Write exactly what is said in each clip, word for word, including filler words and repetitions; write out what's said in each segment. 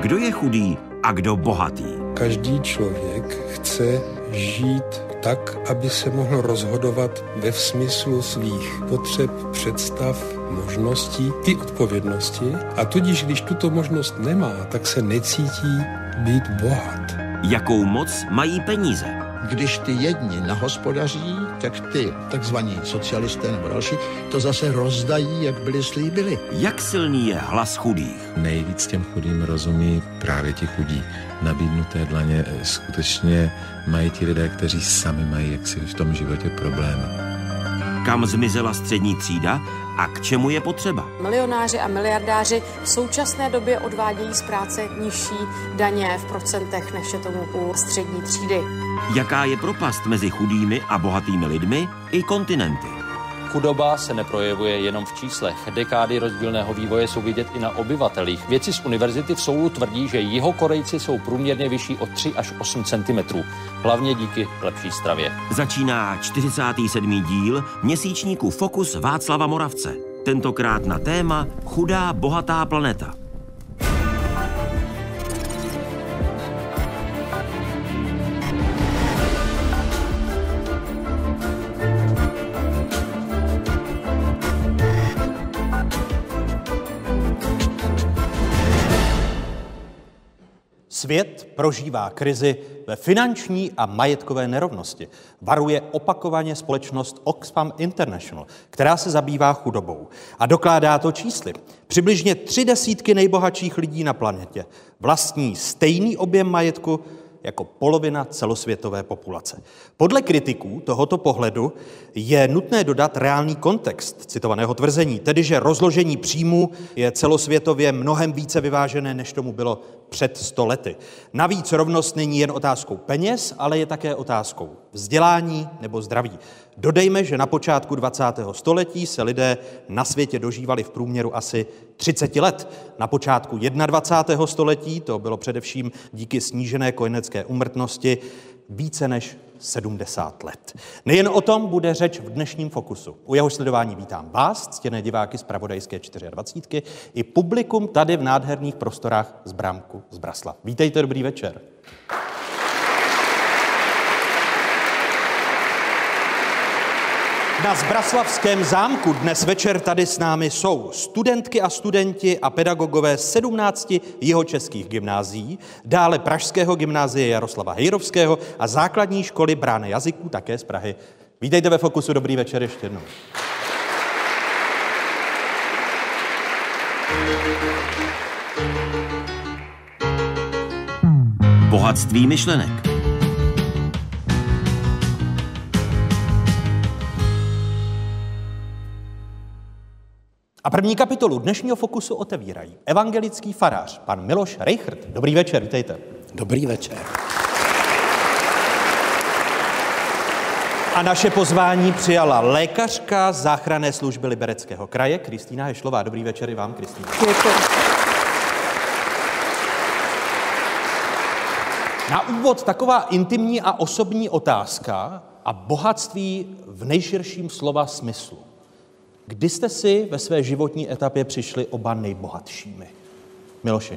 kdo je chudý a kdo bohatý. Každý člověk chce žít tak, aby se mohl rozhodovat ve smyslu svých potřeb, představ, možností i odpovědnosti. A tudíž, když tuto možnost nemá, tak se necítí být bohat. Jakou moc mají peníze? Když ty jedni nahospodaří, tak ty takzvaní socialisté nebo další to zase rozdají, jak byli slíbili. Jak silný je hlas chudých? Nejvíc těm chudým rozumí právě ti chudí. Nabídnuté dlaně skutečně mají ti lidé, kteří sami mají jaksi v tom životě problémy. Kam zmizela střední třída a k čemu je potřeba? Milionáři a miliardáři v současné době odvádějí z práce nižší daně v procentech, než je tomu u střední třídy. Jaká je propast mezi chudými a bohatými lidmi i kontinenty? Chudoba se neprojevuje jenom v číslech. Dekády rozdílného vývoje jsou vidět i na obyvatelích. Vědci z univerzity v Soulu tvrdí, že Jihokorejci jsou průměrně vyšší o tři až osm centimetrů. Hlavně díky lepší stravě. Začíná čtyřicátý sedmý díl měsíčníku Fokus Václava Moravce. Tentokrát na téma Chudá bohatá planeta. Svět prožívá krizi ve finanční a majetkové nerovnosti. Varuje opakovaně společnost Oxfam International, která se zabývá chudobou. A dokládá to čísly. Přibližně tři desítky nejbohatších lidí na planetě vlastní stejný objem majetku jako polovina celosvětové populace. Podle kritiků tohoto pohledu je nutné dodat reálný kontext citovaného tvrzení, tedy že rozložení příjmů je celosvětově mnohem více vyvážené, než tomu bylo před sto lety. Navíc rovnost není jen otázkou peněz, ale je také otázkou vzdělání nebo zdraví. Dodejme, že na počátku dvacátého století se lidé na světě dožívali v průměru asi třicet let. Na počátku dvacátého prvního století, to bylo především díky snížené kojenecké úmrtnosti, více než sedmdesát let. Nejen o tom bude řeč v dnešním Fokusu. U jeho sledování vítám vás, ctěné diváky z Pravodajské dvacet čtyři, i publikum tady v nádherných prostorách z Brámku z Braslav. Vítejte, dobrý večer. Na Zbraslavském zámku dnes večer tady s námi jsou studentky a studenti a pedagogové sedmnácti jihočeských gymnázií, dále pražského gymnázia Jaroslava Hejrovského a základní školy Brány jazyků také z Prahy. Vítejte ve Fokusu, dobrý večer ještě jednou. Bohatství myšlenek. A první kapitolu dnešního Fokusu otevírají evangelický farář, pan Miloš Rejchrt. Dobrý večer, vítejte. Dobrý večer. A naše pozvání přijala lékařka záchranné služby Libereckého kraje Kristýna Hešlová. Dobrý večer i vám, Kristýna. Děkuji. Na úvod taková intimní a osobní otázka a bohatství v nejširším slova smyslu. Kdy jste si ve své životní etapě přišli oba nejbohatšími? Miloši.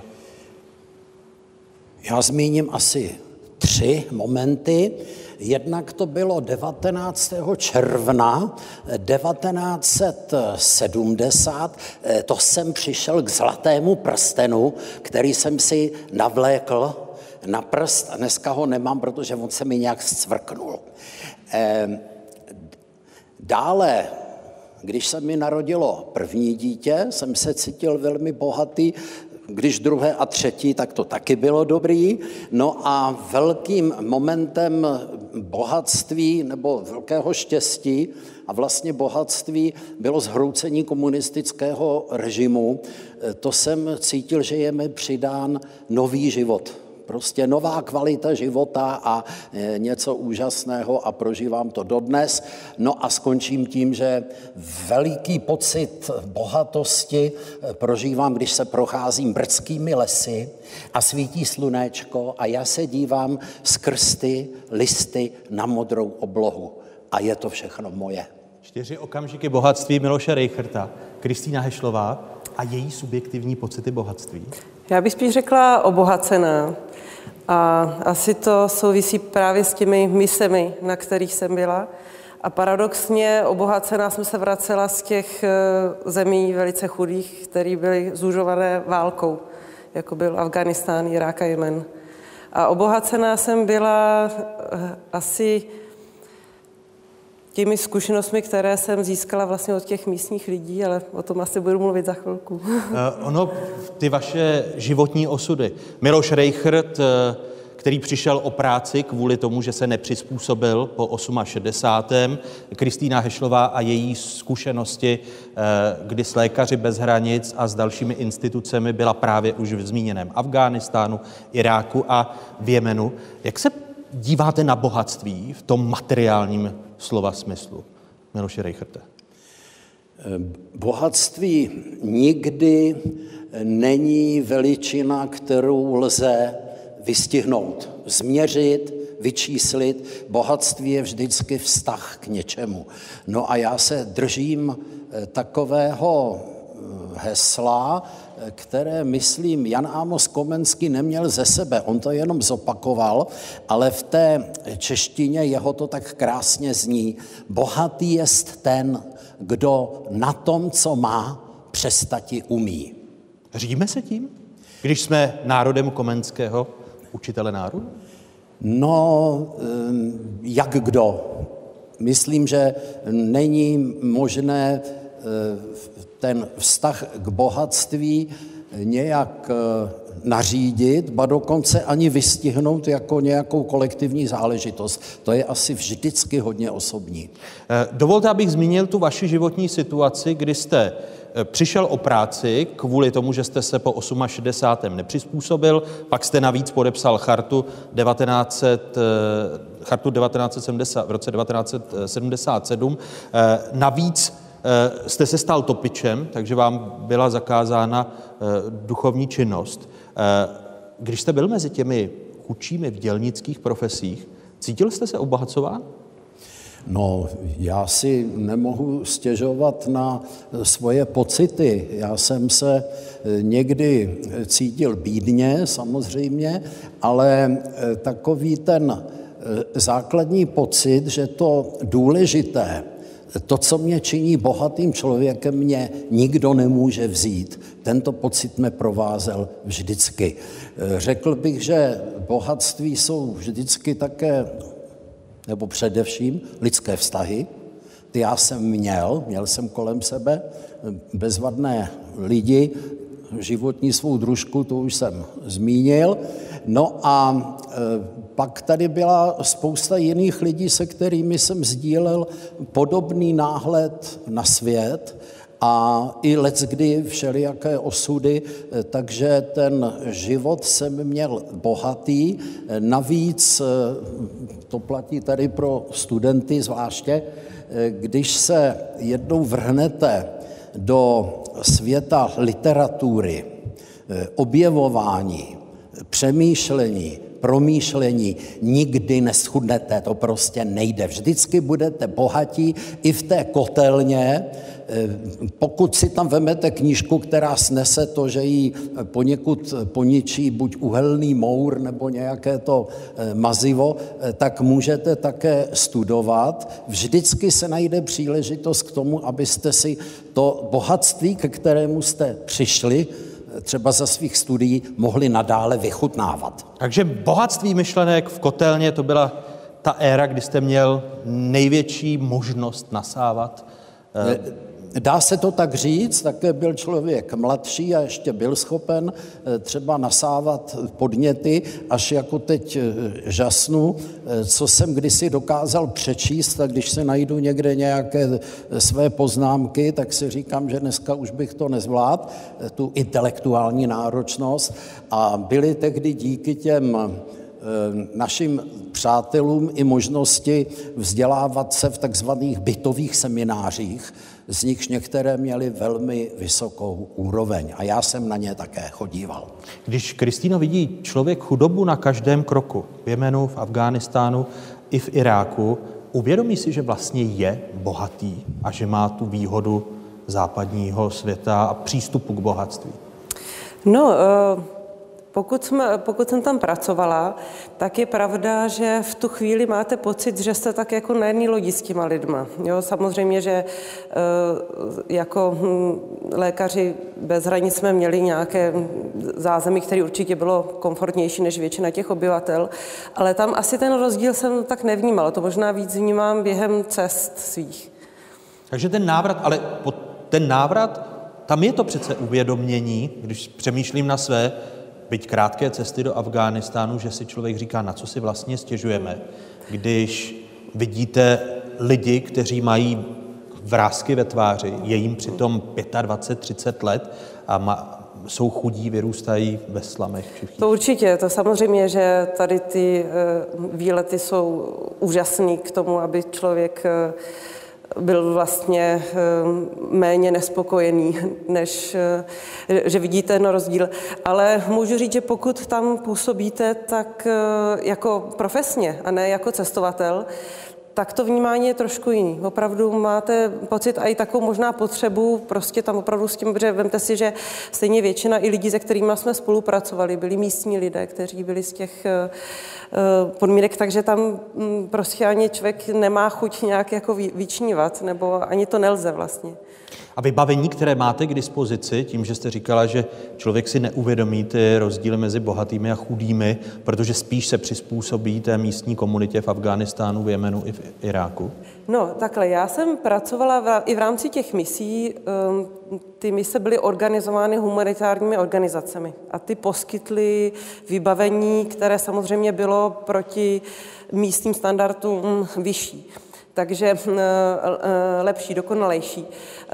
Já zmíním asi tři momenty. Jednak to bylo devatenáctého června devatenáct set sedmdesát. To jsem přišel k zlatému prstenu, který jsem si navlékl na prst a dneska ho nemám, protože on se mi nějak zcvrknul. Dále, když se mi narodilo první dítě, jsem se cítil velmi bohatý, když druhé a třetí, tak to taky bylo dobrý. No a velkým momentem bohatství nebo velkého štěstí a vlastně bohatství bylo zhroucení komunistického režimu. To jsem cítil, že je mi přidán nový život. Prostě nová kvalita života a něco úžasného a prožívám to dodnes. No a skončím tím, že veliký pocit bohatosti prožívám, když se procházím brdskými lesy a svítí slunéčko a já se dívám skrz ty listy na modrou oblohu. A je to všechno moje. Čtyři okamžiky bohatství Miloše Rejchrta. Kristýna Hešlová. a její subjektivní pocity bohatství? Já bych spíš řekla obohacená. A asi to souvisí právě s těmi misemi, na kterých jsem byla. A paradoxně obohacená jsem se vracela z těch zemí velice chudých, které byly zužované válkou, jako byl Afghánistán, Irák a Jemen. A obohacená jsem byla asi těmi zkušenostmi, které jsem získala vlastně od těch místních lidí, ale o tom asi budu mluvit za chvilku. Uh, ono, ty vaše životní osudy. Miloš Rejchrt, který přišel o práci kvůli tomu, že se nepřizpůsobil po šedesátém osmém Kristýna Hešlová a její zkušenosti, kdy s Lékaři bez hranic a s dalšími institucemi byla právě už v zmíněném Afghánistánu, Iráku a v Jemenu. Jak se díváte na bohatství v tom materiálním slova smyslu, Miloši Rejchrte? Bohatství nikdy není veličina, kterou lze vystihnout, změřit, vyčíslit. Bohatství je vždycky vztah k něčemu. No a já se držím takového hesla, které, myslím, Jan Amos Komenský neměl ze sebe. On to jenom zopakoval, ale v té češtině jeho to tak krásně zní. Bohatý jest ten, kdo na tom, co má, přestati umí. Řídíme se tím, když jsme národem Komenského, učitele národu? No, jak kdo. Myslím, že není možné ten vztah k bohatství nějak nařídit, ba dokonce ani vystihnout jako nějakou kolektivní záležitost. To je asi vždycky hodně osobní. Dovolte, abych zmínil tu vaši životní situaci, kdy jste přišel o práci kvůli tomu, že jste se po šedesátém osmém nepřizpůsobil, pak jste navíc podepsal chartu, devatenáct set, chartu devatenáct set sedmdesát, v roce devatenáct set sedmdesát sedm. Navíc jste se stal topičem, takže vám byla zakázána duchovní činnost. Když jste byl mezi těmi chudšími v dělnických profesích, cítil jste se obohacován? No, já si nemohu stěžovat na svoje pocity. Já jsem se někdy cítil bídně, samozřejmě, ale takový ten základní pocit, že to důležité, to, co mě činí bohatým člověkem, mě nikdo nemůže vzít. Tento pocit mě provázel vždycky. Řekl bych, že bohatství jsou vždycky také, nebo především, lidské vztahy. Ty já jsem měl, měl jsem kolem sebe bezvadné lidi, životní svou družku, to už jsem zmínil. No a e, pak tady byla spousta jiných lidí, se kterými jsem sdílel podobný náhled na svět a i leckdy všelijaké osudy, takže ten život jsem měl bohatý. Navíc, to platí tady pro studenty zvláště, když se jednou vrhnete do světa literatury, objevování, přemýšlení, promýšlení, nikdy neschudnete, to prostě nejde. Vždycky budete bohatí i v té kotelně, pokud si tam vemete knížku, která snese to, že ji poněkud poničí buď uhelný mour nebo nějaké to mazivo, tak můžete také studovat. Vždycky se najde příležitost k tomu, abyste si to bohatství, ke kterému jste přišli, třeba za svých studií, mohli nadále vychutnávat. Takže bohatství myšlenek v kotelně, to byla ta éra, kdy jste měl největší možnost nasávat? Dá se to tak říct, také byl člověk mladší a ještě byl schopen třeba nasávat podněty, až jako teď žasnu, co jsem kdysi dokázal přečíst, a když se najdu někde nějaké své poznámky, tak si říkám, že dneska už bych to nezvládl, tu intelektuální náročnost, a byly tehdy díky těm našim přátelům i možnosti vzdělávat se v takzvaných bytových seminářích, z nichž některé měly velmi vysokou úroveň a já jsem na ně také chodíval. Když, Kristýno, vidí člověk chudobu na každém kroku, v Jemenu, v Afghánistánu i v Iráku, uvědomí si, že vlastně je bohatý a že má tu výhodu západního světa a přístupu k bohatství? No, pokud, jsme, pokud jsem tam pracovala, tak je pravda, že v tu chvíli máte pocit, že jste tak jako na jedné lodi s těma lidma. Jo, samozřejmě, že jako lékaři bez hranic jsme měli nějaké zázemí, které určitě bylo komfortnější než většina těch obyvatel, ale tam asi ten rozdíl jsem tak nevnímala. To možná víc vnímám během cest svých. Takže ten návrat, ale ten návrat, tam je to přece uvědomění, když přemýšlím na své, byť krátké cesty do Afghánistánu, že si člověk říká, na co si vlastně stěžujeme, když vidíte lidi, kteří mají vrásky ve tváři, je jim přitom dvacet pět třicet let a ma, jsou chudí, vyrůstají ve slamech. Všichni. To určitě, to samozřejmě, že tady ty výlety jsou úžasný k tomu, aby člověk byl vlastně méně nespokojený, než že vidíte ten rozdíl. Ale můžu říct, že pokud tam působíte tak jako profesně a ne jako cestovatel, tak to vnímání je trošku jiný. Opravdu máte pocit a i takovou možná potřebu prostě tam opravdu s tím, protože vemte si, že stejně většina i lidí, se kterými jsme spolupracovali, byli místní lidé, kteří byli z těch podmínek, takže tam prostě ani člověk nemá chuť nějak jako vyčnívat, nebo ani to nelze vlastně. A vybavení, které máte k dispozici, tím, že jste říkala, že člověk si neuvědomí ty rozdíly mezi bohatými a chudými, protože spíš se přizpůsobí té místní komunitě v Afghánistánu, v Jemenu i v Iráku? No, takhle, já jsem pracovala v, i v rámci těch misí, ty mise byly organizovány humanitárními organizacemi a ty poskytly vybavení, které samozřejmě bylo proti místním standardům vyšší. Takže lepší, dokonalejší.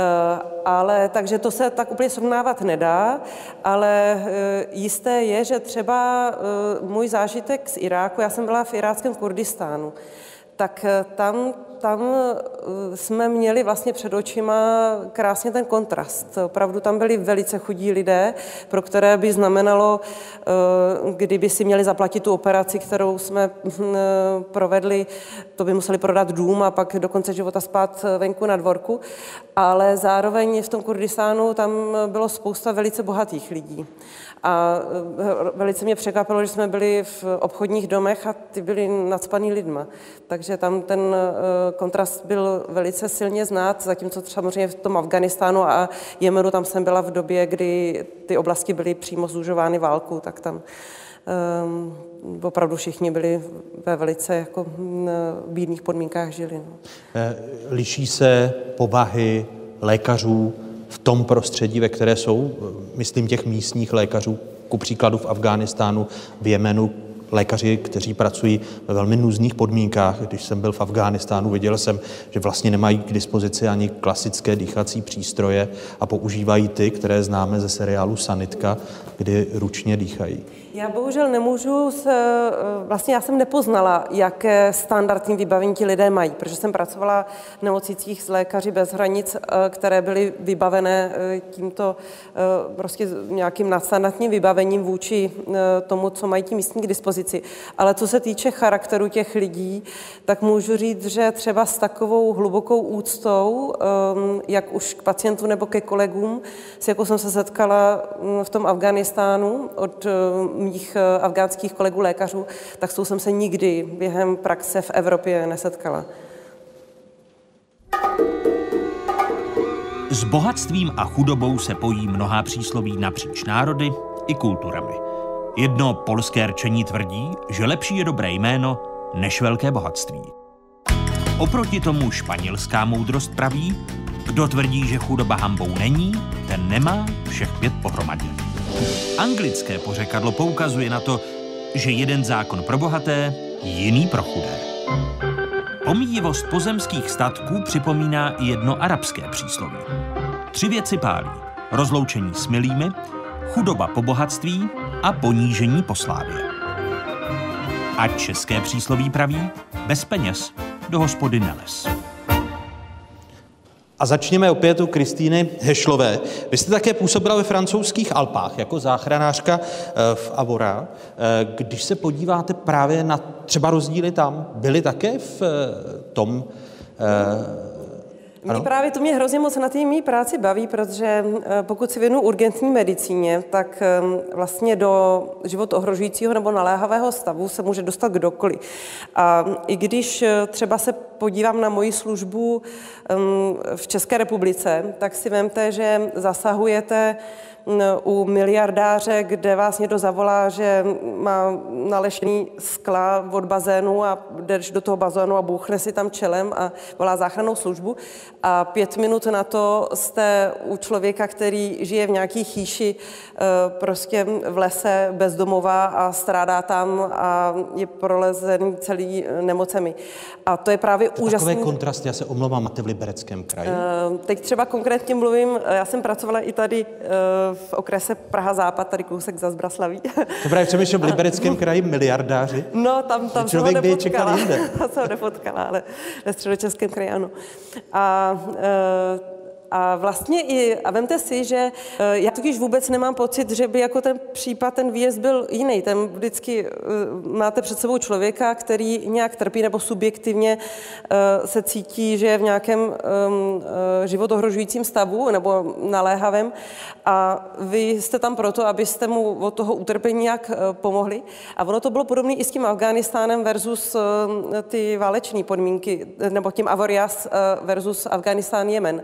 Ale takže to se tak úplně srovnávat nedá, ale jisté je, že třeba můj zážitek z Iráku, já jsem byla v iráckém Kurdistánu, tak tam, tam jsme měli vlastně před očima krásně ten kontrast. Opravdu tam byli velice chudí lidé, pro které by znamenalo, kdyby si měli zaplatit tu operaci, kterou jsme provedli, to by museli prodat dům a pak do konce života spát venku na dvorku. Ale zároveň v tom Kurdistánu tam bylo spousta velice bohatých lidí. A velice mě překvapilo, že jsme byli v obchodních domech a ty byli nacpaný lidma. Takže tam ten kontrast byl velice silně znát, zatímco samozřejmě v tom Afghánistánu a Jemenu tam jsem byla v době, kdy ty oblasti byly přímo zužovány válkou, tak tam um, opravdu všichni byli ve velice jako bídných podmínkách žili. No. Liší se povahy lékařů v tom prostředí, ve které jsou, myslím těch místních lékařů, ku příkladu v Afghánistánu, v Jemenu, lékaři, kteří pracují ve velmi nuzných podmínkách. Když jsem byl v Afghánistánu, viděl jsem, že vlastně nemají k dispozici ani klasické dýchací přístroje a používají ty, které známe ze seriálu Sanitka, kdy ručně dýchají. Já bohužel nemůžu se, vlastně já jsem nepoznala, jaké standardní vybavení ti lidé mají, protože jsem pracovala v nemocnicích s lékaři bez hranic, které byly vybavené tímto prostě nějakým nadstandardním vybavením vůči tomu, co mají ti místní k dispozici. Ale co se týče charakteru těch lidí, tak můžu říct, že třeba s takovou hlubokou úctou, jak už k pacientům nebo ke kolegům, s jakou jsem se setkala v tom Afghánistánu od mých afgánských kolegů lékařů, tak s tou jsem se nikdy během praxe v Evropě nesetkala. S bohatstvím a chudobou se pojí mnohá přísloví napříč národy i kulturami. Jedno polské rčení tvrdí, že lepší je dobré jméno než velké bohatství. Oproti tomu španělská moudrost praví, kdo tvrdí, že chudoba hanbou není, ten nemá všech pět pohromadě. Anglické pořekadlo poukazuje na to, že jeden zákon pro bohaté, jiný pro chudé. Pomíjivost pozemských statků připomíná i jedno arabské přísloví. Tři věci pálí: rozloučení s milými, chudoba po bohatství a ponížení po slávě. A české přísloví praví: bez peněz do hospody neles. A začněme opět u Kristýny Hešlové. Vy jste také působila ve francouzských Alpách jako záchranářka v Avora. Když se podíváte právě na třeba rozdíly tam, byly také v tom Mě právě to mě hrozně moc na té mý práci baví, protože pokud si věnu urgentní medicíně, tak vlastně do život ohrožujícího nebo naléhavého stavu se může dostat kdokoliv. A i když třeba se podívám na moji službu v České republice, tak si vemte, že zasahujete u miliardáře, kde vás někdo zavolá, že má nalešený skla od bazénu a jdeš do toho bazénu a bouchne si tam čelem a volá záchrannou službu. A pět minut na to jste u člověka, který žije v nějaký chýši prostě v lese bezdomová a strádá tam a je prolezený celý nemocemi. A to je právě to úžasný. Takové kontrasty, já se omlouvám, máte v Libereckém kraji? Teď třeba konkrétně mluvím, já jsem pracovala i tady v okrese Praha-Západ, tady kousek za Zbraslaví. To právě přemýšlím, v Libereckém kraji miliardáři? No, tam, tam člověk jsem ho by je čekal jinde. Tam jsem ho nepotkala, ale ve Středočeském kraji ano. A e, A vlastně i, a vemte si, že já totiž vůbec nemám pocit, že by jako ten případ, ten výjezd byl jiný. Ten vždycky máte před sebou člověka, který nějak trpí nebo subjektivně se cítí, že je v nějakém život ohrožujícím stavu nebo naléhavém a vy jste tam proto, abyste mu od toho utrpení nějak pomohli. A ono to bylo podobné i s tím Afghánistánem versus ty váleční podmínky, nebo tím Avoriaz versus Afghánistán Jemen.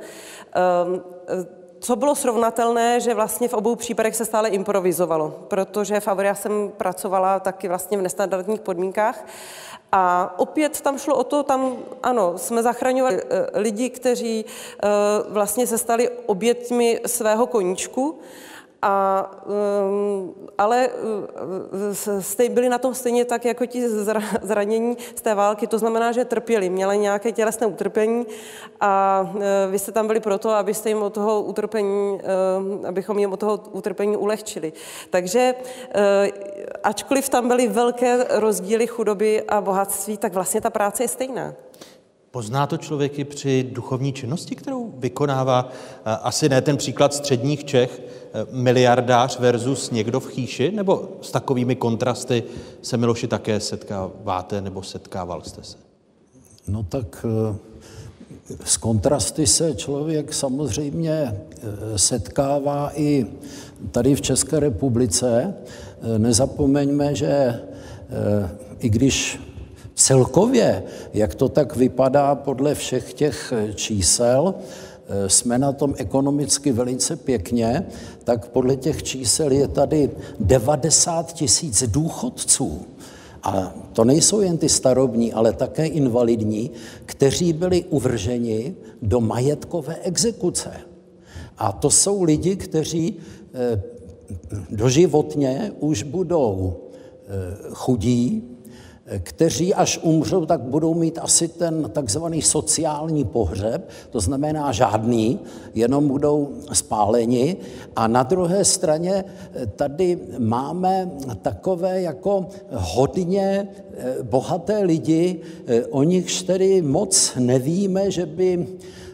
Co bylo srovnatelné, že vlastně v obou případech se stále improvizovalo, protože v Avoriaz jsem pracovala taky vlastně v nestandardních podmínkách a opět tam šlo o to, tam ano, jsme zachraňovali lidi, kteří vlastně se stali oběťmi svého koníčku, a, ale byli na tom stejně tak, jako ti zranění z té války. To znamená, že trpěli, měli nějaké tělesné utrpení a vy jste tam byli proto, abyste jim od toho utrpení, abychom jim od toho utrpení ulehčili. Takže ačkoliv tam byly velké rozdíly chudoby a bohatství, tak vlastně ta práce je stejná. Pozná to člověk i při duchovní činnosti, kterou vykonává? Asi ne ten příklad středních Čech, miliardář versus někdo v chýši, nebo s takovými kontrasty se, Miloši, také setkáváte nebo setkával jste se? No tak s kontrasty se člověk samozřejmě setkává i tady v České republice. Nezapomeňme, že i když celkově, jak to tak vypadá podle všech těch čísel, jsme na tom ekonomicky velice pěkně, tak podle těch čísel je tady devadesát tisíc důchodců. A to nejsou jen ty starobní, ale také invalidní, kteří byli uvrženi do majetkové exekuce. A to jsou lidi, kteří doživotně už budou chudí, kteří až umřou, tak budou mít asi ten takzvaný sociální pohřeb, to znamená žádný, jenom budou spáleni. A na druhé straně tady máme takové jako hodně bohaté lidi, o nichž tedy moc nevíme, že by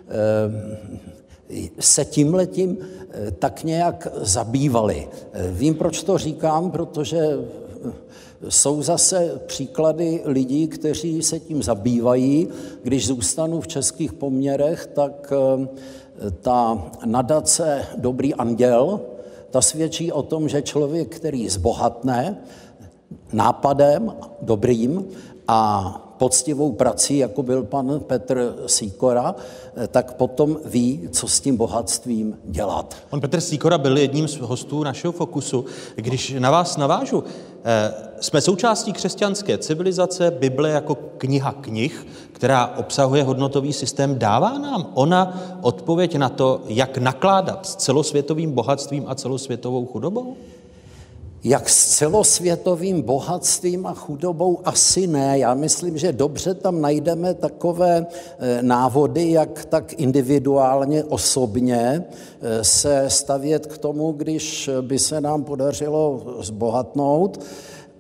se tímhletím tak nějak zabývali. Vím, proč to říkám, protože jsou zase příklady lidí, kteří se tím zabývají. Když zůstanu v českých poměrech, tak ta nadace Dobrý anděl, ta svědčí o tom, že člověk, který zbohatne nápadem dobrým a poctivou prací, jako byl pan Petr Sýkora, tak potom ví, co s tím bohatstvím dělat. Pan Petr Sýkora byl jedním z hostů našeho Fokusu. Když na vás navážu, jsme součástí křesťanské civilizace, Bible jako kniha knih, která obsahuje hodnotový systém, dává nám ona odpověď na to, jak nakládat s celosvětovým bohatstvím a celosvětovou chudobou? Jak s celosvětovým bohatstvím a chudobou asi ne. Já myslím, že dobře tam najdeme takové návody, jak tak individuálně, osobně se stavět k tomu, když by se nám podařilo zbohatnout.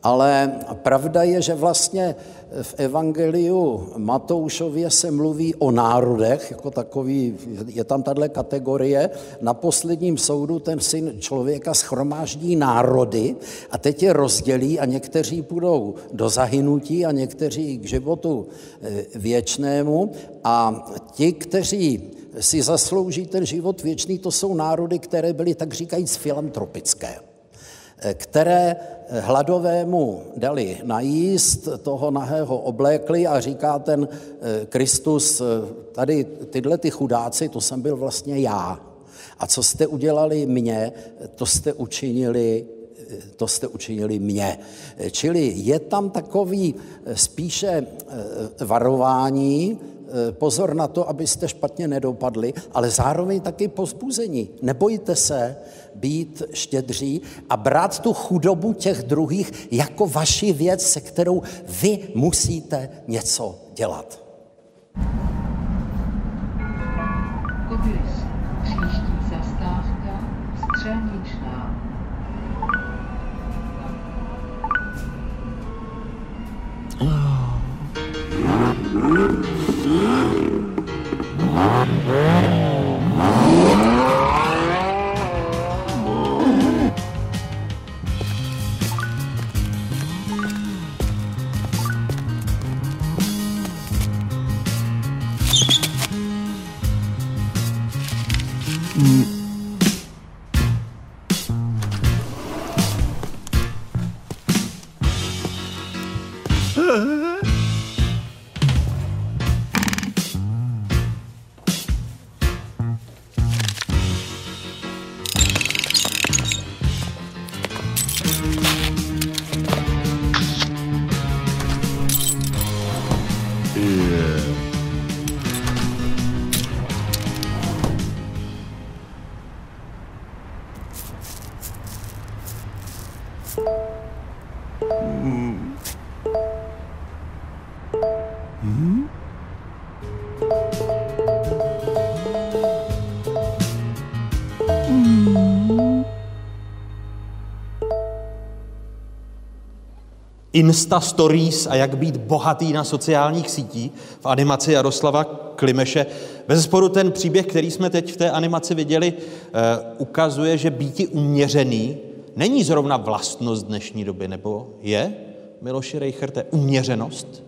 Ale pravda je, že vlastně v evangeliu Matoušově se mluví o národech, jako takový, je tam tahle kategorie. Na posledním soudu ten syn člověka shromáždí národy a teď je rozdělí a někteří půjdou do zahynutí a někteří k životu věčnému. A ti, kteří si zaslouží ten život věčný, to jsou národy, které byly tak říkajíc filantropické, které hladovému dali najíst, toho nahého oblékli a říká ten Kristus, tady tyhle ty chudáci, to jsem byl vlastně já. A co jste udělali mně, to jste učinili, to jste učinili mně. Čili je tam takový spíše varování, pozor na to, abyste špatně nedopadli, ale zároveň taky povzbuzení. Nebojte se být štědří a brát tu chudobu těch druhých jako vaši věc, se kterou vy musíte něco dělat. Kobylis, příští zastávka, Střelničná. Insta Stories a jak být bohatý na sociálních sítích v animaci Jaroslava Klimeše. Bezesporu ten příběh, který jsme teď v té animaci viděli, ukazuje, že býti uměřený není zrovna vlastnost dnešní doby, nebo je, Miloši Rejcherte, uměřenost?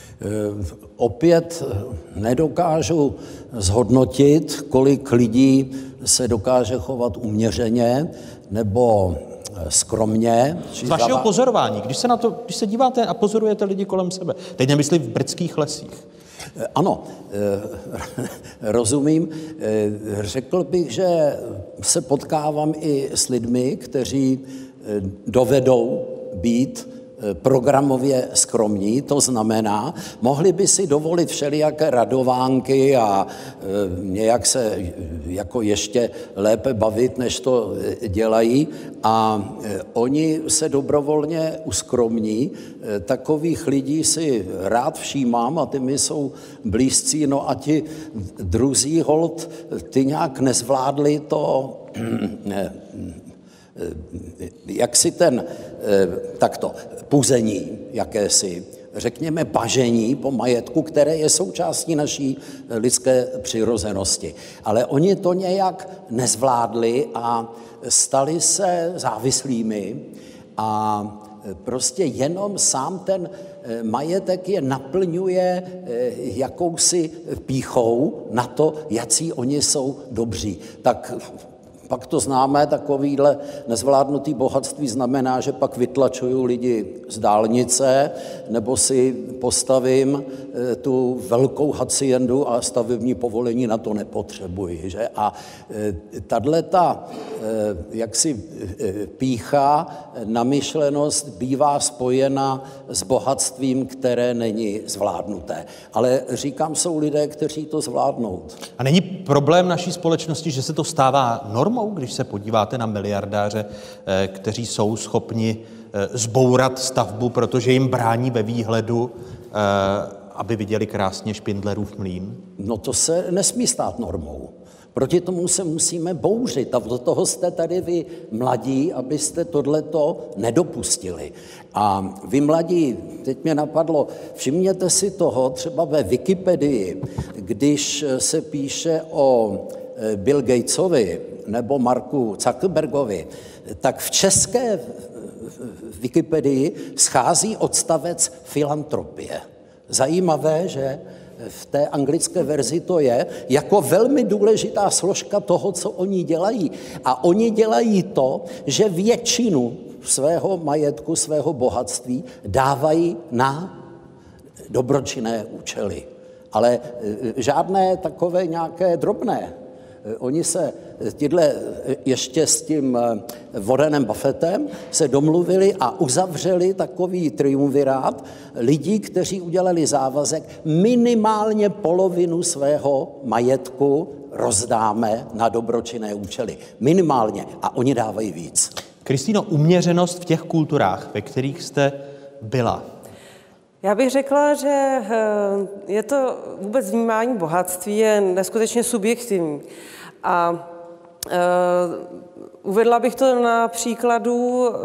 Opět nedokážu zhodnotit, kolik lidí se dokáže chovat uměřeně nebo skromně. Z vašeho zavá... pozorování, když se, na to, když se díváte a pozorujete lidi kolem sebe, teď nemyslím v britských lesích. Ano, rozumím. Řekl bych, že se potkávám i s lidmi, kteří dovedou být programově skromní, to znamená, mohli by si dovolit všelijaké radovánky a e, nějak se jako ještě lépe bavit, než to dělají a e, oni se dobrovolně uskromní. E, takových lidí si rád všímám a ty mi jsou blízcí, no a ti druzí holt, ty nějak nezvládli to ne, jak si ten takto puzení, jakési, řekněme, pažení po majetku, které je součástí naší lidské přirozenosti. Ale oni to nějak nezvládli a stali se závislými a prostě jenom sám ten majetek je naplňuje jakousi pýchou na to, jací oni jsou dobří. Tak pak to známe, takovýhle nezvládnutý bohatství znamená, že pak vytlačuju lidi z dálnice, nebo si postavím tu velkou haciendu a stavební povolení na to nepotřebuji. Že? A tato jaksi pýcha, namyšlenost bývá spojena s bohatstvím, které není zvládnuté. Ale říkám, jsou lidé, kteří to zvládnou. A není problém naší společnosti, že se to stává normou, když se podíváte na miliardáře, kteří jsou schopni zbourat stavbu, protože jim brání ve výhledu, aby viděli krásně Špindlerův mlýn? No to se nesmí stát normou. Proti tomu se musíme bouřit a do toho jste tady vy mladí, abyste tohleto nedopustili. A vy mladí, teď mě napadlo, všimněte si toho třeba ve Wikipedii, když se píše o Bill Gatesovi nebo Marku Zuckerbergovi, tak v české Wikipedii schází odstavec filantropie. Zajímavé, že v té anglické verzi to je jako velmi důležitá složka toho, co oni dělají. A oni dělají to, že většinu svého majetku, svého bohatství dávají na dobročinné účely. Ale žádné takové nějaké drobné. Oni se tyhle ještě s tím Warrenem Buffettem se domluvili a uzavřeli takový triumvirát lidí, kteří udělali závazek, minimálně polovinu svého majetku rozdáme na dobročinné účely. Minimálně. A oni dávají víc. Kristýno, uměřenost v těch kulturách, ve kterých jste byla. Já bych řekla, že je to vůbec vnímání bohatství je neskutečně subjektivní. A uh, uvedla bych to na příkladu uh,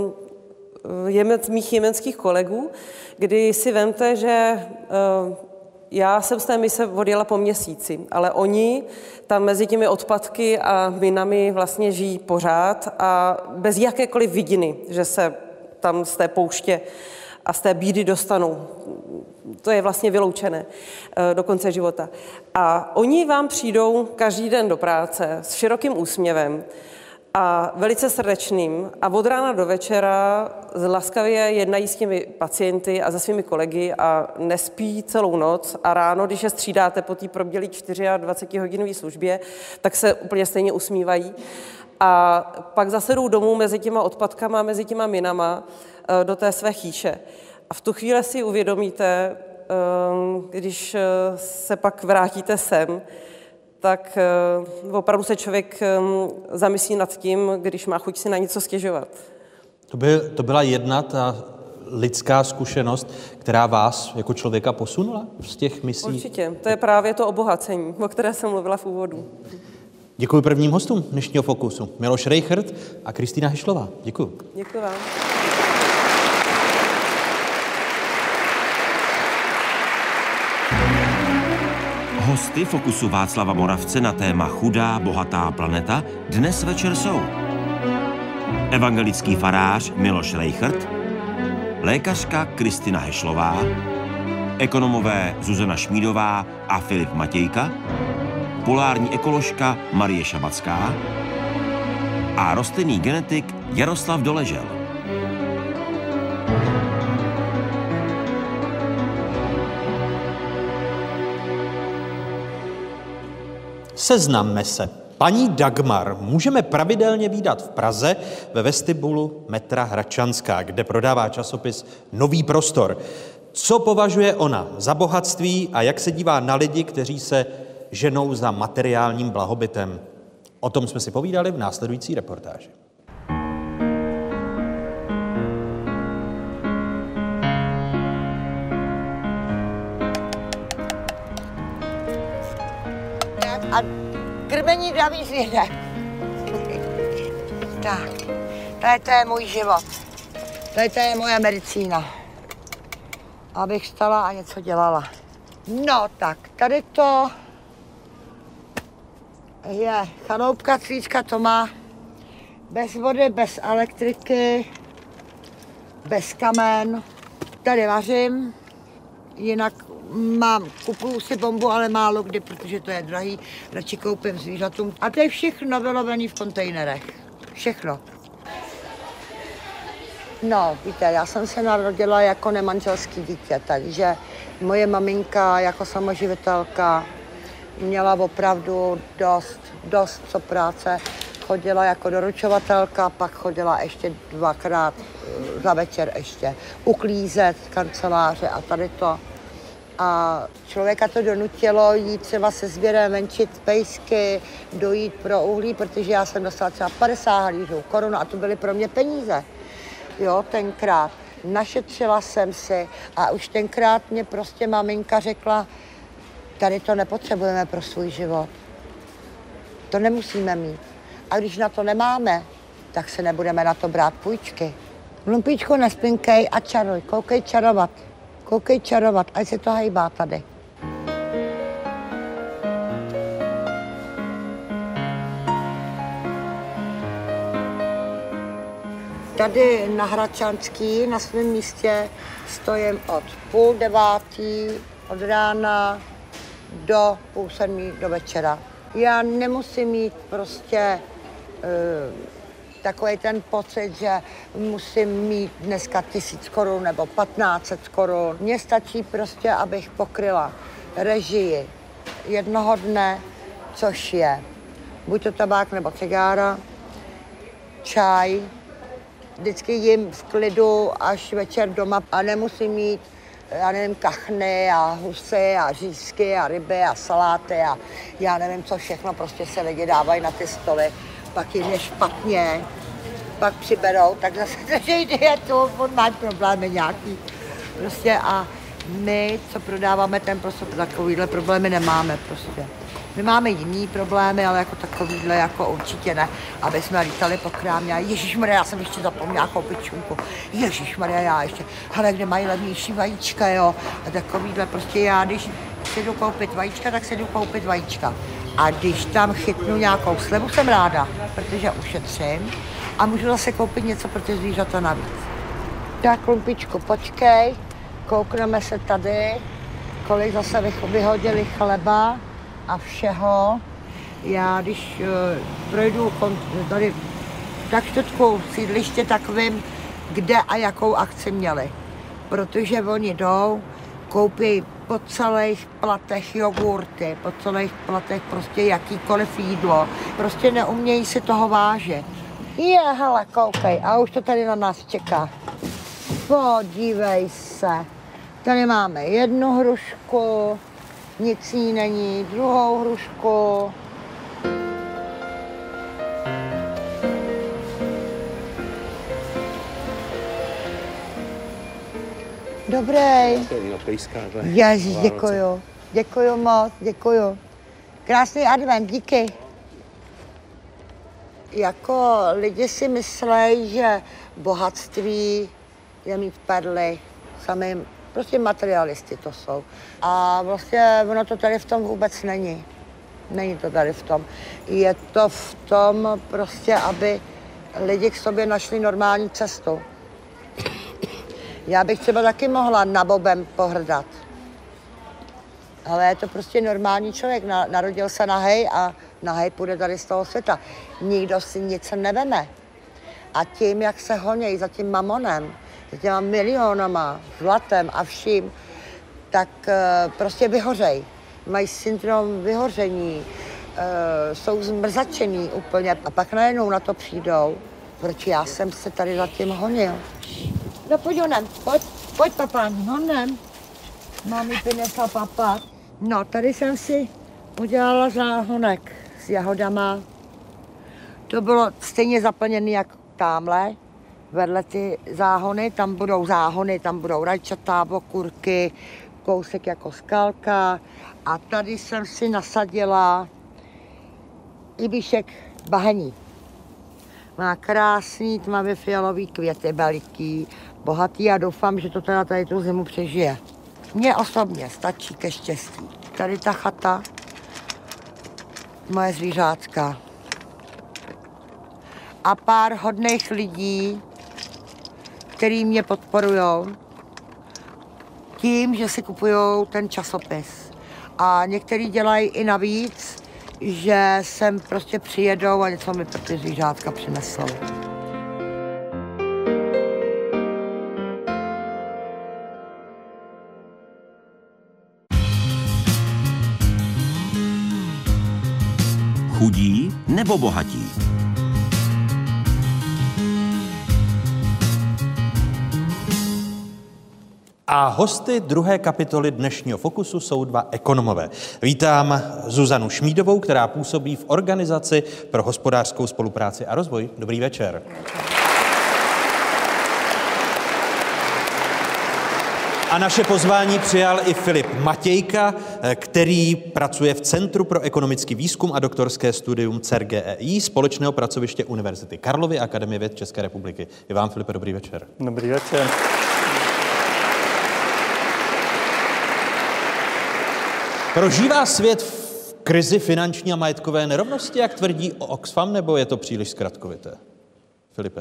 jemec, mých jemenských kolegů, kdy si vemte, že uh, já jsem z té mise odjela po měsíci, ale oni tam mezi těmi odpadky a minami vlastně žijí pořád a bez jakékoliv vidiny, že se tam z té pouště a z té bídy dostanou. To je vlastně vyloučené do konce života. A oni vám přijdou každý den do práce s širokým úsměvem a velice srdečným a od rána do večera laskavě jednají s těmi pacienty a se svými kolegy a nespí celou noc a ráno, když je střídáte po té proběhlé dvacetičtyřhodinové službě, tak se úplně stejně usmívají. A pak zase jdou domů mezi těma odpadkama, mezi těma minama do té své chýše. A v tu chvíli si uvědomíte, když se pak vrátíte sem, tak opravdu se člověk zamyslí nad tím, když má chuť si na něco stěžovat. To, by, to byla jedna ta lidská zkušenost, která vás jako člověka posunula z těch misí? Určitě. To je právě to obohacení, o které jsem mluvila v úvodu. Děkuji prvním hostům dnešního Fokusu. Miloš Rejchrt a Kristýna Hišlová. Děkuji. Děkuji vám. Hosty Fokusu Václava Moravce na téma Chudá, bohatá planeta dnes večer jsou evangelický farář Miloš Rejchrt, lékařka Kristýna Hišlová, ekonomové Zuzana Šmídová a Filip Matějka, polární ekoložka Marie Šabacká a rostlinný genetik Jaroslav Doležel. Seznamme se. Paní Dagmar můžeme pravidelně vídat v Praze ve vestibulu metra Hradčanská, kde prodává časopis Nový prostor. Co považuje ona za bohatství a jak se dívá na lidi, kteří se ženou za materiálním blahobytem? O tom jsme si povídali v následující reportáži. A krmení draví zvěře. Tak, tady to je můj život. Tady to je moje medicína. Abych stala a něco dělala. No tak, tady to je chaloupka Cvíčka Toma. Bez vody, bez elektriky, bez kamen. Tady vařím, jinak mám, kupuju si bombu, ale málo kdy, protože to je drahý, radši koupím zvířatům. A to je všechno vylovené v kontejnerech. Všechno. No, víte, já jsem se narodila jako nemanželský dítě, takže moje maminka jako samoživitelka měla opravdu dost, dost co práce. Chodila jako doručovatelka, pak chodila ještě dvakrát za večer ještě uklízet kanceláře a tady to. A člověka to donutilo jít třeba se sběrem venčit pejsky, dojít pro uhlí, protože já jsem dostala třeba padesát halířů korun a to byly pro mě peníze. Jo, tenkrát. Našetřila jsem si a už tenkrát mě prostě maminka řekla, tady to nepotřebujeme pro svůj život. To nemusíme mít. A když na to nemáme, tak se nebudeme na to brát půjčky. Lumpíčku nespinkej a čaruj. Koukej čarovat. Koukej čarovat, ať se to hejbá tady. Tady na Hradčanský, na svém místě, stojím od půl devátý od rána do půl sedmí do večera. Já nemusím mít prostě uh, takový ten pocit, že musím mít dneska tisíc korun nebo patnáct set korun. Mně stačí prostě, abych pokryla režii jednoho dne, což je buď to tabák nebo cigára, čaj. Vždycky jim v klidu až večer doma a nemusím mít, já nevím, kachny a husy a řízky a ryby a saláty a já nevím, co všechno prostě se lidi dávají na ty stoly. Pak jim je špatně, pak přiberou, tak zase drží dietu, on má problémy nějaký. Prostě a my, co prodáváme ten prostor, takovýhle problémy nemáme prostě. My máme jiný problémy, ale jako takovýhle jako určitě ne, aby jsme lítali po krámě. Ježišmarja, já jsem ještě zapomněla koupit šunku. Ježišmarja, já ještě, hele, kde mají levnější vajíčka, jo. A takovýhle prostě já, když si jdu koupit vajíčka, tak si jdu koupit vajíčka. A když tam chytnu nějakou slevu, jsem ráda, protože ušetřím a můžu zase koupit něco pro ty zvířata navíc. Tak, Lumpičku, počkej, koukneme se tady, kolik zase vyhodili chleba a všeho. Já, když uh, projdu tady tak čtvrtku sídliště, tak vím, kde a jakou akci měli. Protože oni jdou, koupí po celých platech jogurty, po celých platech prostě jakýkoliv jídlo. Prostě neumějí si toho vážit. Je, hele, koukej, a už to tady na nás čeká. Podívej se. Tady máme jednu hrušku, nic jí není, druhou hrušku. Dobrý. Ježiš, děkuju. Děkuju moc, děkuju. Krásný advent, díky. Jako lidi si myslejí, že bohatství je mít perly, sami prostě materialisti to jsou. A vlastně ono to tady v tom vůbec není. Není to tady v tom. Je to v tom prostě, aby lidi k sobě našli normální cestu. Já bych třeba taky mohla na Bobem pohrdat. Ale je to prostě normální člověk. Narodil se nahej a nahej půjde tady z toho světa. Nikdo si nic neveme. A tím, jak se honějí za tím mamonem, za těma milionama, zlatem a vším, tak uh, prostě vyhořej. Mají syndrom vyhoření, uh, jsou zmrzačený úplně a pak najednou na to přijdou, proč já jsem se tady za tím honil. No pojď honem, pojď, pojď papán, honem. Mámi přinesla papa. No, tady jsem si udělala záhonek s jahodama. To bylo stejně zaplněné jak támhle. Vedle ty záhony, tam budou záhony, tam budou rajčata, okurky, kousek jako skalka. A tady jsem si nasadila ibíšek bahení. Má krásný tmavě fialový květy, veliký, bohatý a doufám, že to teda tady tu zimu přežije. Mně osobně stačí ke štěstí. Tady ta chata, moje zvířátka. A pár hodných lidí, který mě podporujou tím, že si kupujou ten časopis. A některý dělají i navíc, že sem prostě přijedou a něco mi pro ty zvířátka přinesou. Chudí nebo bohatí? A hosty druhé kapitoly dnešního Fokusu jsou dva ekonomové. Vítám Zuzanu Šmídovou, která působí v Organizaci pro hospodářskou spolupráci a rozvoj. Dobrý večer. A naše pozvání přijal i Filip Matějka, který pracuje v Centru pro ekonomický výzkum a doktorské studium C E R G E I, společného pracoviště Univerzity Karlovy a Akademie věd České republiky. I vám, Filipe, dobrý večer. Dobrý večer. Prožívá svět v krizi finanční a majetkové nerovnosti, jak tvrdí Oxfam, nebo je to příliš zkratkovité? Filipe.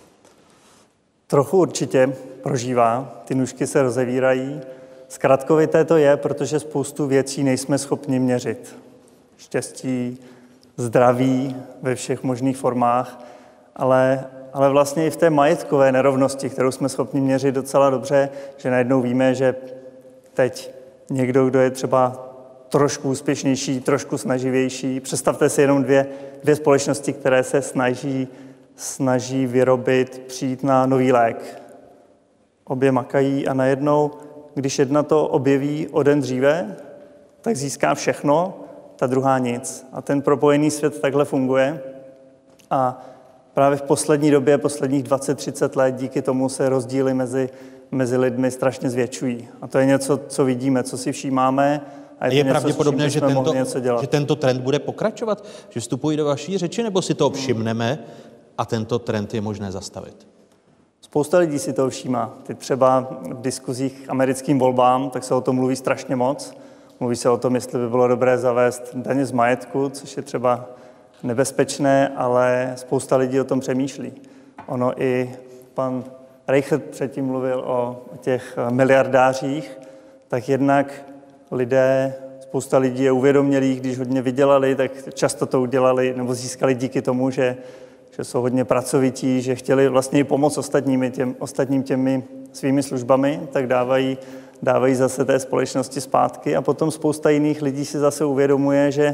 Trochu určitě prožívá, ty nůžky se rozevírají. Zkratkovité to je, protože spoustu věcí nejsme schopni měřit. Štěstí, zdraví ve všech možných formách, ale, ale vlastně i v té majetkové nerovnosti, kterou jsme schopni měřit docela dobře, že najednou víme, že teď někdo, kdo je třeba trošku úspěšnější, trošku snaživější. Představte si jenom dvě, dvě společnosti, které se snaží, snaží vyrobit, přijít na nový lék. Obě makají a najednou, když jedna to objeví o den dříve, tak získá všechno, ta druhá nic. A ten propojený svět takhle funguje. A právě v poslední době, posledních dvacet třicet let, díky tomu se rozdíly mezi, mezi lidmi strašně zvětšují. A to je něco, co vidíme, co si všímáme. A je, je něco, pravděpodobné, že tento, že tento trend bude pokračovat? Že vstupují do vaší řeči, nebo si to všimneme a tento trend je možné zastavit? Spousta lidí si to všímá. Teď třeba v diskuzích k americkým volbám, tak se o tom mluví strašně moc. Mluví se o tom, jestli by bylo dobré zavést daně z majetku, což je třeba nebezpečné, ale spousta lidí o tom přemýšlí. Ono i pan Reichert předtím mluvil o těch miliardářích, tak jednak lidé, spousta lidí je uvědomělých, když hodně vydělali, tak často to udělali nebo získali díky tomu, že, že jsou hodně pracovití, že chtěli vlastně i pomoct ostatními, těm, ostatním těmi svými službami, tak dávají, dávají zase té společnosti zpátky. A potom spousta jiných lidí si zase uvědomuje, že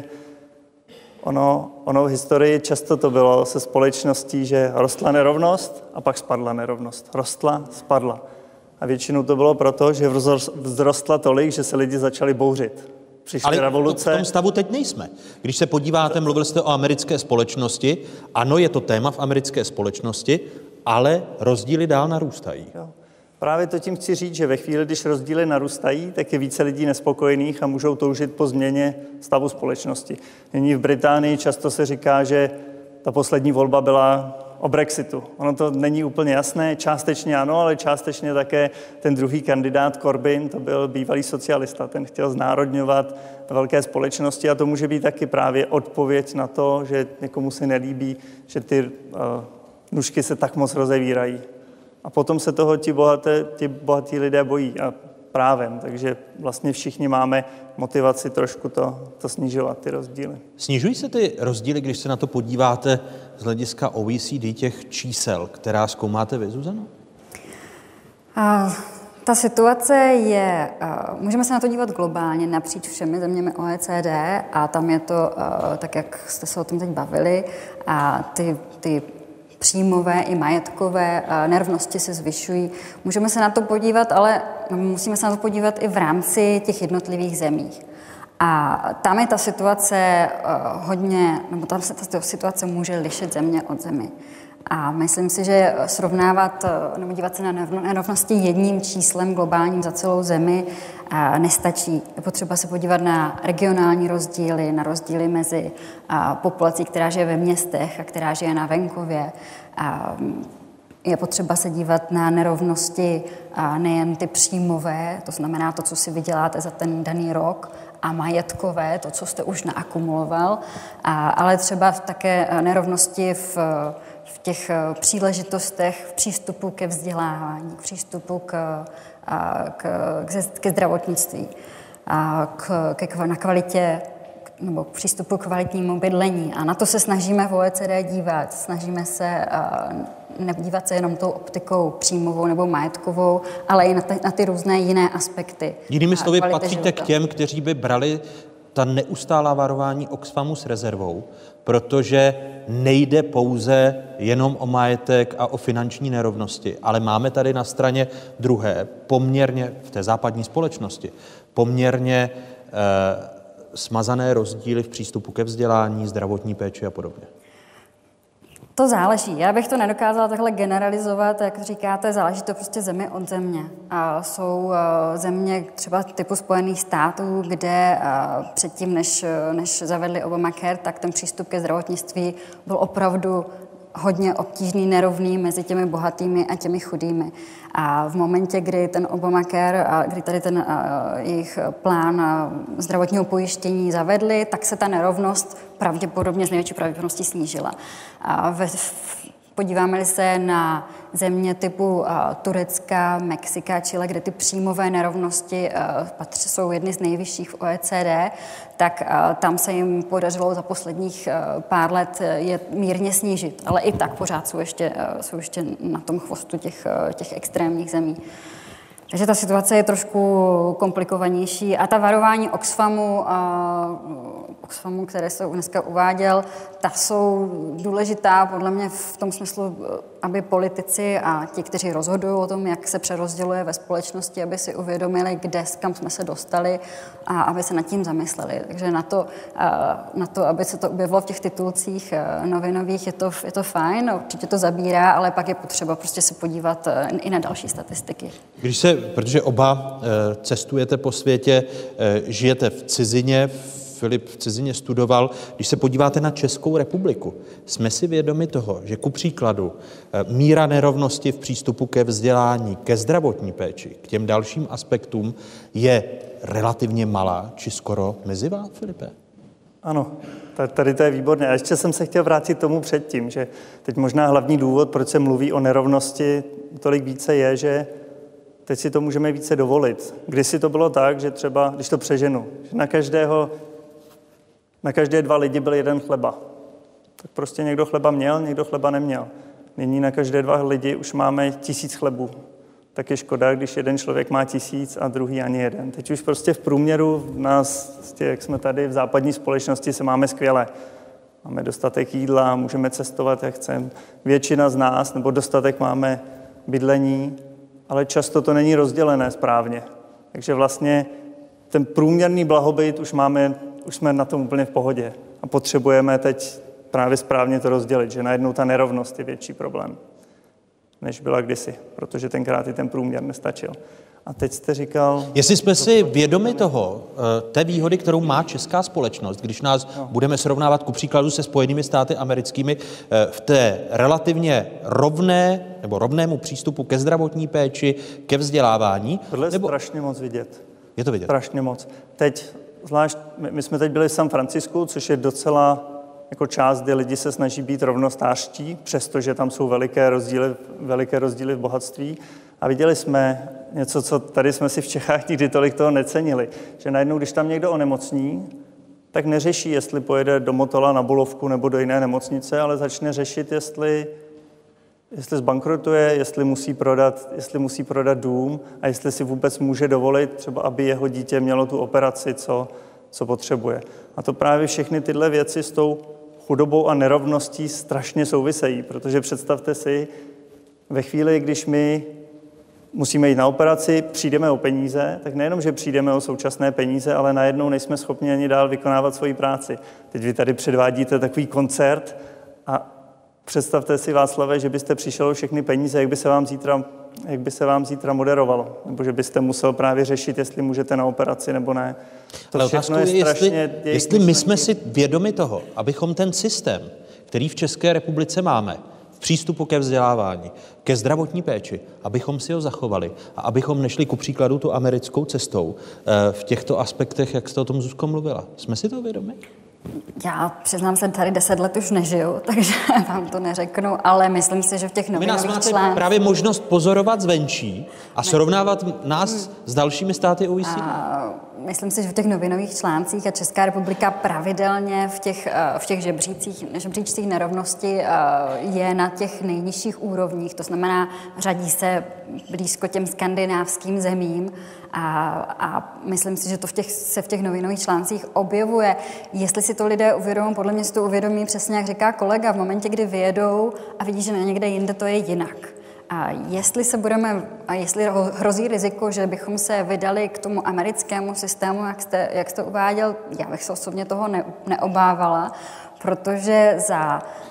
ono, ono v historii často to bylo se společností, že rostla nerovnost a pak spadla nerovnost. Rostla, spadla. A většinou to bylo proto, že vzrostla tolik, že se lidi začali bouřit. Přišly Ale revoluce. Ale v tom stavu teď nejsme. Když se podíváte, mluvil jste o americké společnosti. Ano, je to téma v americké společnosti, ale rozdíly dál narůstají. Jo. Právě to tím chci říct, že ve chvíli, když rozdíly narůstají, tak je více lidí nespokojených a můžou toužit po změně stavu společnosti. Nyní v Británii často se říká, že ta poslední volba byla o Brexitu. Ono to není úplně jasné, částečně ano, ale částečně také ten druhý kandidát Corbyn, to byl bývalý socialista, ten chtěl znárodňovat velké společnosti a to může být taky právě odpověď na to, že někomu se nelíbí, že ty uh, nůžky se tak moc rozevírají. A potom se toho ti, bohaté, ti bohatí lidé bojí a právem, takže vlastně všichni máme motivaci trošku to, to snižovat, ty rozdíly. Snižují se ty rozdíly, když se na to podíváte z hlediska O E C D, těch čísel, která zkoumáte vy, Zuzano? Uh, ta situace je, uh, můžeme se na to dívat globálně napříč všemi zeměmi O E C D a tam je to, uh, tak jak jste se o tom teď bavili, a ty, ty příjmové i majetkové nerovnosti se zvyšují. Můžeme se na to podívat, ale musíme se na to podívat i v rámci těch jednotlivých zemí. A tam je ta situace hodně, nebo tam se ta situace může lišit země od zemi. A myslím si, že srovnávat nebo dívat se na nerovnosti jedním číslem globálním za celou zemi nestačí. Je potřeba se podívat na regionální rozdíly, na rozdíly mezi populací, která žije ve městech a která žije na venkově. Je potřeba se dívat na nerovnosti nejen ty příjmové, to znamená to, co si vyděláte za ten daný rok, a majetkové, to, co jste už naakumuloval, ale třeba také nerovnosti v v těch příležitostech, v přístupu ke vzdělávání, k přístupu k, k, ke zdravotnictví, k, k, na kvalitě nebo k přístupu k kvalitnímu bydlení. A na to se snažíme v O E C D dívat. Snažíme se nedívat se jenom tou optikou příjmovou nebo majetkovou, ale i na ty, na ty různé jiné aspekty. Jinými slovy, patříte života k těm, kteří by brali ta neustálá varování Oxfamu s rezervou, protože nejde pouze jenom o majetek a o finanční nerovnosti, ale máme tady na straně druhé poměrně v té západní společnosti poměrně eh, smazané rozdíly v přístupu ke vzdělání, zdravotní péči a podobně. To záleží. Já bych to nedokázala takhle generalizovat, jak říkáte, záleží to prostě zemi od země. A jsou země třeba typu Spojených států, kde předtím, než, než zavedli Obamacare, tak ten přístup ke zdravotnictví byl opravdu hodně obtížný, nerovný mezi těmi bohatými a těmi chudými. A v momentě, kdy ten Obamacare, a kdy tady ten uh, jejich plán uh, zdravotního pojištění zavedli, tak se ta nerovnost pravděpodobně z největší pravděpodobností snížila. A ve, podíváme-li se na země typu uh, Turecka, Mexika, Chile, kde ty příjmové nerovnosti uh, patří, jsou jedny z nejvyšších v O E C D, tak uh, tam se jim podařilo za posledních uh, pár let je mírně snížit. Ale i tak pořád jsou ještě, uh, jsou ještě na tom chvostu těch, uh, těch extrémních zemí. Takže ta situace je trošku komplikovanější a ta varování Oxfamu, uh, Oxfamu, které se dneska uváděl, ta jsou důležitá podle mě v tom smyslu, aby politici a ti, kteří rozhodují o tom, jak se přerozděluje ve společnosti, aby si uvědomili, kde, kam jsme se dostali a aby se nad tím zamysleli. Takže na to, na to aby se to objevilo v těch titulcích novinových, je to, je to fajn, určitě to zabírá, ale pak je potřeba prostě se podívat i na další statistiky. Když se, protože oba cestujete po světě, žijete v cizině, Filip v cizině studoval. Když se podíváte na Českou republiku, jsme si vědomi toho, že ku příkladu míra nerovnosti v přístupu ke vzdělání, ke zdravotní péči, k těm dalším aspektům je relativně malá, či skoro mizivá, Filipe? Ano, tady to je výborné. A ještě jsem se chtěl vrátit tomu předtím, že teď možná hlavní důvod, proč se mluví o nerovnosti tolik více je, že teď si to můžeme více dovolit. Kdysi to bylo tak, že třeba, když to přeženu, že na každého Na každé dva lidi byl jeden chleba. Tak prostě někdo chleba měl, někdo chleba neměl. Nyní na každé dva lidi už máme tisíc chlebů. Tak je škoda, když jeden člověk má tisíc a druhý ani jeden. Teď už prostě v průměru nás, jak jsme tady v západní společnosti, se máme skvěle. Máme dostatek jídla, můžeme cestovat, jak chceme. Většina z nás, nebo dostatek máme bydlení, ale často to není rozdělené správně. Takže vlastně ten průměrný blahobyt už máme, už jsme na tom úplně v pohodě. A potřebujeme teď právě správně to rozdělit, že najednou ta nerovnost je větší problém, než byla kdysi, protože tenkrát i ten průměr nestačil. A teď jste říkal... Jestli jsme si vědomi toho, té výhody, kterou má česká společnost, když nás no. budeme srovnávat ku příkladu se Spojenými státy americkými v té relativně rovné nebo rovnému přístupu ke zdravotní péči, ke vzdělávání. Tohle je nebo... strašně moc vidět. Je to vidět. Strašně moc. Teď, zvlášť, my jsme teď byli v San Francisku, což je docela jako část, kde lidi se snaží být rovnostářští, přestože tam jsou veliké rozdíly, veliké rozdíly v bohatství. A viděli jsme něco, co tady jsme si v Čechách nikdy tolik toho necenili, že najednou, když tam někdo onemocní, tak neřeší, jestli pojede do Motola na Bulovku nebo do jiné nemocnice, ale začne řešit, jestli, jestli zbankrotuje, jestli musí prodat, jestli musí prodat dům a jestli si vůbec může dovolit třeba, aby jeho dítě mělo tu operaci, co, co potřebuje. A to právě všechny tyhle věci s tou chudobou a nerovností strašně souvisejí, protože představte si, ve chvíli, když my musíme jít na operaci, přijdeme o peníze, tak nejenom, že přijdeme o současné peníze, ale najednou nejsme schopni ani dál vykonávat svoji práci. Teď vy tady předvádíte takový koncert a představte si, Václave, že byste přišel o všechny peníze, jak by se vám zítra, jak by se vám zítra moderovalo, nebo že byste musel právě řešit, jestli můžete na operaci nebo ne. To ale všechno je, je strašně... Jestli, jestli my jsme si vědomi toho, abychom ten systém, který v České republice máme, v přístupu ke vzdělávání, ke zdravotní péči, abychom si ho zachovali a abychom nešli ku příkladu tu americkou cestou v těchto aspektech, jak jste o tom, Zuzko, mluvila. Jsme si to vědomi? Já přiznám se, tady deset let už nežiju, takže vám to neřeknu, ale myslím si, že v těch novinových článcích... Vy nás máte právě možnost pozorovat zvenčí a srovnávat nás hmm. s dalšími státy O E C D. A myslím si, že v těch novinových článcích a Česká republika pravidelně v těch, v těch žebřících, žebříčcích nerovnosti je na těch nejnižších úrovních, to znamená, řadí se blízko těm skandinávským zemím a, a myslím si, že to v těch, se v těch novinových článcích objevuje. Jestli si to lidé uvědomí, podle mě si to uvědomí přesně, jak říká kolega, v momentě, kdy vyjedou a vidí, že na někde jinde to je jinak. A jestli se budeme, a jestli hrozí riziko, že bychom se vydali k tomu americkému systému, jak jste, jak jste uváděl, já bych se osobně toho ne, neobávala, protože za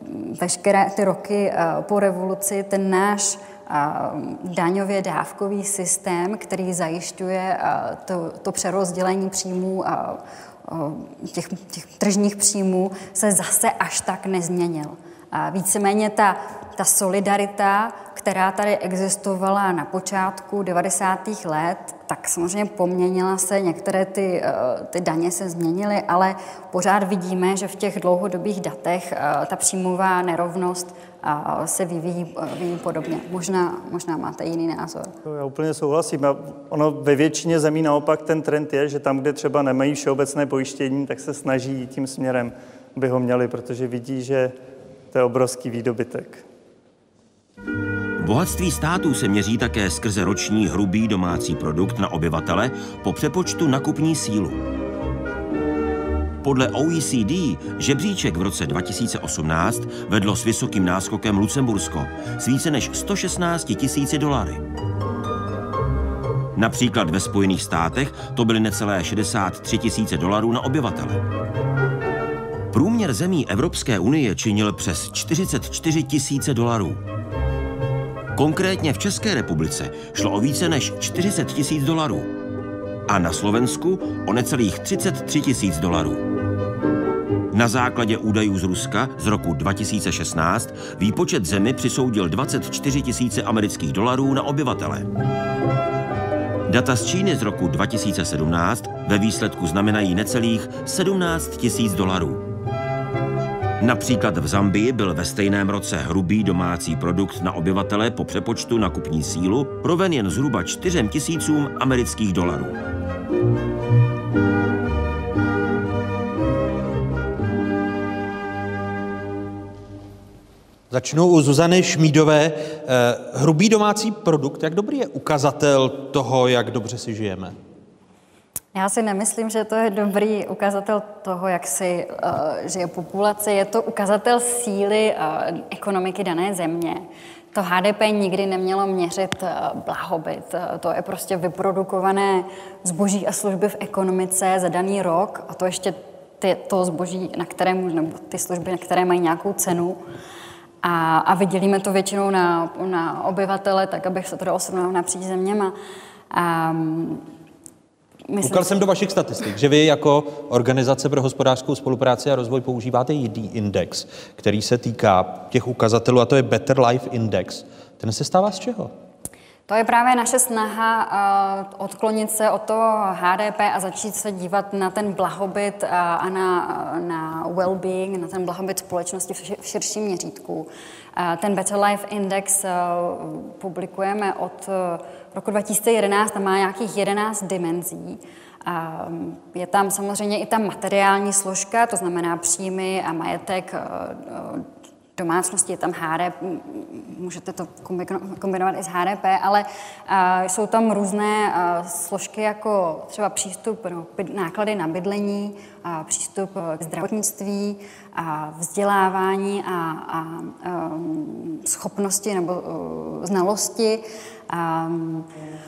veškeré ty roky po revoluci ten náš daňově dávkový systém, který zajišťuje to, to přerozdělení příjmů a těch, těch tržních příjmů, se zase až tak nezměnil. A víceméně ta, ta solidarita, která tady existovala na počátku devadesátých let, tak samozřejmě poměnila se, některé ty, ty daně se změnily, ale pořád vidíme, že v těch dlouhodobých datech ta příjmová nerovnost se vyvíjí, vyvíjí podobně. Možná, možná máte jiný názor. Já úplně souhlasím. Ono ve většině zemí naopak ten trend je, že tam, kde třeba nemají všeobecné pojištění, tak se snaží jít tím směrem, aby ho měli, protože vidí, že to je obrovský výdobytek. Bohatství států se měří také skrze roční hrubý domácí produkt na obyvatele po přepočtu na kupní sílu. Podle O E C D žebříček v roce dva tisíce osmnáct vedlo s vysokým náskokem Lucembursko s více než sto šestnáct tisíci dolary. Například ve Spojených státech to byly necelé šedesát tři tisíce dolarů na obyvatele. Průměr zemí Evropské unie činil přes čtyřicet čtyři tisíce dolarů. Konkrétně v České republice šlo o více než čtyřicet tisíc dolarů a na Slovensku o necelých třicet tři tisíc dolarů. Na základě údajů z Ruska z roku dva tisíce šestnáct výpočet zemi přisoudil dvacet čtyři tisíce amerických dolarů na obyvatele. Data z Číny z roku dva tisíce sedmnáct ve výsledku znamenají necelých sedmnáct tisíc dolarů. Například v Zambii byl ve stejném roce hrubý domácí produkt na obyvatele po přepočtu na kupní sílu roven jen zhruba čtyřem tisícům amerických dolarů. Začnu u Zuzany Šmídové. Hrubý domácí produkt, jak dobrý je ukazatel toho, jak dobře si žijeme? Já si nemyslím, že to je dobrý ukazatel toho, jak si uh, žije populace. Je to ukazatel síly uh, ekonomiky dané země. To H D P nikdy nemělo měřit uh, blahobyt. Uh, to je prostě vyprodukované zboží a služby v ekonomice za daný rok a to ještě ty, to zboží, na které, nebo ty služby, na které mají nějakou cenu. A, a vydělíme to většinou na, na obyvatele, tak abych se to dalo srovnat napříč zeměma. Um, Koukal jsem do vašich statistik, že vy jako Organizace pro hospodářskou spolupráci a rozvoj používáte jiný index, který se týká těch ukazatelů, a to je Better Life Index. Ten se stává z čeho? To je právě naše snaha uh, odklonit se od toho H D P a začít se dívat na ten blahobyt uh, a na, na well-being, na ten blahobyt společnosti v, šir, v širším měřítku. Uh, ten Better Life Index uh, publikujeme od uh, roku dva tisíce jedenáct a má nějakých jedenáct dimenzí. Uh, je tam samozřejmě i ta materiální složka, to znamená příjmy a majetek, uh, uh, domácnosti, je tam H D P, můžete to kombinovat i s H D P, ale uh, jsou tam různé uh, složky jako třeba přístup, no, náklady na bydlení, uh, přístup k zdravotnictví, uh, vzdělávání a, a um, schopnosti nebo uh, znalosti. Um,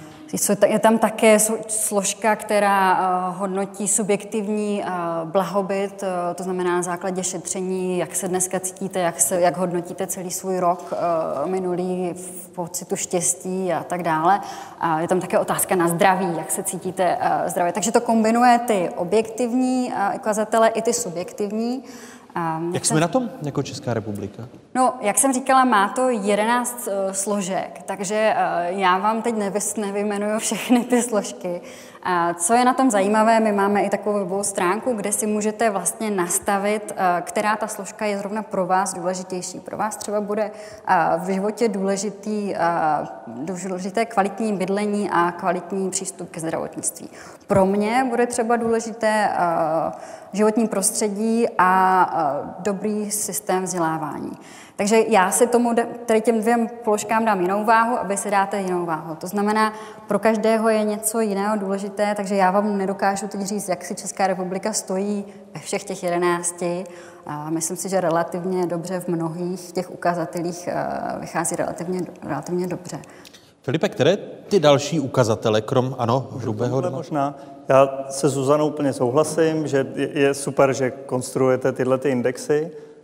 Je tam také složka, která hodnotí subjektivní blahobyt, to znamená na základě šetření, jak se dneska cítíte, jak, se, jak hodnotíte celý svůj rok minulý v pocitu štěstí a tak dále. A je tam také otázka na zdraví, jak se cítíte zdravě. Takže to kombinuje ty objektivní ukazatele i ty subjektivní. Um, jak jsme na tom jako Česká republika? No, jak jsem říkala, má to jedenáct uh, složek, takže uh, já vám teď nevys, nevyjmenuju všechny ty složky. Uh, co je na tom zajímavé, my máme i takovou webovou stránku, kde si můžete vlastně nastavit, uh, která ta složka je zrovna pro vás důležitější. Pro vás třeba bude uh, v životě důležitý, uh, důležité kvalitní bydlení a kvalitní přístup ke zdravotnictví. Pro mě bude třeba důležité uh, životní prostředí a uh, dobrý systém vzdělávání. Takže já si tomu, tady těm dvěm položkám dám jinou váhu a vy si dáte jinou váhu. To znamená, pro každého je něco jiného důležité, takže já vám nedokážu teď říct, jak si Česká republika stojí ve všech těch jedenácti. A myslím si, že relativně dobře v mnohých těch ukazatelích uh, vychází relativně, relativně dobře. Filipe, které ty další ukazatele, krom, ano, hrubého doma? Možná. Já se Zuzanou úplně souhlasím, že je super, že konstruujete tyhle ty indexy,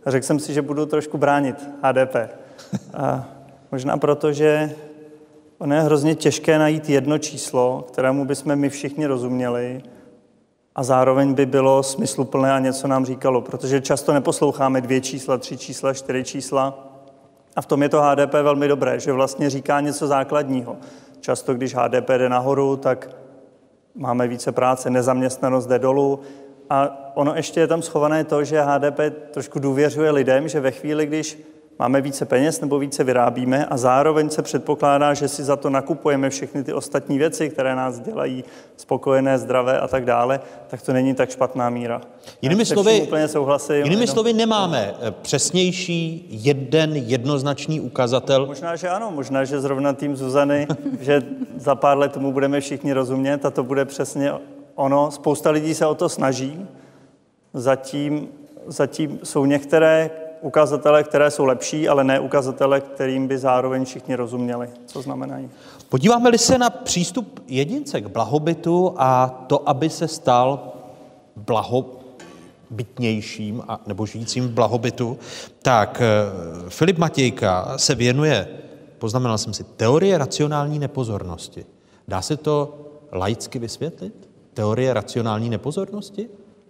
A řekl jsem si, že budu trošku bránit H D P. A možná proto, že ono je hrozně těžké najít jedno číslo, kterému bychom my všichni rozuměli a zároveň by bylo smysluplné a něco nám říkalo, protože často neposloucháme dvě čísla, tři čísla, čtyři čísla a v tom je to H D P velmi dobré, že vlastně říká něco základního. Často, když H D P jde nahoru, tak máme více práce, nezaměstnanost jde dolů a ono ještě je tam schované to, že H D P trošku důvěřuje lidem, že ve chvíli, když máme více peněz nebo více vyrábíme a zároveň se předpokládá, že si za to nakupujeme všechny ty ostatní věci, které nás dělají spokojené, zdravé a tak dále, tak to není tak špatná míra. Jinými slovy, úplně souhlasím. Jinými jenom... slovy nemáme přesnější jeden jednoznačný ukazatel. Možná, že ano, možná, že zrovna tým Zuzany, že za pár let tomu budeme všichni rozumět a to bude přesně ono. Spousta lidí se o to snaží, zatím, zatím jsou některé ukazatele, které jsou lepší, ale ne ukazatele, kterým by zároveň všichni rozuměli, co znamenají. Podíváme-li se na přístup jedince k blahobytu a to, aby se stal blahobytnějším a, nebo žijícím v blahobytu, tak Filip Matějka se věnuje, poznamenal jsem si, teorie racionální nepozornosti. Dá se to laicky vysvětlit? Teorie racionální nepozornosti?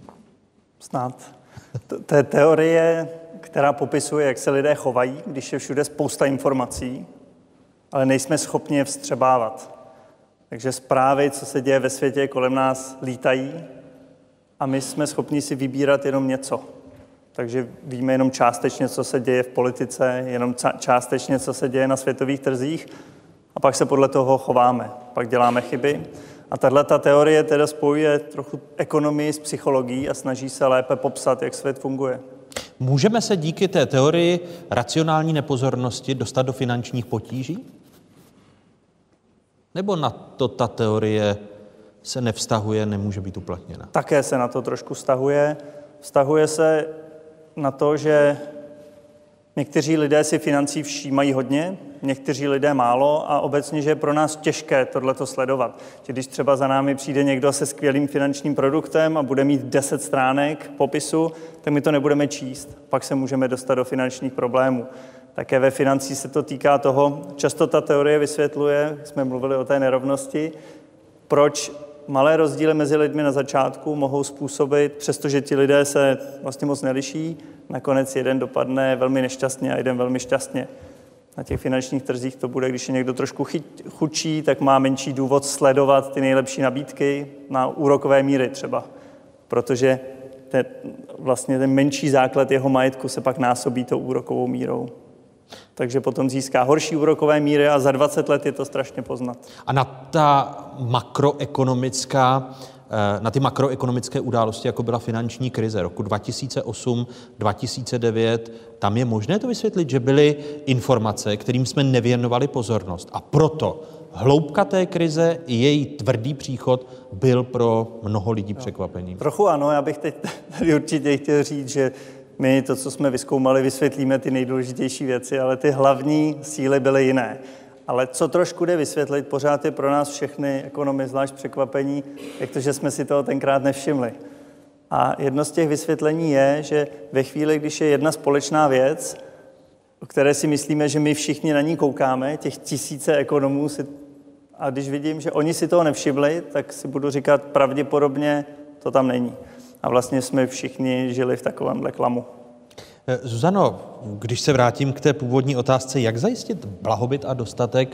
Snad. To je teorie, která popisuje, jak se lidé chovají, když je všude spousta informací, ale nejsme schopni je vstřebávat. Takže zprávy, co se děje ve světě, kolem nás lítají a my jsme schopni si vybírat jenom něco. Takže víme jenom částečně, co se děje v politice, jenom částečně, co se děje na světových trzích a pak se podle toho chováme. Pak děláme chyby. A tato teorie teda spojuje trochu ekonomii s psychologií a snaží se lépe popsat, jak svět funguje. Můžeme se díky té teorii racionální nepozornosti dostat do finančních potíží? Nebo na to ta teorie se nevztahuje, nemůže být uplatněna? Také se na to trošku vztahuje. Vztahuje se na to, že někteří lidé si financí všímají hodně, někteří lidé málo a obecně, že je pro nás těžké tohleto sledovat. Že když třeba za námi přijde někdo se skvělým finančním produktem a bude mít deset stránek popisu, tak my to nebudeme číst. Pak se můžeme dostat do finančních problémů. Také ve financích se to týká toho, často ta teorie vysvětluje, jsme mluvili o té nerovnosti, proč malé rozdíly mezi lidmi na začátku mohou způsobit, přestože ti lidé se vlastně moc neliší, nakonec jeden dopadne velmi nešťastně a jeden velmi šťastně. Na těch finančních trzích to bude, když je někdo trošku chyt, chudší, tak má menší důvod sledovat ty nejlepší nabídky na úrokové míry třeba, protože te, vlastně ten menší základ jeho majetku se pak násobí tou úrokovou mírou. Takže potom získá horší úrokové míry a za dvacet let je to strašně poznat. A na ta makroekonomická, na ty makroekonomické události, jako byla finanční krize roku dva tisíce osm dva tisíce devět, tam je možné to vysvětlit, že byly informace, kterým jsme nevěnovali pozornost. A proto hloubka té krize i její tvrdý příchod byl pro mnoho lidí překvapením. Trochu ano, já bych teď tady určitě chtěl říct, že my to, co jsme vyzkoumali, vysvětlíme ty nejdůležitější věci, ale ty hlavní síly byly jiné. Ale co trošku jde vysvětlit, pořád je pro nás všechny ekonomy zvlášť překvapení, jak to, že jsme si toho tenkrát nevšimli. A jedno z těch vysvětlení je, že ve chvíli, když je jedna společná věc, o které si myslíme, že my všichni na ní koukáme, těch tisíce ekonomů, si, a když vidím, že oni si toho nevšimli, tak si budu říkat, pravděpodobně to tam není. A vlastně jsme všichni žili v takovémhle klamu. Zuzano, když se vrátím k té původní otázce, jak zajistit blahobyt a dostatek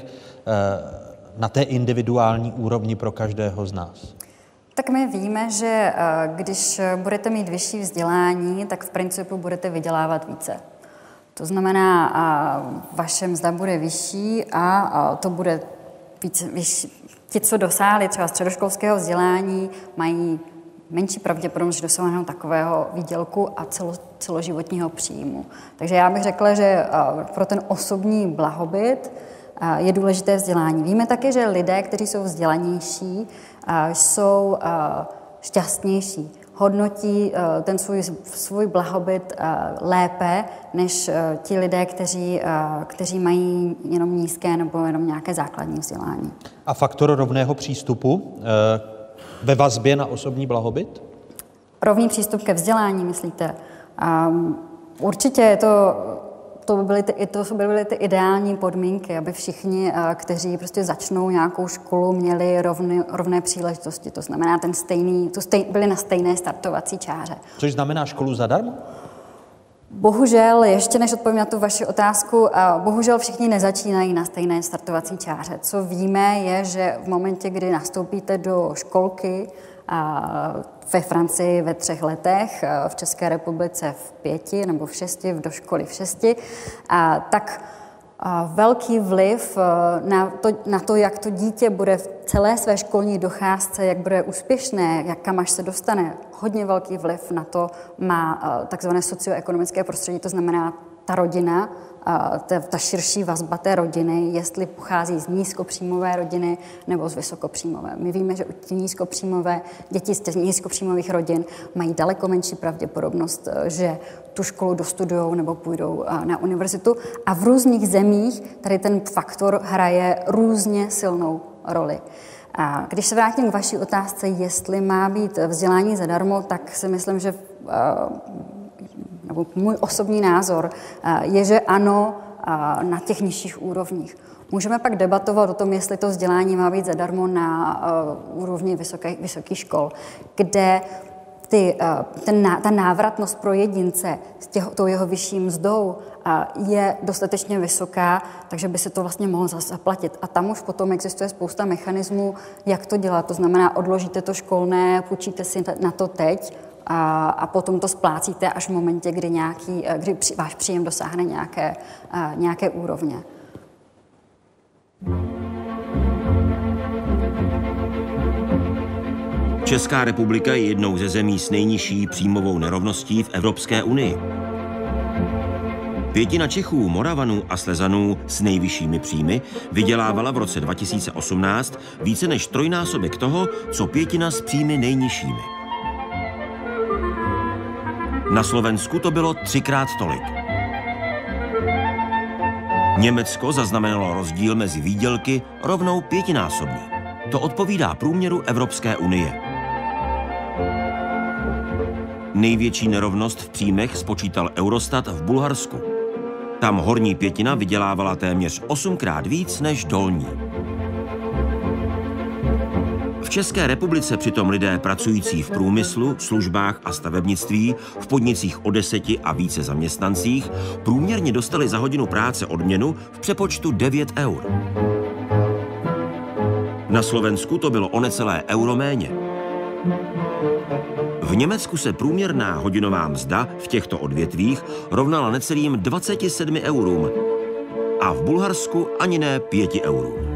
na té individuální úrovni pro každého z nás? Tak my víme, že když budete mít vyšší vzdělání, tak v principu budete vydělávat více. To znamená, vaše mzda bude vyšší a to bude víc, vyšší. Ti, co dosáhli třeba středoškolského vzdělání, mají menší pravděpodobnost, že dosáhnou takového výdělku a celo, celoživotního příjmu. Takže já bych řekla, že pro ten osobní blahobyt je důležité vzdělání. Víme také, že lidé, kteří jsou vzdělanější, jsou šťastnější, hodnotí ten svůj, svůj blahobyt lépe než ti lidé, kteří, kteří mají jenom nízké nebo jenom nějaké základní vzdělání. A faktor rovného přístupu ve vazbě na osobní blahobyt? Rovný přístup ke vzdělání, myslíte? Um, Určitě je to, to by byly ty, to by byly ty ideální podmínky, aby všichni, kteří prostě začnou nějakou školu, měli rovny, rovné příležitosti. To znamená, ten stejný, to stej, byli na stejné startovací čáře. Což znamená školu zadarmo? Bohužel, ještě než odpovím na tu vaši otázku, bohužel všichni nezačínají na stejné startovací čáře. Co víme, je, že v momentě, kdy nastoupíte do školky ve Francii ve třech letech, v České republice v pěti nebo v šesti, do školy v šesti, tak velký vliv na to, na to, jak to dítě bude v celé své školní docházce, jak bude úspěšné, jak kam až se dostane, hodně velký vliv na to má takzvané socioekonomické prostředí, to znamená ta rodina, ta, ta širší vazba té rodiny, jestli pochází z nízkopříjmové rodiny nebo z vysokopříjmové. My víme, že ti nízkopříjmové, děti z těch nízkopříjmových rodin mají daleko menší pravděpodobnost, že tu školu dostudujou nebo půjdou na univerzitu. A v různých zemích tady ten faktor hraje různě silnou roli. A když se vrátím k vaší otázce, jestli má být vzdělání zadarmo, tak si myslím, že nebo můj osobní názor je, že ano, na těch nižších úrovních. Můžeme pak debatovat o tom, jestli to vzdělání má být zadarmo na úrovni vysoké, vysokých škol, kde ty, ten, ta návratnost pro jedince s těch, tou jeho vyšší mzdou je dostatečně vysoká, takže by se to vlastně mohlo zaplatit. A tam už potom existuje spousta mechanismů, jak to dělat. To znamená, odložíte to školné, půjčíte si na to teď, A, a potom to splácíte až v momentě, kdy, nějaký, kdy při, váš příjem dosáhne nějaké, a, nějaké úrovně. Česká republika je jednou ze zemí s nejnižší příjmovou nerovností v Evropské unii. Pětina Čechů, Moravanů a Slezanů s nejvyššími příjmy vydělávala v roce dva tisíce osmnáct více než trojnásobek toho, co pětina s příjmy nejnižšími. Na Slovensku to bylo třikrát tolik. Německo zaznamenalo rozdíl mezi výdělky rovnou pětinásobný. To odpovídá průměru Evropské unie. Největší nerovnost v příjmech spočítal Eurostat v Bulharsku. Tam horní pětina vydělávala téměř osmkrát víc než dolní. V České republice přitom lidé pracující v průmyslu, službách a stavebnictví, v podnicích o deseti a více zaměstnancích, průměrně dostali za hodinu práce odměnu v přepočtu devět eur. Na Slovensku to bylo o necelé euro méně. V Německu se průměrná hodinová mzda v těchto odvětvích rovnala necelým dvaceti sedmi eurům a v Bulharsku ani ne pěti eurům.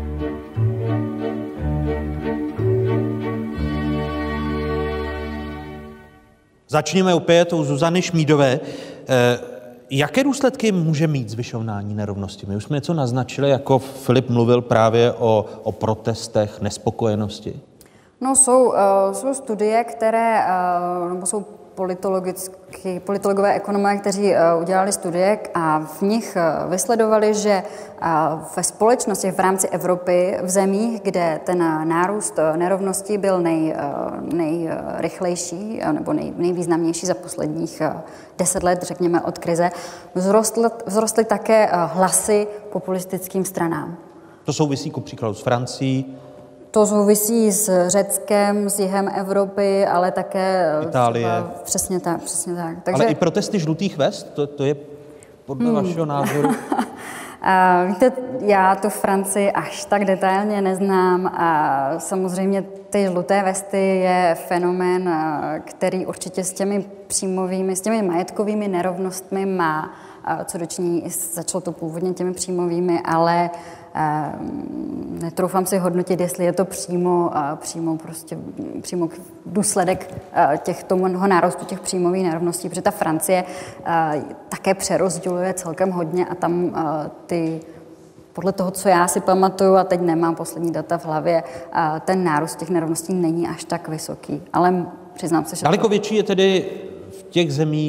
Začněme opět u Zuzany Šmídové. Eh, jaké důsledky může mít zvyšování nerovnosti? My už jsme něco naznačili, jako Filip mluvil právě o, o protestech, nespokojenosti. No, jsou, uh, jsou studie, které, uh, nebo jsou politologické, politologové ekonomové, kteří uh, udělali studie a v nich uh, vysledovali, že uh, ve společnosti v rámci Evropy, v zemích, kde ten uh, nárůst uh, nerovností byl nej, uh, nejrychlejší uh, nebo nej, nejvýznamnější za posledních uh, deset let, řekněme, od krize, vzrostly, vzrostly také uh, hlasy populistickým stranám. To souvisí ku příkladu s Francií. To souvisí s Řeckem, s jihem Evropy, ale také Itálie. Třeba, přesně tak, přesně tak. Takže, ale i protesty žlutých vest, to, to je podle hmm. vašeho názoru? A víte, já tu Francii až tak detailně neznám a samozřejmě ty žluté vesty je fenomén, který určitě s těmi příjmovými, s těmi majetkovými nerovnostmi má co dočiní, začalo to původně těmi příjmovými, ale netroufám si hodnotit, jestli je to přímo, přímo, prostě, přímo důsledek těch, toho nárůstu těch příjmových nerovností, protože ta Francie také přerozděluje celkem hodně a tam ty, podle toho, co já si pamatuju, a teď nemám poslední data v hlavě, ten nárůst těch nerovností není až tak vysoký, ale přiznám se, že... Daleko větší je tedy v těch zemích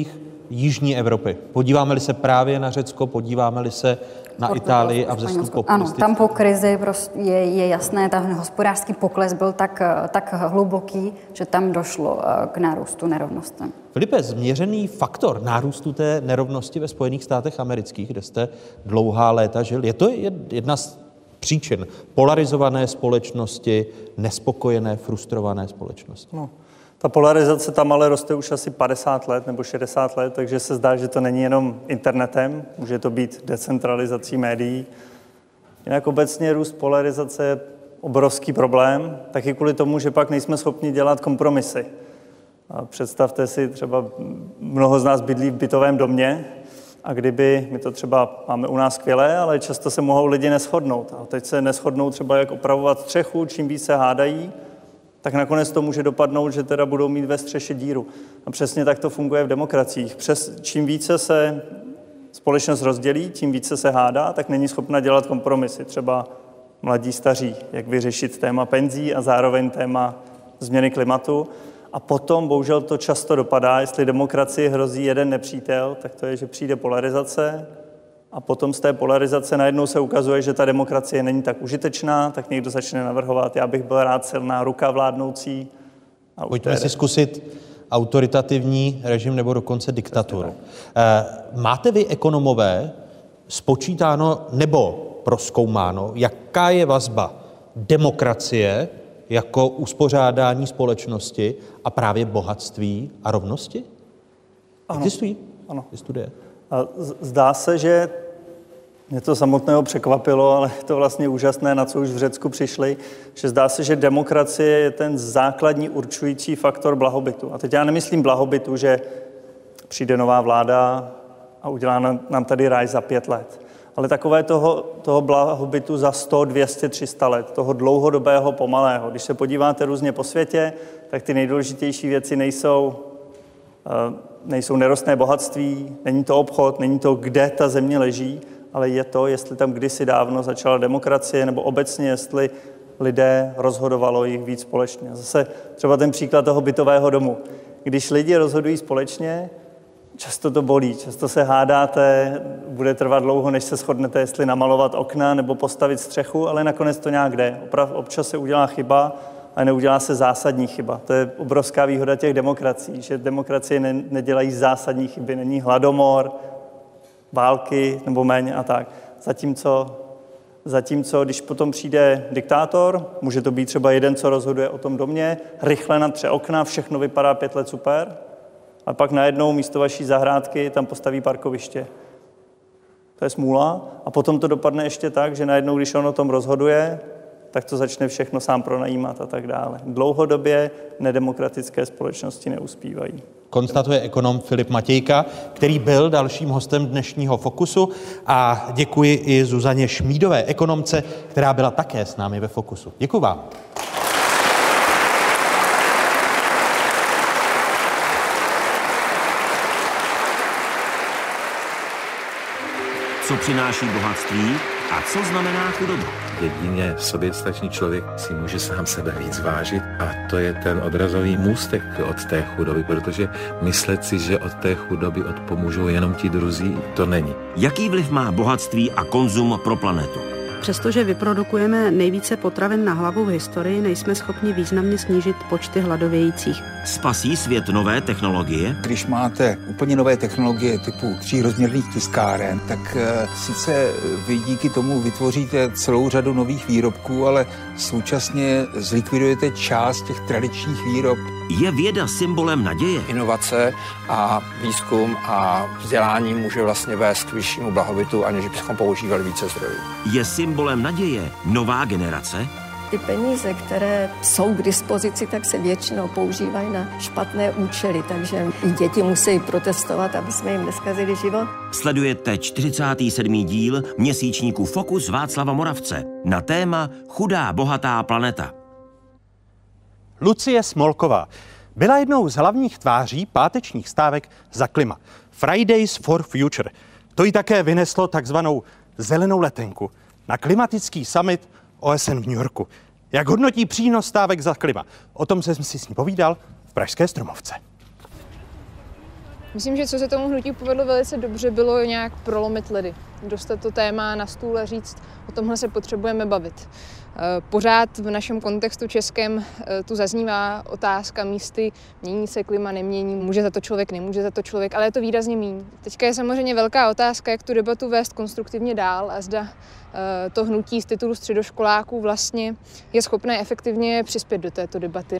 jižní Evropy. Podíváme-li se právě na Řecko, podíváme-li se na Itálii a vzestup populistický. Ano, tam po krizi prostě je, je jasné, ten hospodářský pokles byl tak, tak hluboký, že tam došlo k nárůstu nerovnostem. Filipe, změřený faktor nárůstu té nerovnosti ve Spojených státech amerických, kde jste dlouhá léta žil, je to jedna z příčin polarizované společnosti, nespokojené, frustrované společnosti? No. Ta polarizace tam ale roste už asi padesát let nebo šedesát let, takže se zdá, že to není jenom internetem, může to být decentralizací médií. Jinak obecně růst polarizace je obrovský problém, taky kvůli tomu, že pak nejsme schopni dělat kompromisy. A představte si, třeba mnoho z nás bydlí v bytovém domě a kdyby, my to třeba máme u nás skvělé, ale často se mohou lidi neshodnout. A teď se neshodnou třeba, jak opravovat střechu, čím víc se hádají, tak nakonec to může dopadnout, že teda budou mít ve střeše díru. A přesně tak to funguje v demokraciích. Přes, čím více se společnost rozdělí, tím více se hádá, tak není schopna dělat kompromisy. Třeba mladí, staří, jak vyřešit téma penzí a zároveň téma změny klimatu. A potom, bohužel to často dopadá, jestli demokracii hrozí jeden nepřítel, tak to je, že přijde polarizace a potom z té polarizace najednou se ukazuje, že ta demokracie není tak užitečná, tak někdo začne navrhovat, já bych byl rád silná ruka vládnoucí. A pojďme si zkusit autoritativní režim nebo dokonce diktaturu. Máte vy, ekonomové, spočítáno nebo prozkoumáno, jaká je vazba demokracie jako uspořádání společnosti a právě bohatství a rovnosti? Ano. Existují? Ano. Studie. Zdá se, že mě to samotného překvapilo, ale je to vlastně úžasné, na co už v Řecku přišli, že zdá se, že demokracie je ten základní určující faktor blahobytu. A teď já nemyslím blahobytu, že přijde nová vláda a udělá nám tady ráj za pět let, ale takové toho, toho blahobytu za sto, dvě stě, tři sta let, toho dlouhodobého, pomalého. Když se podíváte různě po světě, tak ty nejdůležitější věci nejsou nejsou nerostné bohatství, není to obchod, není to, kde ta země leží, ale je to, jestli tam kdysi dávno začala demokracie, nebo obecně, jestli lidé rozhodovalo jich víc společně. Zase třeba ten příklad toho bytového domu. Když lidi rozhodují společně, často to bolí, často se hádáte, bude trvat dlouho, než se shodnete, jestli namalovat okna nebo postavit střechu, ale nakonec to nějak jde. Oprav, občas se udělá chyba, ale neudělá se zásadní chyba. To je obrovská výhoda těch demokracií, že demokracie ne, nedělají zásadní chyby. Není hladomor, války nebo méně a tak. Zatímco, zatímco, když potom přijde diktátor, může to být třeba jeden, co rozhoduje o tom domě, rychle natře okna, všechno vypadá pět let super, a pak najednou místo vaší zahrádky tam postaví parkoviště. To je smůla. A potom to dopadne ještě tak, že najednou, když on o tom rozhoduje, tak to začne všechno sám pronajímat a tak dále. Dlouhodobě nedemokratické společnosti neuspívají. Konstatuje ekonom Filip Matějka, který byl dalším hostem dnešního Fokusu, a děkuji i Zuzaně Šmídové, ekonomce, která byla také s námi ve Fokusu. Děkuji vám. Co přináší bohatství a co znamená chudoba? Jedině soběstačný člověk si může sám sebe víc vážit a to je ten odrazový můstek od té chudoby, protože myslet si, že od té chudoby odpomůžou jenom ti druzí, to není. Jaký vliv má bohatství a konzum pro planetu? Přestože vyprodukujeme nejvíce potravin na hlavu v historii, nejsme schopni významně snížit počty hladovějících. Spasí svět nové technologie? Když máte úplně nové technologie typu třírozměrných tiskáren, tak sice vy díky tomu vytvoříte celou řadu nových výrobků, ale současně zlikvidujete část těch tradičních výrob. Je věda symbolem naděje? Inovace a výzkum a vzdělání může vlastně vést k vyššímu blahobytu, aniž bychom používali více zdrojů. Je symbolem naděje nová generace? Ty peníze, které jsou k dispozici, tak se většinou používají na špatné účely, takže i děti musí protestovat, aby jsme jim neskazili život. Sledujete čtyřicátý sedmý díl měsíčníku Fokus Václava Moravce na téma Chudá bohatá planeta. Lucie Smolková byla jednou z hlavních tváří pátečních stávek za klima. Fridays for Future. To jí také vyneslo takzvanou zelenou letenku na klimatický summit O S N v New Yorku. Jak hodnotí přínos stávek za klima? O tom jsem si s ní povídal v pražské Stromovce. Myslím, že co se tomu hnutí povedlo velice dobře, bylo nějak prolomit ledy. Dostat to téma na stůl a říct, o tomhle se potřebujeme bavit. Pořád v našem kontextu českém tu zaznívá otázka místy, mění se klima, nemění, může za to člověk, nemůže za to člověk, ale je to výrazně míň. Teďka je samozřejmě velká otázka, jak tu debatu vést konstruktivně dál a zda to hnutí z titulu středoškoláků vlastně je schopné efektivně přispět do této debaty.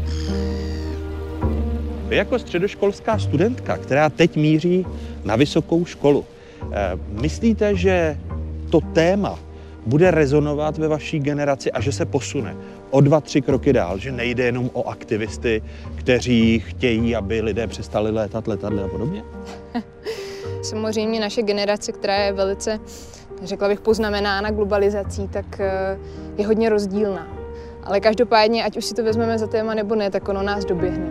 Vy jako středoškolská studentka, která teď míří na vysokou školu, myslíte, že to téma bude rezonovat ve vaší generaci a že se posune o dva, tři kroky dál, že nejde jenom o aktivisty, kteří chtějí, aby lidé přestali létat letadly a podobně? Samozřejmě naše generace, která je velice, řekla bych, poznamenána globalizací, tak je hodně rozdílná. Ale každopádně, ať už si to vezmeme za téma nebo ne, tak ono nás doběhne.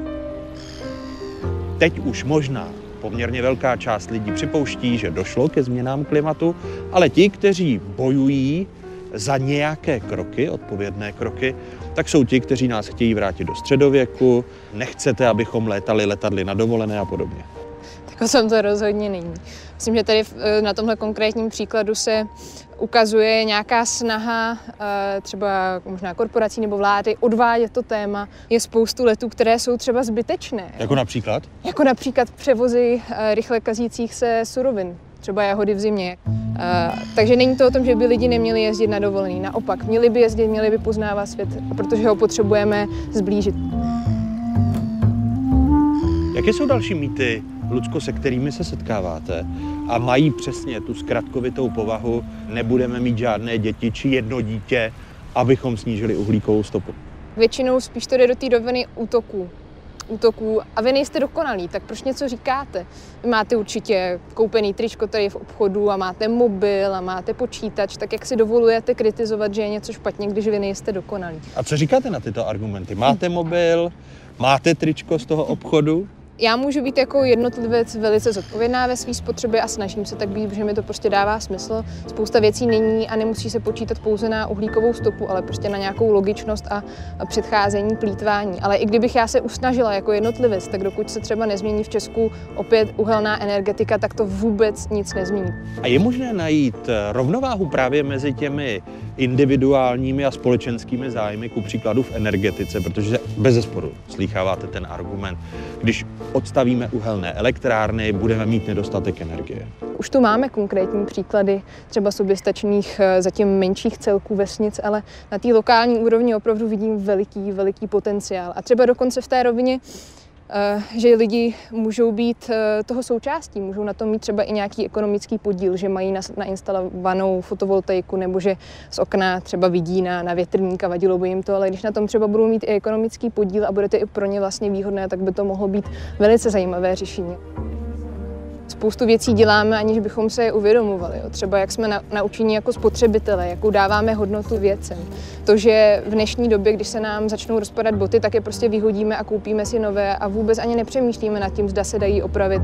Teď už možná poměrně velká část lidí připouští, že došlo ke změnám klimatu, ale ti, kteří bojují za nějaké kroky, odpovědné kroky, tak jsou ti, kteří nás chtějí vrátit do středověku, nechcete, abychom létali letadly na dovolené a podobně. Tak o tom to rozhodně není. Myslím, že tady na tomhle konkrétním příkladu se ukazuje nějaká snaha třeba možná korporací nebo vlády odvádět to téma. Je spoustu letů, které jsou třeba zbytečné. Jako například? Jako například převozy rychle kazících se surovin, třeba jahody v zimě. Takže není to o tom, že by lidi neměli jezdit na dovolený. Naopak, měli by jezdit, měli by poznávat svět, protože ho potřebujeme zblížit. Jaké jsou další mýty, Lucko, se kterými se setkáváte a mají přesně tu zkratkovitou povahu, nebudeme mít žádné děti či jedno dítě, abychom snížili uhlíkovou stopu? Většinou spíš to jde do té roviny útoků. útoků a vy nejste dokonalí, tak proč něco říkáte? Vy máte určitě koupený tričko tady v obchodu a máte mobil a máte počítač, tak jak si dovolujete kritizovat, že je něco špatně, když vy nejste dokonalí? A co říkáte na tyto argumenty? Máte mobil, máte tričko z toho obchodu? Já můžu být jako jednotlivec velice zodpovědná ve své spotřebě a snažím se tak být, že mi to prostě dává smysl. Spousta věcí není a nemusí se počítat pouze na uhlíkovou stopu, ale prostě na nějakou logičnost a předcházení plýtvání. Ale i kdybych já se usnažila jako jednotlivec, tak dokud se třeba nezmění v Česku opět uhelná energetika, tak to vůbec nic nezmění. A je možné najít rovnováhu právě mezi těmi individuálními a společenskými zájmy, ku příkladu v energetice, protože bezesporu slýcháváte ten argument, když odstavíme uhelné elektrárny, budeme mít nedostatek energie. Už tu máme konkrétní příklady třeba soběstačných zatím menších celků vesnic, ale na té lokální úrovni opravdu vidím veliký, veliký potenciál. A třeba dokonce v té rovině, že lidi můžou být toho součástí, můžou na tom mít třeba i nějaký ekonomický podíl, že mají nainstalovanou fotovoltaiku nebo že z okna třeba vidí na, na větrník a vadilo by jim to, ale když na tom třeba budou mít i ekonomický podíl a bude to i pro ně vlastně výhodné, tak by to mohlo být velice zajímavé řešení. Spoustu věcí děláme, aniž bychom se je uvědomovali. Jo. Třeba jak jsme na, naučení jako spotřebitele, jakou dáváme hodnotu věcem. To, že v dnešní době, když se nám začnou rozpadat boty, tak je prostě vyhodíme a koupíme si nové a vůbec ani nepřemýšlíme nad tím, zda se dají opravit.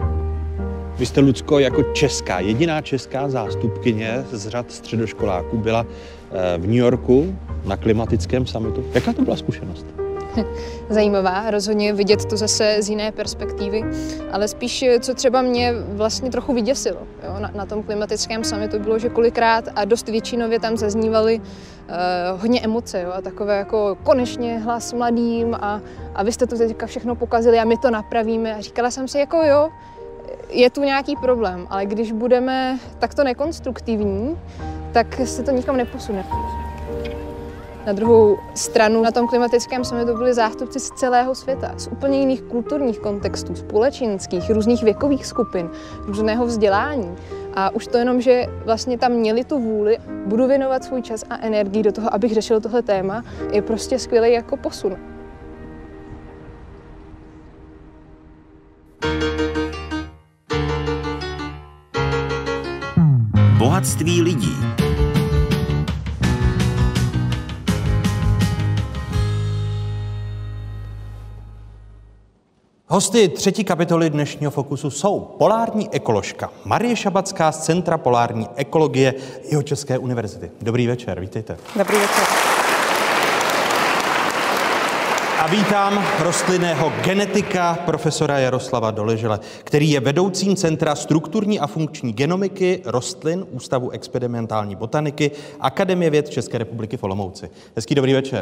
Vy jste, Lucko, jako česká, jediná česká zástupkyně z řad středoškoláků byla v New Yorku na klimatickém summitu. Jaká to byla zkušenost? Zajímavá, rozhodně vidět to zase z jiné perspektivy, ale spíš, co třeba mě vlastně trochu vyděsilo, jo, na, na tom klimatickém summitu bylo, že kolikrát a dost většinově tam zaznívaly uh, hodně emoce, jo, a takové jako konečně hlas mladým a, a vy jste to teďka všechno pokazili a my to napravíme a říkala jsem si jako jo, je tu nějaký problém, ale když budeme takto nekonstruktivní, tak se to nikam neposune. Na druhou stranu na tom klimatickém summitu byli zástupci z celého světa, z úplně jiných kulturních kontextů, společenských, různých věkových skupin, různého vzdělání. A už to jenom, že vlastně tam měli tu vůli, budu věnovat svůj čas a energii do toho, abych řešil tohle téma, je prostě skvělý jako posun. Bohatství lidí. Hosty třetí kapitoly dnešního Fokusu jsou polární ekoložka Marie Šabacká z Centra polární ekologie Jihočeské univerzity. Dobrý večer, vítejte. Dobrý večer. A vítám rostlinného genetika profesora Jaroslava Doležele, který je vedoucím Centra strukturní a funkční genomiky rostlin Ústavu experimentální botaniky Akademie věd České republiky v Olomouci. Hezký dobrý večer.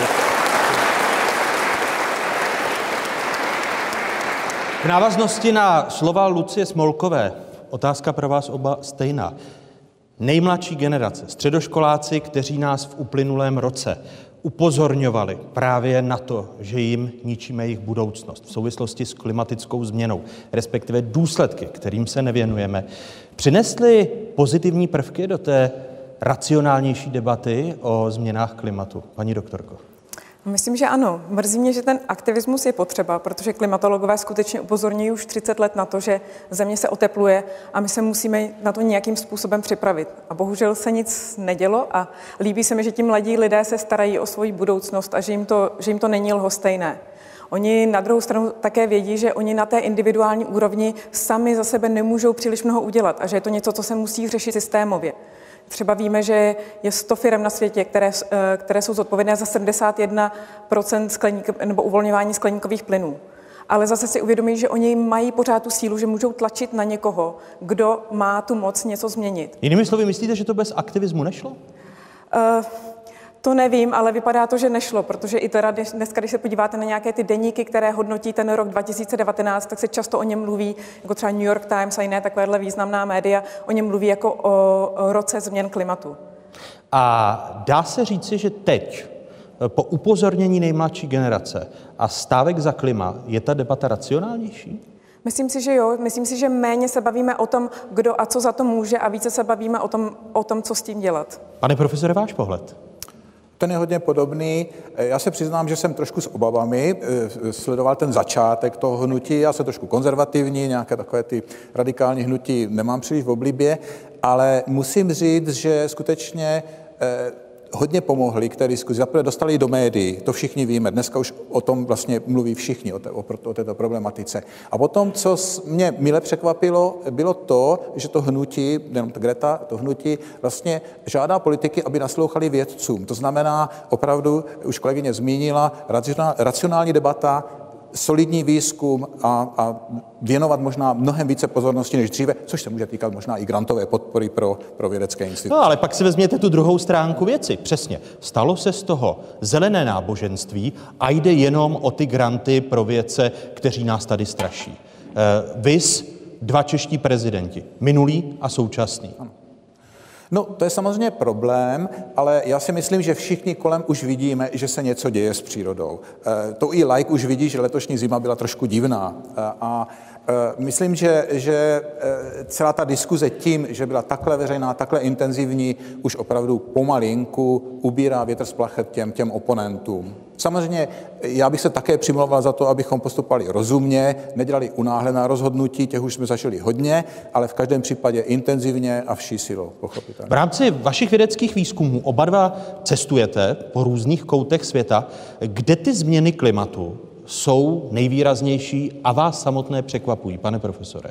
V návaznosti na slova Lucie Smolkové, otázka pro vás oba stejná. Nejmladší generace, středoškoláci, kteří nás v uplynulém roce upozorňovali právě na to, že jim ničíme jejich budoucnost v souvislosti s klimatickou změnou, respektive důsledky, kterým se nevěnujeme, přinesly pozitivní prvky do té racionálnější debaty o změnách klimatu. Paní doktorko. Myslím, že ano. Mrzí mě, že ten aktivismus je potřeba, protože klimatologové skutečně upozorňují už třicet let na to, že země se otepluje a my se musíme na to nějakým způsobem připravit. A bohužel se nic nedělo a líbí se mi, že ti mladí lidé se starají o svoji budoucnost a že jim to, že jim to není lhostejné. Oni na druhou stranu také vědí, že oni na té individuální úrovni sami za sebe nemůžou příliš mnoho udělat a že je to něco, co se musí řešit systémově. Třeba víme, že je sto firem na světě, které, které jsou zodpovědné za sedmdesát jedna procent skleník, nebo uvolňování skleníkových plynů. Ale zase si uvědomí, že oni mají pořád tu sílu, že můžou tlačit na někoho, kdo má tu moc něco změnit. Jinými slovy, myslíte, že to bez aktivismu nešlo? Uh, To nevím, ale vypadá to, že nešlo, protože i teda dneska, když se podíváte na nějaké ty deníky, které hodnotí ten rok dva tisíce devatenáct, tak se často o něm mluví, jako třeba New York Times a jiné takovéhle významná média, o něm mluví jako o roce změn klimatu. A dá se říci, že teď, po upozornění nejmladší generace a stávek za klima, je ta debata racionálnější? Myslím si, že jo. Myslím si, že méně se bavíme o tom, kdo a co za to může a více se bavíme o tom, o tom, co s tím dělat. Pane profesore, váš pohled? Ten je hodně podobný. Já se přiznám, že jsem trošku s obavami sledoval ten začátek toho hnutí. Já jsem trošku konzervativní, nějaké takové ty radikální hnutí nemám příliš v oblibě, ale musím říct, že skutečně hodně pomohli k té diskuzi. Zaprvé dostali do médií, to všichni víme. Dneska už o tom vlastně mluví všichni, o, té, o, o této problematice. A potom, co mě mile překvapilo, bylo to, že to hnutí, nejenom Greta, to hnutí vlastně žádá politiky, aby naslouchali vědcům. To znamená, opravdu, už kolegyně zmínila, racionální debata, solidní výzkum a, a věnovat možná mnohem více pozornosti než dříve, což se může týkat možná i grantové podpory pro, pro vědecké instituce. No ale pak si vezměte tu druhou stránku věci. Přesně. Stalo se z toho zelené náboženství a jde jenom o ty granty pro vědce, kteří nás tady straší. Uh, Vys dva čeští prezidenti, minulý a současný. Ano. No, to je samozřejmě problém, ale já si myslím, že všichni kolem už vidíme, že se něco děje s přírodou. E, to i laik už vidí, že letošní zima byla trošku divná. E, a e, myslím, že, že e, celá ta diskuze tím, že byla takhle veřejná, takhle intenzivní, už opravdu pomalinku ubírá větr z plachet těm, těm oponentům. Samozřejmě já bych se také přimlouval za to, abychom postupovali rozumně, nedělali unáhlená rozhodnutí, těch už jsme zažili hodně, ale v každém případě intenzivně a vší silou, pochopitelně. V rámci vašich vědeckých výzkumů oba dva cestujete po různých koutech světa. Kde ty změny klimatu jsou nejvýraznější a vás samotné překvapují, pane profesore?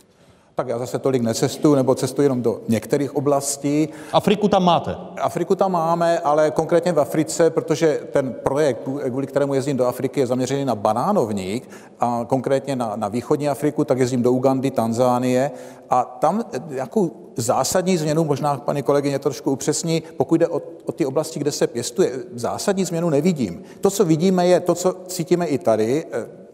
Tak já zase tolik necestuju, nebo cestuji jenom do některých oblastí. Afriku tam máte? Afriku tam máme, ale konkrétně v Africe, protože ten projekt, kvůli kterému jezdím do Afriky, je zaměřený na banánovník a konkrétně na, na východní Afriku, tak jezdím do Ugandy, Tanzánie a tam jakou zásadní změnu, možná paní kolegyně to trošku upřesní, pokud jde o, o ty oblasti, kde se pěstuje, zásadní změnu nevidím. To, co vidíme, je to, co cítíme i tady,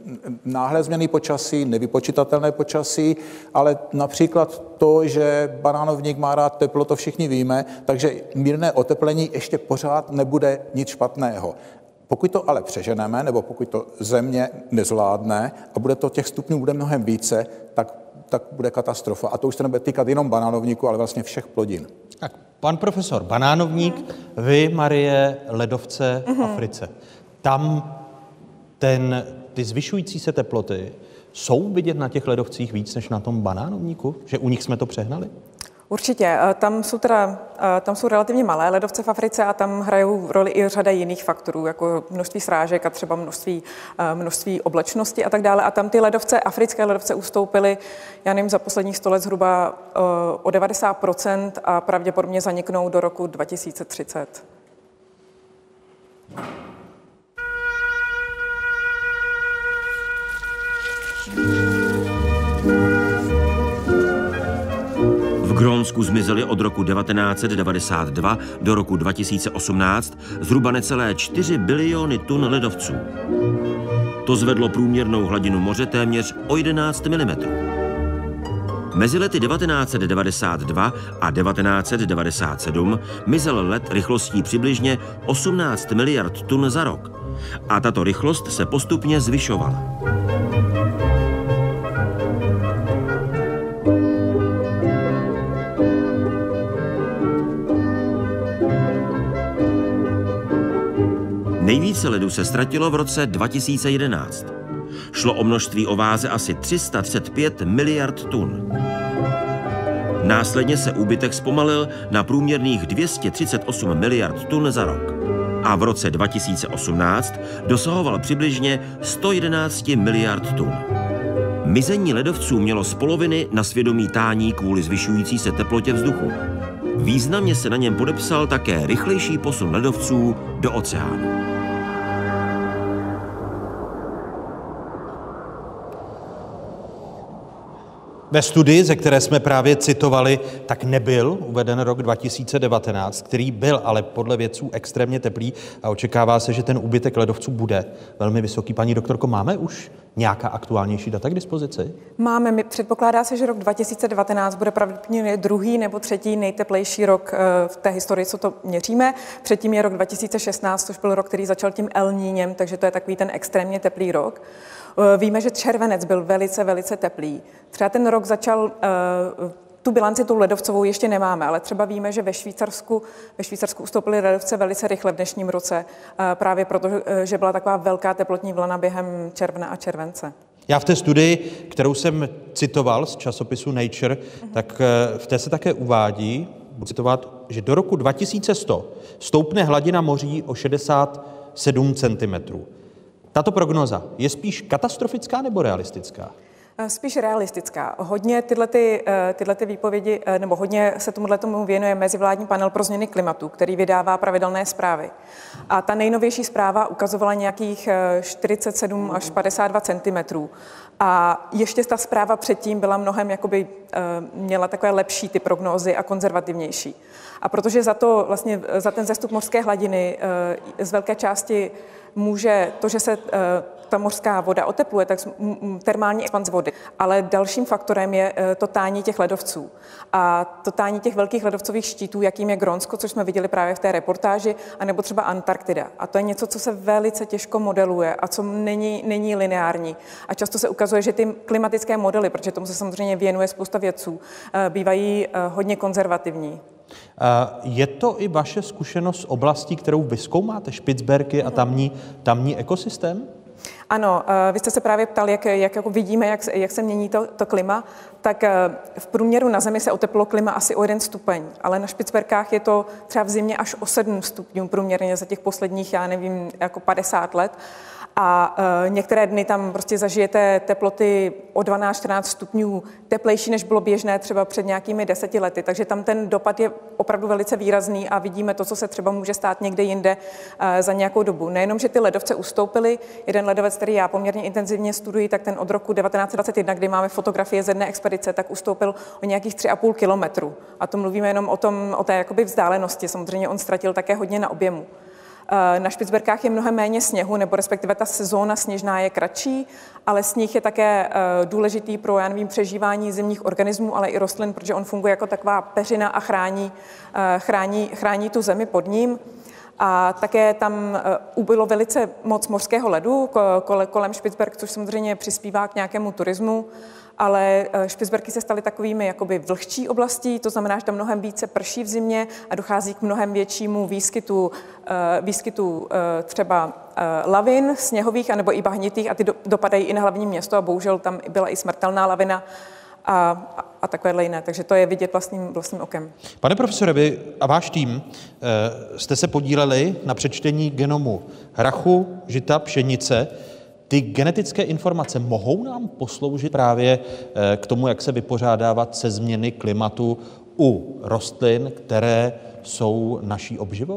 náhlé změny počasí, nevypočitatelné počasí, ale například to, že banánovník má rád teplo, to všichni víme, takže mírné oteplení ještě pořád nebude nic špatného. Pokud to ale přeženeme, nebo pokud to země nezvládne a bude to těch stupňů bude mnohem více, tak, tak bude katastrofa. A to už se nebude týkat jenom banánovníku, ale vlastně všech plodin. Tak, pan profesor, banánovník, vy, Marie, ledovce v Africe. Tam ten ty zvyšující se teploty jsou vidět na těch ledovcích víc než na tom banánovníku? Že u nich jsme to přehnali? Určitě. Tam jsou, teda, tam jsou relativně malé ledovce v Africe a tam hrajou roli i řada jiných faktorů, jako množství srážek a třeba množství, množství oblačnosti a tak dále. A tam ty ledovce, africké ledovce ustoupily, já nevím, za posledních sto let zhruba o devadesát procent a pravděpodobně zaniknou do roku dva tisíce třicet. V Grónsku zmizely od roku devatenáct set devadesát dva do roku dva tisíce osmnáct zhruba necelé čtyři biliony tun ledovců. To zvedlo průměrnou hladinu moře téměř o jedenáct milimetrů. Mezi lety devatenáct set devadesát dva a devatenáct set devadesát sedm mizel led rychlostí přibližně osmnáct miliard tun za rok. A tato rychlost se postupně zvyšovala. Nejvíce ledu se ztratilo v roce dva tisíce jedenáct. Šlo o množství o váze asi tři sta třicet pět miliard tun. Následně se úbytek zpomalil na průměrných dvě stě třicet osm miliard tun za rok. A v roce dva tisíce osmnáct dosahoval přibližně sto jedenáct miliard tun. Mizení ledovců mělo z poloviny na svědomí tání kvůli zvyšující se teplotě vzduchu. Významně se na něm podepsal také rychlejší posun ledovců do oceánu. Ve studii, ze které jsme právě citovali, tak nebyl uveden rok dva tisíce devatenáct, který byl ale podle vědců extrémně teplý a očekává se, že ten úbytek ledovců bude velmi vysoký. Paní doktorko, máme už nějaká aktuálnější data k dispozici? Máme. My předpokládá se, že rok dva tisíce devatenáct bude pravděpodobně druhý nebo třetí nejteplejší rok v té historii, co to měříme. Předtím je rok dva tisíce šestnáct, což byl rok, který začal tím El Niñem, takže to je takový ten extrémně teplý rok. Víme, že červenec byl velice, velice teplý. Třeba ten rok začal, uh, tu bilanci tou ledovcovou ještě nemáme, ale třeba víme, že ve Švýcarsku, ve Švýcarsku ustoupily ledovce velice rychle v dnešním roce, uh, právě proto, že byla taková velká teplotní vlna během června a července. Já v té studii, kterou jsem citoval z časopisu Nature, uh-huh. tak v té se také uvádí, budu citovat, že do roku dva tisíce sto stoupne hladina moří o šedesát sedm centimetrů. Tato prognoza je spíš katastrofická nebo realistická? Spíš realistická. Hodně tyhle, ty, tyhle ty výpovědi, nebo hodně se tomuhle tomu věnuje mezivládní panel pro změny klimatu, který vydává pravidelné zprávy. A ta nejnovější zpráva ukazovala nějakých čtyřicet sedm až padesát dva centimetrů. A ještě ta zpráva předtím byla mnohem, jakoby, měla takové lepší ty prognózy a konzervativnější. A protože za to, vlastně za ten zestup mořské hladiny z velké části může to, že se ta mořská voda otepluje, tak termální expanze vody. Ale dalším faktorem je to tání těch ledovců. A to tání těch velkých ledovcových štítů, jakým je Grónsko, což jsme viděli právě v té reportáži, anebo třeba Antarktida. A to je něco, co se velice těžko modeluje a co není, není lineární. A často se ukazuje, že ty klimatické modely, protože tomu se samozřejmě věnuje spousta vědců, bývají hodně konzervativní. Je to i vaše zkušenost z oblastí, kterou vy zkoumáte, Špicberky a tamní, tamní ekosystém? Ano, vy jste se právě ptal, jak, jak jako vidíme, jak, jak se mění to, to klima, tak v průměru na Zemi se oteplilo klima asi o jeden stupeň, ale na Špicberkách je to třeba v zimě až o sedm stupňů průměrně za těch posledních, já nevím, jako padesát let. A e, některé dny tam prostě zažijete teploty o dvanáct čtrnáct stupňů teplejší, než bylo běžné třeba před nějakými deseti lety. Takže tam ten dopad je opravdu velice výrazný a vidíme to, co se třeba může stát někde jinde e, za nějakou dobu. Nejenom, že ty ledovce ustoupily, jeden ledovec, který já poměrně intenzivně studuji, tak ten od roku devatenáct set dvacet jedna, kdy máme fotografie z jedné expedice, tak ustoupil o nějakých tři a půl kilometru. A to mluvíme jenom o tom, o té jakoby vzdálenosti. Samozřejmě on ztratil také hodně na objemu. Na Špicberkách je mnohem méně sněhu, nebo respektive ta sezóna sněžná je kratší, ale sníh je také důležitý pro, já nevím, přežívání zimních organismů, ale i rostlin, protože on funguje jako taková peřina a chrání, chrání, chrání tu zemi pod ním. A také tam ubylo velice moc mořského ledu kolem Špicberk, což samozřejmě přispívá k nějakému turismu, ale Špicberky se staly takovými jakoby vlhčí oblastí, to znamená, že tam mnohem více prší v zimě a dochází k mnohem většímu výskytu, výskytu třeba lavin sněhových anebo i bahnitých a ty dopadají i na hlavní město a bohužel tam byla i smrtelná lavina a, a takovéhle jiné. Takže to je vidět vlastním, vlastním okem. Pane profesore, vy a váš tým jste se podíleli na přečtení genomu hrachu, žita, pšenice. Ty genetické informace mohou nám posloužit právě k tomu, jak se vypořádávat se změny klimatu u rostlin, které jsou naší obživou?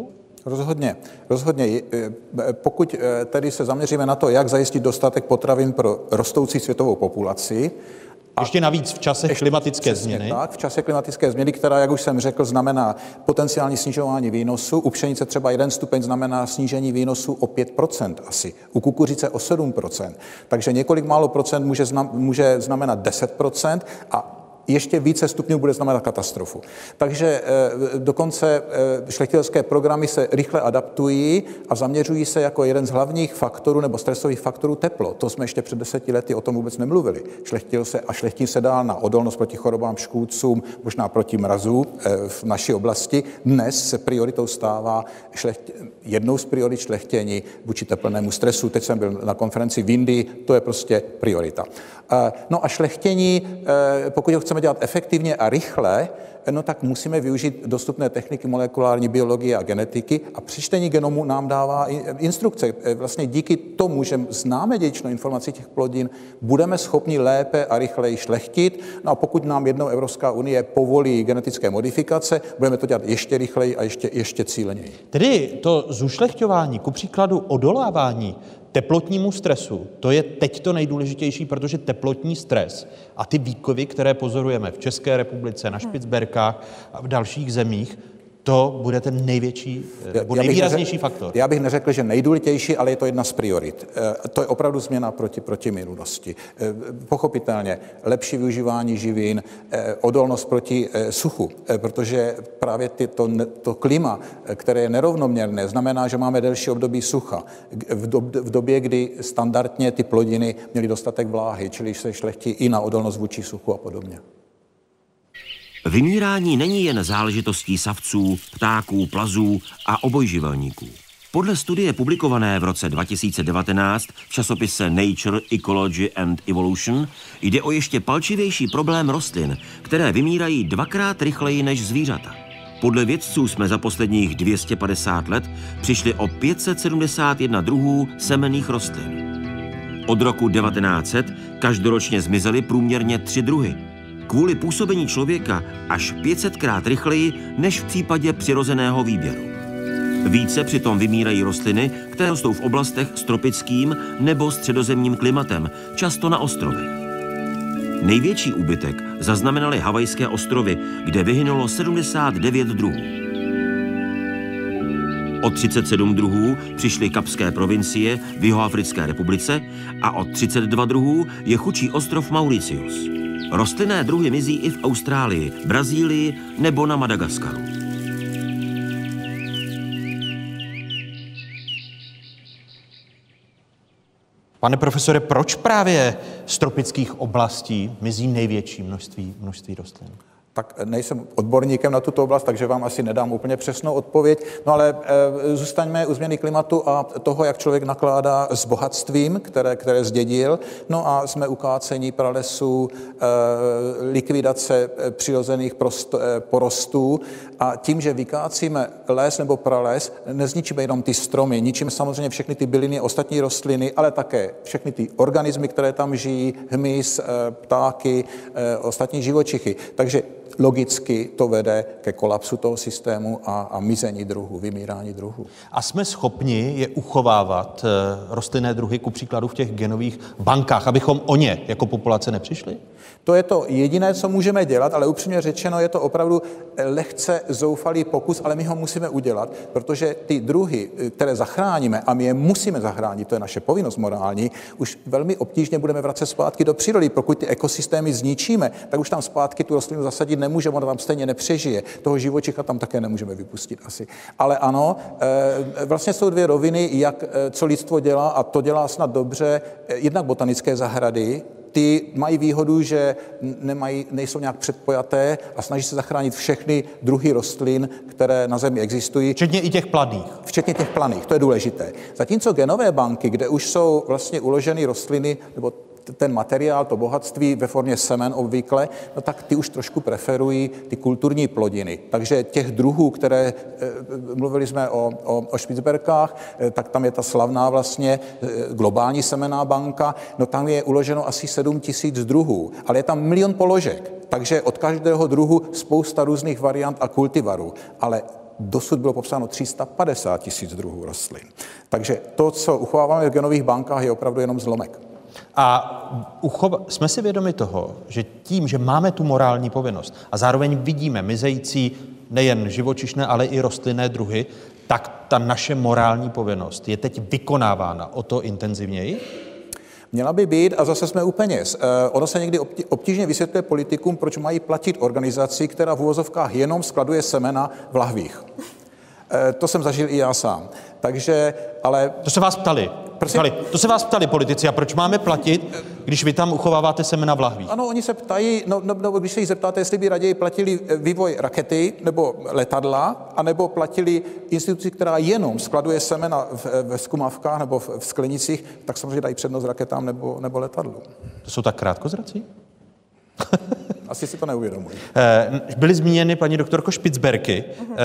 Rozhodně, rozhodně. Pokud tedy se zaměříme na to, jak zajistit dostatek potravin pro rostoucí světovou populaci, a ještě navíc v čase ještě, klimatické změny. Tak, v čase klimatické změny, která, jak už jsem řekl, znamená potenciální snižování výnosu. U pšenice třeba jeden stupeň znamená snížení výnosu o pět procent asi, u kukuřice o sedm procent. Takže několik málo procent může, znam, může znamenat deset procent a ještě více stupňů bude znamenat katastrofu. Takže e, dokonce e, šlechtitelské programy se rychle adaptují a zaměřují se jako jeden z hlavních faktorů nebo stresových faktorů teplo. To jsme ještě před deseti lety o tom vůbec nemluvili. Šlechtil se a šlechtí se dál na odolnost proti chorobám, škůdcům, možná proti mrazu e, v naší oblasti. Dnes se prioritou stává šlechtě, jednou z priorit šlechtění vůči teplnému stresu. Teď jsem byl na konferenci v Indii, to je prostě priorita. E, no a šlechtění, e, pokud ho chceme dělat efektivně a rychle, no tak musíme využít dostupné techniky molekulární biologie a genetiky a přečtení genomu nám dává instrukce. Vlastně díky tomu, že známe dědičnou informaci těch plodin, budeme schopni lépe a rychleji šlechtit. No a pokud nám jednou Evropská unie povolí genetické modifikace, budeme to dělat ještě rychleji a ještě, ještě cíleněji. Tedy to zušlechťování, ku příkladu odolávání teplotnímu stresu, to je teď to nejdůležitější, protože teplotní stres a ty výkyvy, které pozorujeme v České republice, na Špicberkách a v dalších zemích, to bude ten největší nebo nejvýraznější faktor. Já bych neřekl, že nejdůležitější, ale je to jedna z priorit. To je opravdu změna proti, proti minulosti. Pochopitelně lepší využívání živin, odolnost proti suchu, protože právě ty, to, to klima, které je nerovnoměrné, znamená, že máme delší období sucha. V, dob, v době, kdy standardně ty plodiny měly dostatek vláhy, čili se šlechtí i na odolnost vůči suchu a podobně. Vymírání není jen záležitostí savců, ptáků, plazů a obojživelníků. Podle studie publikované v roce dva tisíce devatenáct v časopise Nature, Ecology and Evolution jde o ještě palčivější problém rostlin, které vymírají dvakrát rychleji než zvířata. Podle vědců jsme za posledních dvě stě padesát let přišli o pět set sedmdesát jedna druhů semenných rostlin. Od roku devatenáct set každoročně zmizely průměrně tři druhy. Kvůli působení člověka až pět set krát rychleji než v případě přirozeného výběru. Více přitom vymírají rostliny, které rostou v oblastech s tropickým nebo středozemním klimatem, často na ostrovech. Největší úbytek zaznamenaly Havajské ostrovy, kde vyhynulo sedmdesát devět druhů. O třicet sedm druhů přišly Kapské provincie v Jihoafrické republice a o třicet dva druhů je chudší ostrov Mauritius. Rostlinné druhy mizí i v Austrálii, Brazílii nebo na Madagaskaru. Pane profesore, proč právě z tropických oblastí mizí největší množství, množství rostlin? Tak nejsem odborníkem na tuto oblast, takže vám asi nedám úplně přesnou odpověď. No ale e, zůstaňme u změny klimatu a toho, jak člověk nakládá s bohatstvím, které, které zdědil. No a jsme ukácení pralesů, e, likvidace přirozených prost, e, porostů a tím, že vykácíme les nebo prales, nezničíme jenom ty stromy, ničíme samozřejmě všechny ty byliny, ostatní rostliny, ale také všechny ty organismy, které tam žijí, hmyz, e, ptáky, e, ostatní živočichy. Takže logicky to vede ke kolapsu toho systému a, a mizení druhů, vymírání druhů. A jsme schopni je uchovávat, rostlinné druhy, ku příkladu v těch genových bankách, abychom o ně jako populace nepřišli? To je to jediné, co můžeme dělat, ale upřímně řečeno je to opravdu lehce zoufalý pokus, ale my ho musíme udělat, protože ty druhy, které zachráníme, a my je musíme zachránit, to je naše povinnost morální, už velmi obtížně budeme vracet zpátky do přírody. Pokud ty ekosystémy zničíme, tak už tam zpátky tu rostlinu zasadit nemůžeme, ona tam stejně nepřežije. Toho živočicha tam také nemůžeme vypustit asi. Ale ano, vlastně jsou dvě roviny, jak co lidstvo dělá, a to dělá snad dobře, jednak botanické zahrady. Ty mají výhodu, že nemají, nejsou nějak předpojaté a snaží se zachránit všechny druhy rostlin, které na Zemi existují. Včetně i těch planých. Včetně těch planých, to je důležité. Zatímco genové banky, kde už jsou vlastně uloženy rostliny, nebo ten materiál, to bohatství ve formě semen obvykle, no tak ty už trošku preferují ty kulturní plodiny. Takže těch druhů, které, mluvili jsme o, o, o Špicberkách, tak tam je ta slavná vlastně globální semenná banka, no tam je uloženo asi sedm tisíc druhů, ale je tam milion položek, takže od každého druhu spousta různých variant a kultivarů, ale dosud bylo popsáno tři sta padesát tisíc druhů rostlin. Takže to, co uchováváme v genových bankách, je opravdu jenom zlomek. A uchova- jsme si vědomi toho, že tím, že máme tu morální povinnost a zároveň vidíme mizející nejen živočišné, ale i rostlinné druhy, tak ta naše morální povinnost je teď vykonávána o to intenzivněji? Měla by být, a zase jsme u peněz. Eh, ono se někdy obtí, obtížně vysvětluje politikům, proč mají platit organizaci, která v uvozovkách jenom skladuje semena v lahvích. Eh, to jsem zažil i já sám. Takže, ale... To se vás ptali. Ptali. To se vás ptali politici, a proč máme platit, když vy tam uchováváte semena v lahvích? Ano, oni se ptají, no, no, no když se jich zeptáte, jestli by raději platili vývoj rakety nebo letadla, anebo platili instituci, která jenom skladuje semena v, ve zkumavkách nebo v, v sklenicích, tak samozřejmě dají přednost raketám nebo, nebo letadlu. To jsou tak krátkozrací? Asi si to neuvědomují. Byly zmíněny, paní doktorko, Špicberky. Uh-huh.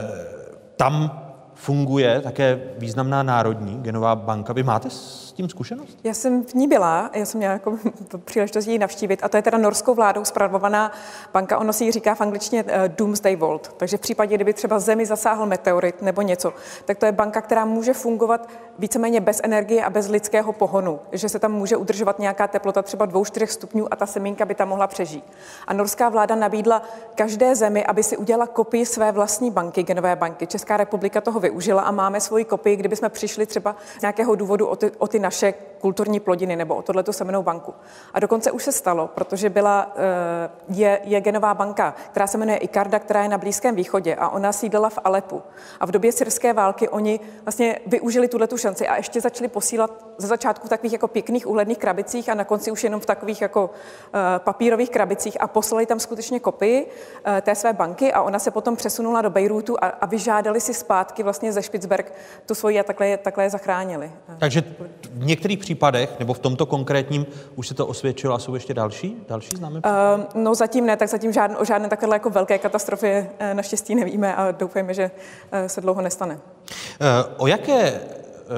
Tam funguje také významná národní genová banka. Vy máte s tím zkušenost? Já jsem v ní byla, já jsem měla jako příležitost ji navštívit, a to je teda norskou vládou spravovaná banka, ono si ji říká v angličtině uh, Doomsday Vault, takže v případě, kdyby třeba Zemi zasáhl meteorit nebo něco, tak to je banka, která může fungovat víceméně bez energie a bez lidského pohonu, že se tam může udržovat nějaká teplota třeba dvou, čtyřech stupňů a ta semínka by tam mohla přežít. A norská vláda nabídla každé zemi, aby si udělala kopii své vlastní banky, genové banky. Česká republika toho využila a máme svoji kopii, kdyby jsme přišli třeba z nějakého důvodu o ty, o ty naše kulturní plodiny nebo o tohleto semennou banku. A dokonce už se stalo, protože byla, je, je genová banka, která se jmenuje Ikarda, která je na Blízkém východě a ona sídlila v Alepu. A v době syrské války oni vlastně využili tuhletu šanci a ještě začali posílat ze začátku v takových jako pěkných úhledných krabicích a na konci už jenom v takových jako uh, papírových krabicích a poslali tam skutečně kopii uh, té své banky a ona se potom přesunula do Bejrútu a, a vyžádali si zpátky vlastně ze Špicberk tu svoji a takhle, takhle je zachránili. Takže v některých případech, nebo v tomto konkrétním, už se to osvědčilo a jsou ještě další? Další známe? Uh, no zatím ne, tak zatím žádn, o žádné takové jako velké katastrofě uh, naštěstí nevíme a doufejme, že uh, se dlouho nestane. Uh, o jaké uh,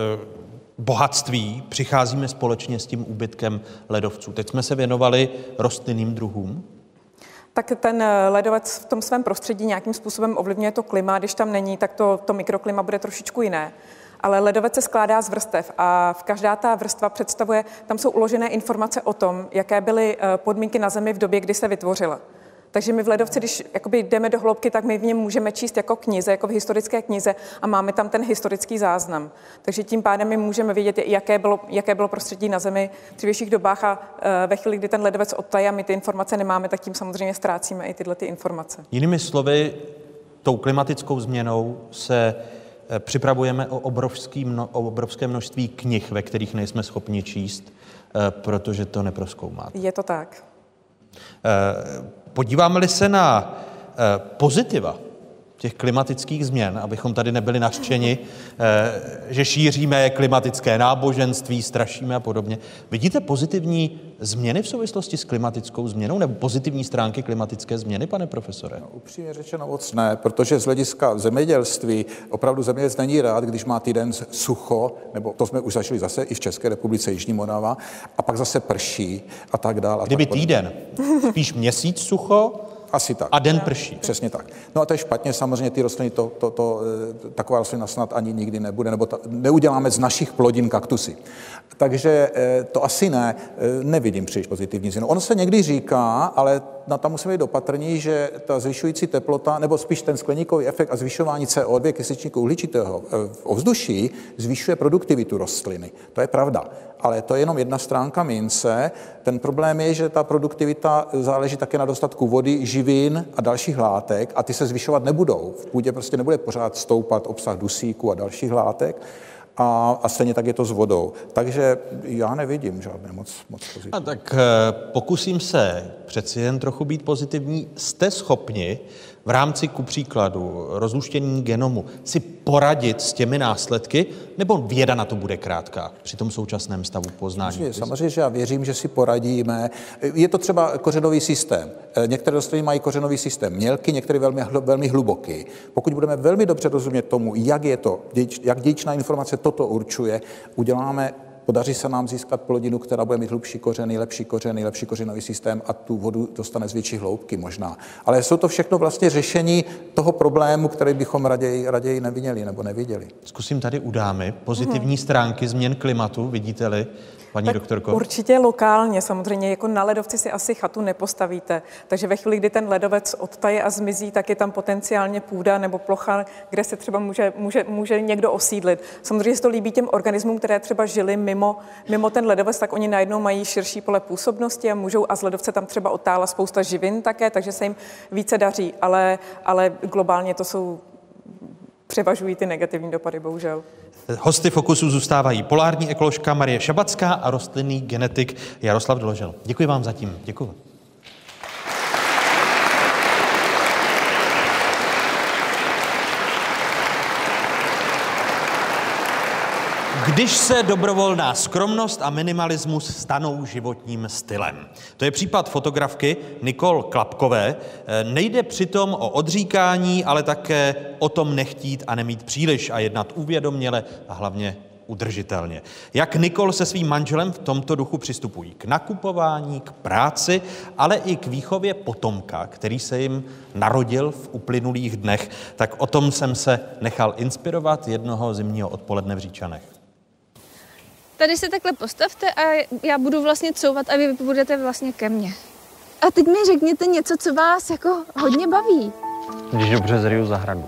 bohatství přicházíme společně s tím úbytkem ledovců? Teď jsme se věnovali rostlinným druhům. Tak ten ledovec v tom svém prostředí nějakým způsobem ovlivňuje to klima, když tam není, tak to, to mikroklima bude trošičku jiné. Ale ledovec se skládá z vrstev a v každá ta vrstva představuje, tam jsou uložené informace o tom, jaké byly podmínky na Zemi v době, kdy se vytvořila. Takže my v ledovci, když jakoby jdeme do hloubky, tak my v něm můžeme číst jako knize, jako v historické knize a máme tam ten historický záznam. Takže tím pádem my můžeme vidět, jaké bylo, jaké bylo prostředí na Zemi v dřívějších dobách a ve chvíli, kdy ten ledovec odtaje a my ty informace nemáme, tak tím samozřejmě ztrácíme i tyhle ty informace. Jinými slovy, tou klimatickou změnou se připravujeme o, obrovský mno, o obrovské množství knih, ve kterých nejsme schopni číst, protože to neprozkoumáte. Je to tak. Podíváme-li se na pozitiva těch klimatických změn, abychom tady nebyli nařčeni, že šíříme klimatické náboženství, strašíme a podobně. Vidíte pozitivní změny v souvislosti s klimatickou změnou nebo pozitivní stránky klimatické změny, pane profesore? No, upřímně řečeno moc ne, protože z hlediska zemědělství opravdu zemědělec není rád, když má týden sucho, nebo to jsme už zažili zase i v České republice, Jižní Morava, a pak zase prší a tak dále. Kdyby tak týden, spíš měsíc sucho, asi tak. A den prší. Přesně tak. No a to je špatně, samozřejmě ty rostliny, to, to, to, taková rostlina snad ani nikdy nebude, nebo ta, neuděláme z našich plodin kaktusy. Takže to asi ne, nevidím příliš pozitivní změnu. Ono se někdy říká, ale na tam musíme být opatrní, že ta zvyšující teplota, nebo spíš ten skleníkový efekt a zvyšování C O dva, kysličníku uhličitého v ovzduší, zvyšuje produktivitu rostliny. To je pravda. Ale to je jenom jedna stránka mince. Ten problém je, že ta produktivita záleží také na dostatku vody, živin a dalších látek a ty se zvyšovat nebudou. V půdě prostě nebude pořád stoupat obsah dusíku a dalších látek. A, a stejně tak je to s vodou. Takže já nevidím žádné moc, moc pozitivní. A tak pokusím se přeci jen trochu být pozitivní. Jste schopni v rámci ku příkladu rozluštění genomu si poradit s těmi následky, nebo věda na to bude krátká při tom současném stavu poznání? Samozřejmě, samozřejmě, že já věřím, že si poradíme. Je to třeba kořenový systém. Některé rostliny mají kořenový systém mělký, některé velmi, velmi hluboký. Pokud budeme velmi dobře rozumět tomu, jak je to, jak dědičná informace toto určuje, uděláme podaří se nám získat plodinu, která bude mít hlubší kořeny, lepší kořeny, lepší kořenový systém a tu vodu dostane z větší hloubky možná. Ale jsou to všechno vlastně řešení toho problému, který bychom raději, raději neviděli nebo neviděli. Zkusím tady u dámy pozitivní mm-hmm. stránky změn klimatu, vidíte-li, paní tak doktorko? Určitě lokálně, samozřejmě, jako na ledovci si asi chatu nepostavíte, takže ve chvíli, kdy ten ledovec odtaje a zmizí, tak je tam potenciálně půda nebo plocha, kde se třeba může, může, může někdo osídlit. Samozřejmě se to líbí těm organismům, které třeba žili mimo, mimo ten ledovec, tak oni najednou mají širší pole působnosti a můžou, a z ledovce tam třeba otála spousta živin také, takže se jim více daří, ale, ale globálně to jsou, převažují ty negativní dopady, bohužel. Hosty Fokusu zůstávají polární ekoložka Marie Šabacká a rostlinný genetik Jaroslav Doložel. Děkuji vám zatím. Děkuji. Když se dobrovolná skromnost a minimalismus stanou životním stylem. To je případ fotografky Nicole Klapkové. Nejde přitom o odříkání, ale také o tom nechtít a nemít příliš a jednat uvědoměle a hlavně udržitelně. Jak Nicole se svým manželem v tomto duchu přistupují k nakupování, k práci, ale i k výchově potomka, který se jim narodil v uplynulých dnech, tak o tom jsem se nechal inspirovat jednoho zimního odpoledne v Říčanech. Tady se takhle postavte a já budu vlastně couvat a vy budete vlastně ke mně. A teď mi řekněte něco, co vás jako hodně baví. Když dobře zryju zahradu.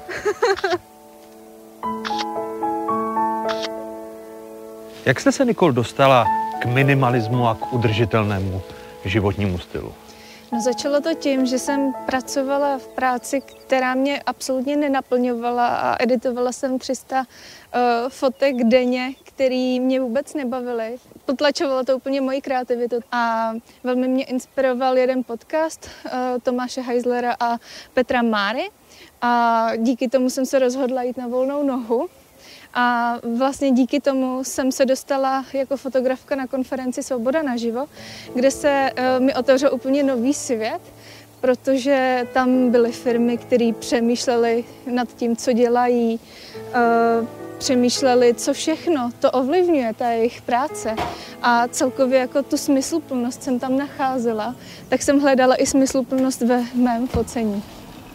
Jak jste se, Nicole, dostala k minimalismu a k udržitelnému životnímu stylu? No, začalo to tím, že jsem pracovala v práci, která mě absolutně nenaplňovala a editovala jsem tři sta uh, fotek denně, které mě vůbec nebavily. Potlačovalo to úplně moji kreativitu a velmi mě inspiroval jeden podcast uh, Tomáše Heislera a Petra Máry a díky tomu jsem se rozhodla jít na volnou nohu. A vlastně díky tomu jsem se dostala jako fotografka na konferenci Svoboda naživo, kde se uh, mi otevřel úplně nový svět, protože tam byly firmy, které přemýšlely nad tím, co dělají, uh, přemýšleli, co všechno to ovlivňuje, ta jejich práce. A celkově jako tu smysluplnost jsem tam nacházela, tak jsem hledala i smysluplnost ve mém focení.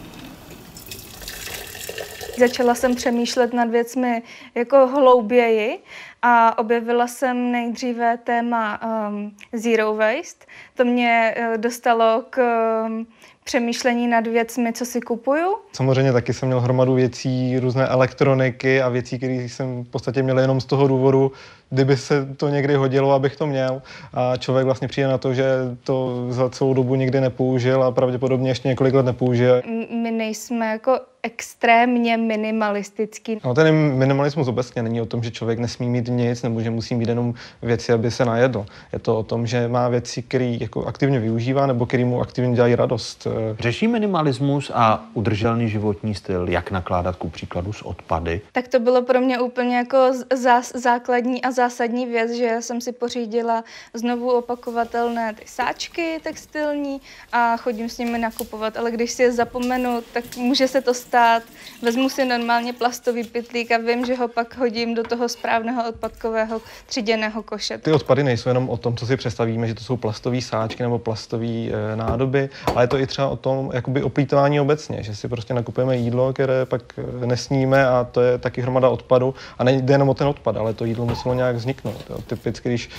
Začala jsem přemýšlet nad věcmi jako hlouběji a objevila jsem nejdříve téma um, zero waste. To mě uh, dostalo k um, přemýšlení nad věcmi, co si kupuju. Samozřejmě taky jsem měl hromadu věcí, různé elektroniky a věcí, které jsem v podstatě měl jenom z toho důvodu, kdyby se to někdy hodilo, abych to měl. A člověk vlastně přijde na to, že to za celou dobu nikdy nepoužil a pravděpodobně ještě několik let nepoužije. My nejsme jako extrémně minimalistický. No, ten minimalismus obecně není o tom, že člověk nesmí mít nic nebo že musí mít jenom věci, aby se najedl. Je to o tom, že má věci, které jako aktivně využívá nebo které mu aktivně dělají radost. Řeší minimalismus a udržitelný životní styl, jak nakládat ku příkladu s odpady? Tak to bylo pro mě úplně jako zás, základní a zásadní věc, že jsem si pořídila znovu opakovatelné ty sáčky textilní a chodím s nimi nakupovat, ale když si je zapomenu, tak může se to stát. Vezmu si normálně plastový pytlík a vím, že ho pak hodím do toho správného odpadkového tříděného koše. Ty odpady nejsou jenom o tom, co si představíme, že to jsou plastové sáčky nebo plastové e, nádoby, ale je to i třeba o tom jakoby oplýtvání obecně, že si prostě nakupujeme jídlo, které pak nesníme a to je taky hromada odpadu a nejde jenom o ten odpad, ale to jídlo muselo nějak vzniknout. Jo. Typicky, když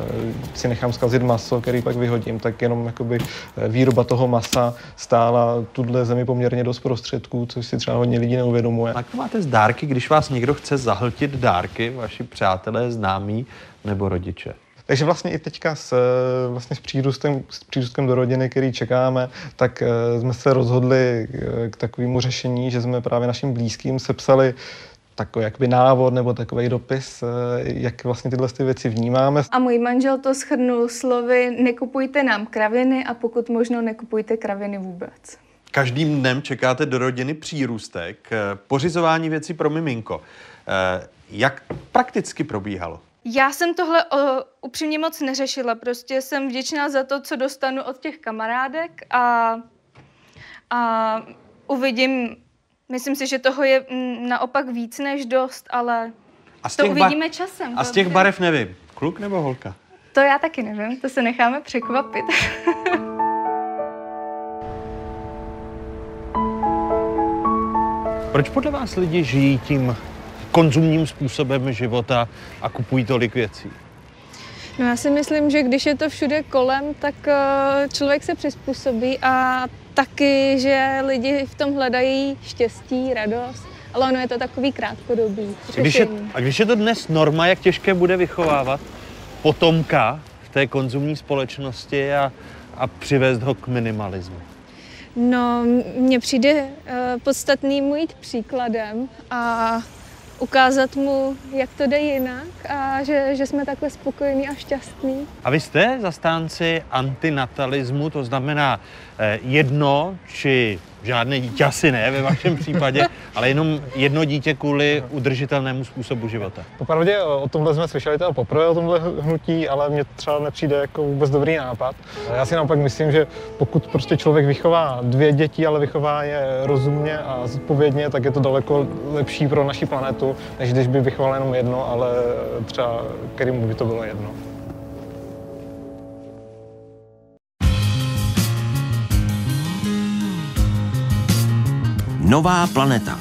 e, si nechám zkazit maso, který pak vyhodím, tak jenom jakoby výroba toho masa stála tuhle zemi poměrně dost prostředků, což si třeba hodně lidí neuvědomuje. Jak to máte z dárky, když vás někdo chce zahltit dárky, vaši přátelé, známí nebo rodiče? Takže vlastně i teďka s, vlastně s, přírůstem, s přírůstkem do rodiny, který čekáme, tak jsme se rozhodli k takovému řešení, že jsme právě našim blízkým sepsali takový jakoby návod nebo takový dopis, jak vlastně tyhle ty věci vnímáme. A můj manžel to shrnul slovy: nekupujte nám kraviny a pokud možno nekupujte kraviny vůbec. Každým dnem čekáte do rodiny přírůstek, pořizování věcí pro miminko. Jak prakticky probíhalo? Já jsem tohle o, upřímně moc neřešila, prostě jsem vděčná za to, co dostanu od těch kamarádek a, a uvidím, myslím si, že toho je naopak víc než dost, ale to uvidíme časem. A z těch barev nevím. kluk nebo holka? To já taky nevím, to se necháme překvapit. Proč podle vás lidi žijí tím konzumním způsobem života a kupují tolik věcí? No já si myslím, že když je to všude kolem, tak člověk se přizpůsobí a taky, že lidi v tom hledají štěstí, radost, ale ono je to takový krátkodobý řešení. Když je, a když je to dnes norma, jak těžké bude vychovávat potomka v té konzumní společnosti a, a přivést ho k minimalismu? No, mně přijde uh, podstatný mu jít příkladem a ukázat mu, jak to jde jinak a že, že jsme takhle spokojení a šťastní. A vy jste zastánci antinatalismu, to znamená eh, jedno či žádné dítě, asi ne ve vašem případě, ale jenom jedno dítě kvůli udržitelnému způsobu života? Popravdě o tomhle jsme slyšeli teda poprvé o tomhle hnutí, ale mně třeba nepřijde jako vůbec dobrý nápad. Já si naopak myslím, že pokud prostě člověk vychová dvě děti, ale vychová je rozumně a zodpovědně, tak je to daleko lepší pro naši planetu, než když by vychoval jenom jedno, ale třeba kterému by to bylo jedno. Nová planeta.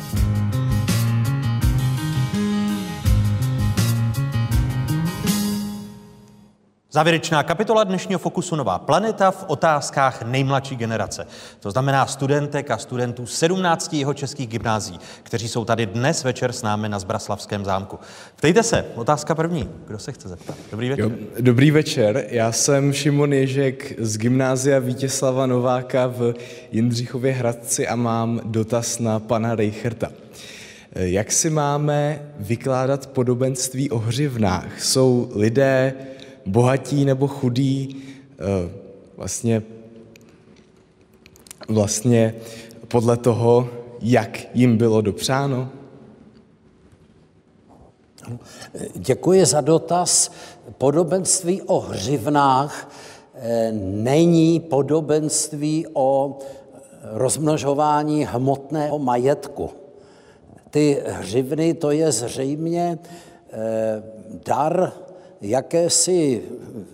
Závěrečná kapitola dnešního Fokusu Nová planeta v otázkách nejmladší generace. To znamená studentek a studentů sedmnácti jihočeských gymnázií, kteří jsou tady dnes večer s námi na Zbraslavském zámku. Ptejte se, otázka první. Kdo se chce zeptat? Dobrý večer. Jo, dobrý večer, já jsem Šimon Ježek z gymnázia Vítězslava Nováka v Jindřichově Hradci a mám dotaz na pana Reicherta. Jak si máme vykládat podobenství o hřivnách? Jsou lidé bohatí nebo chudí, vlastně, vlastně podle toho, jak jim bylo dopřáno? Děkuji za dotaz. Podobenství o hřivnách není podobenství o rozmnožování hmotného majetku. Ty hřivny, to je zřejmě dar jakési,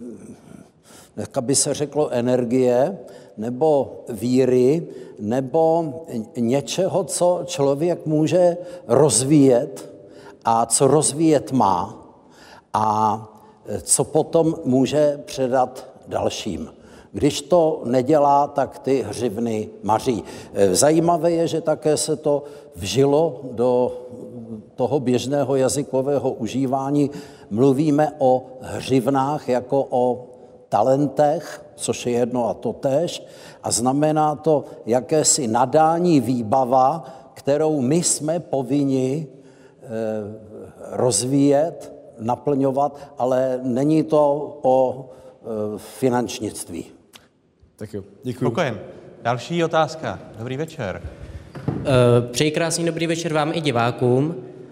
jak by se řeklo, energie, nebo víry, nebo něčeho, co člověk může rozvíjet a co rozvíjet má a co potom může předat dalším. Když to nedělá, tak ty hřivny maří. Zajímavé je, že také se to vžilo do toho běžného jazykového užívání. Mluvíme o hřivnách jako o talentech, což je jedno a totéž, a znamená to jakési nadání, výbava, kterou my jsme povinni e, rozvíjet, naplňovat, ale není to o e, finančnictví. Tak jo, děkuji. Spokojen. Další otázka. Dobrý večer. Přeji krásný dobrý večer vám i divákům.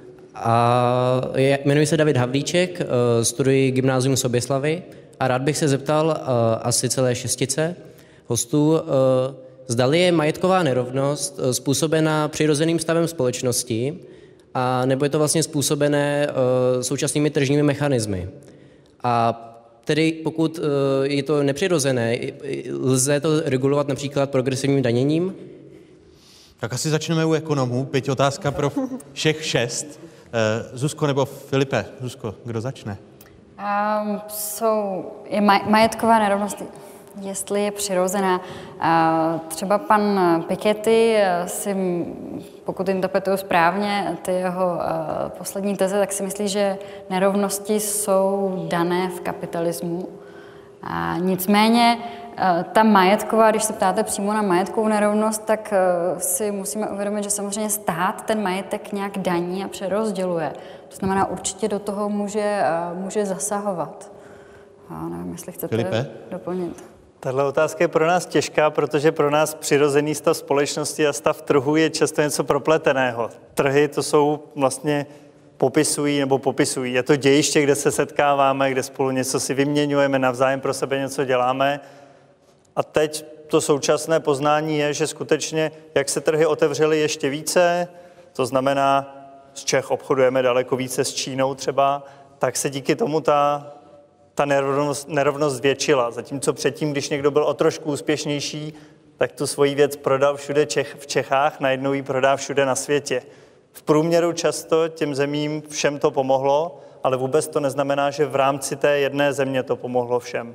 A jmenuji se David Havlíček, studuji gymnázium Soběslavy a rád bych se zeptal asi celé šestice hostů, zdali je majetková nerovnost způsobená přirozeným stavem společnosti, a nebo je to vlastně způsobené současnými tržními mechanismy. A tedy pokud je to nepřirozené, lze to regulovat například progresivním daněním? Tak asi začneme u ekonomů. Pěť otázka pro všech šest. Zuzko nebo Filipe? Zuzko, kdo začne? Um, jsou, je maj, majetková nerovnost, jestli je přirozená. Uh, třeba pan Piketty, si, pokud interpretuju správně ty jeho uh, poslední teze, tak si myslí, že nerovnosti jsou dané v kapitalismu. A nicméně ta majetková, když se ptáte přímo na majetkovou nerovnost, tak si musíme uvědomit, že samozřejmě stát ten majetek nějak daní a přerozděluje. To znamená, určitě do toho může, může zasahovat. A nevím, jestli chcete Filipe? doplnit. Tahle otázka je pro nás těžká, protože pro nás přirozený stav společnosti a stav trhu je často něco propleteného. Trhy to jsou vlastně popisují nebo popisují. Je to dějiště, kde se setkáváme, kde spolu něco si vyměňujeme, navzájem pro sebe něco děláme. A teď to současné poznání je, že skutečně, jak se trhy otevřely ještě více, to znamená, z Čech obchodujeme daleko více s Čínou třeba, tak se díky tomu ta ta nerovnost, nerovnost zvětšila. Zatímco předtím, když někdo byl o trošku úspěšnější, tak tu svoji věc prodal všude Čech, v Čechách, najednou ji prodá všude na světě. V průměru často těm zemím všem to pomohlo, ale vůbec to neznamená, že v rámci té jedné země to pomohlo všem.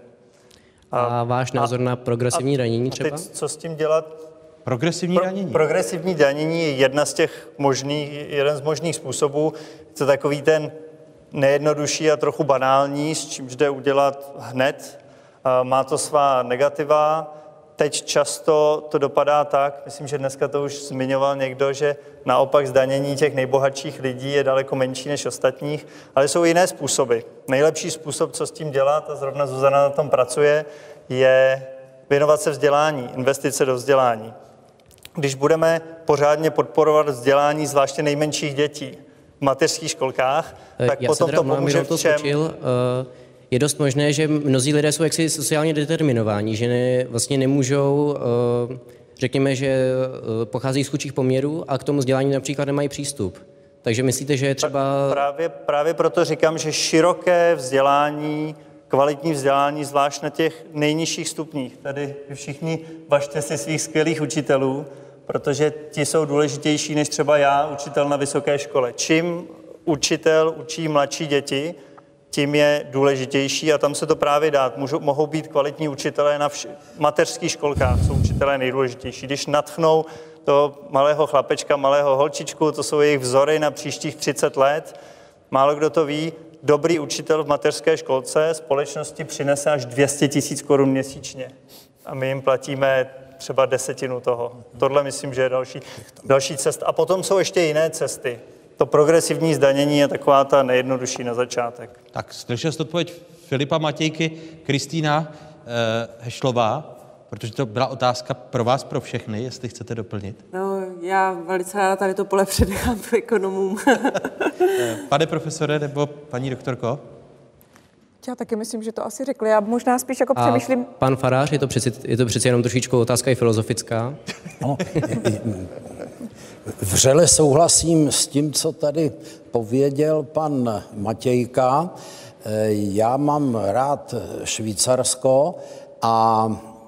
A, a váš názor a, na progresivní danění třeba? A teď co s tím dělat? Progresivní Pro, danění. Progresivní danění je jedna z těch možných, jeden z možných způsobů. Je to takový ten nejjednodušší a trochu banální, s čímž jde udělat hned. Má to svá negativa. Teď často to dopadá tak, myslím, že dneska to už zmiňoval někdo, že naopak zdanění těch nejbohatších lidí je daleko menší než ostatních, ale jsou jiné způsoby. Nejlepší způsob, co s tím dělat, a zrovna Zuzana na tom pracuje, je věnovat se vzdělání, investice do vzdělání. Když budeme pořádně podporovat vzdělání zvláště nejmenších dětí v mateřských školkách, tak Já potom teda to pomůže to všem. Skočil, je dost možné, že mnozí lidé jsou jaksi sociálně determinováni, že ne, vlastně nemůžou, řekněme, že pochází z chudších poměrů a k tomu vzdělání například nemají přístup. Takže myslíte, že je třeba... Právě, právě proto říkám, že široké vzdělání, kvalitní vzdělání, zvlášť na těch nejnižších stupních. Tady všichni važte si svých skvělých učitelů, protože ti jsou důležitější než třeba já, učitel na vysoké škole. Čím učitel učí mladší děti, tím je důležitější a tam se to právě dát. Můžou, mohou být kvalitní učitelé na vš- mateřských školkách, jsou učitelé nejdůležitější. Když nadchnou toho malého chlapečka, malého holčičku, to jsou jejich vzory na příštích třicet let, málo kdo to ví, dobrý učitel v mateřské školce společnosti přinese až dvě stě tisíc korun měsíčně. A my jim platíme třeba desetinu toho. Tohle myslím, že je další, další cesta. A potom jsou ještě jiné cesty. To progresivní zdanění je taková ta nejjednodušší na začátek. Tak slyšel jste odpověď Filipa Matějky. Kristýna eh, Hešlová, protože to byla otázka pro vás, pro všechny, jestli chcete doplnit. No, já velice ráda tady to pole předechám ekonomům. Pane profesore nebo paní doktorko? Já taky myslím, že to asi řekli. Já možná spíš jako A přemýšlím... pan Farář, je to přeci, je to přeci jenom trošičku otázka i filozofická. No, vřele souhlasím s tím, co tady pověděl pan Matějka. Já mám rád Švýcarsko a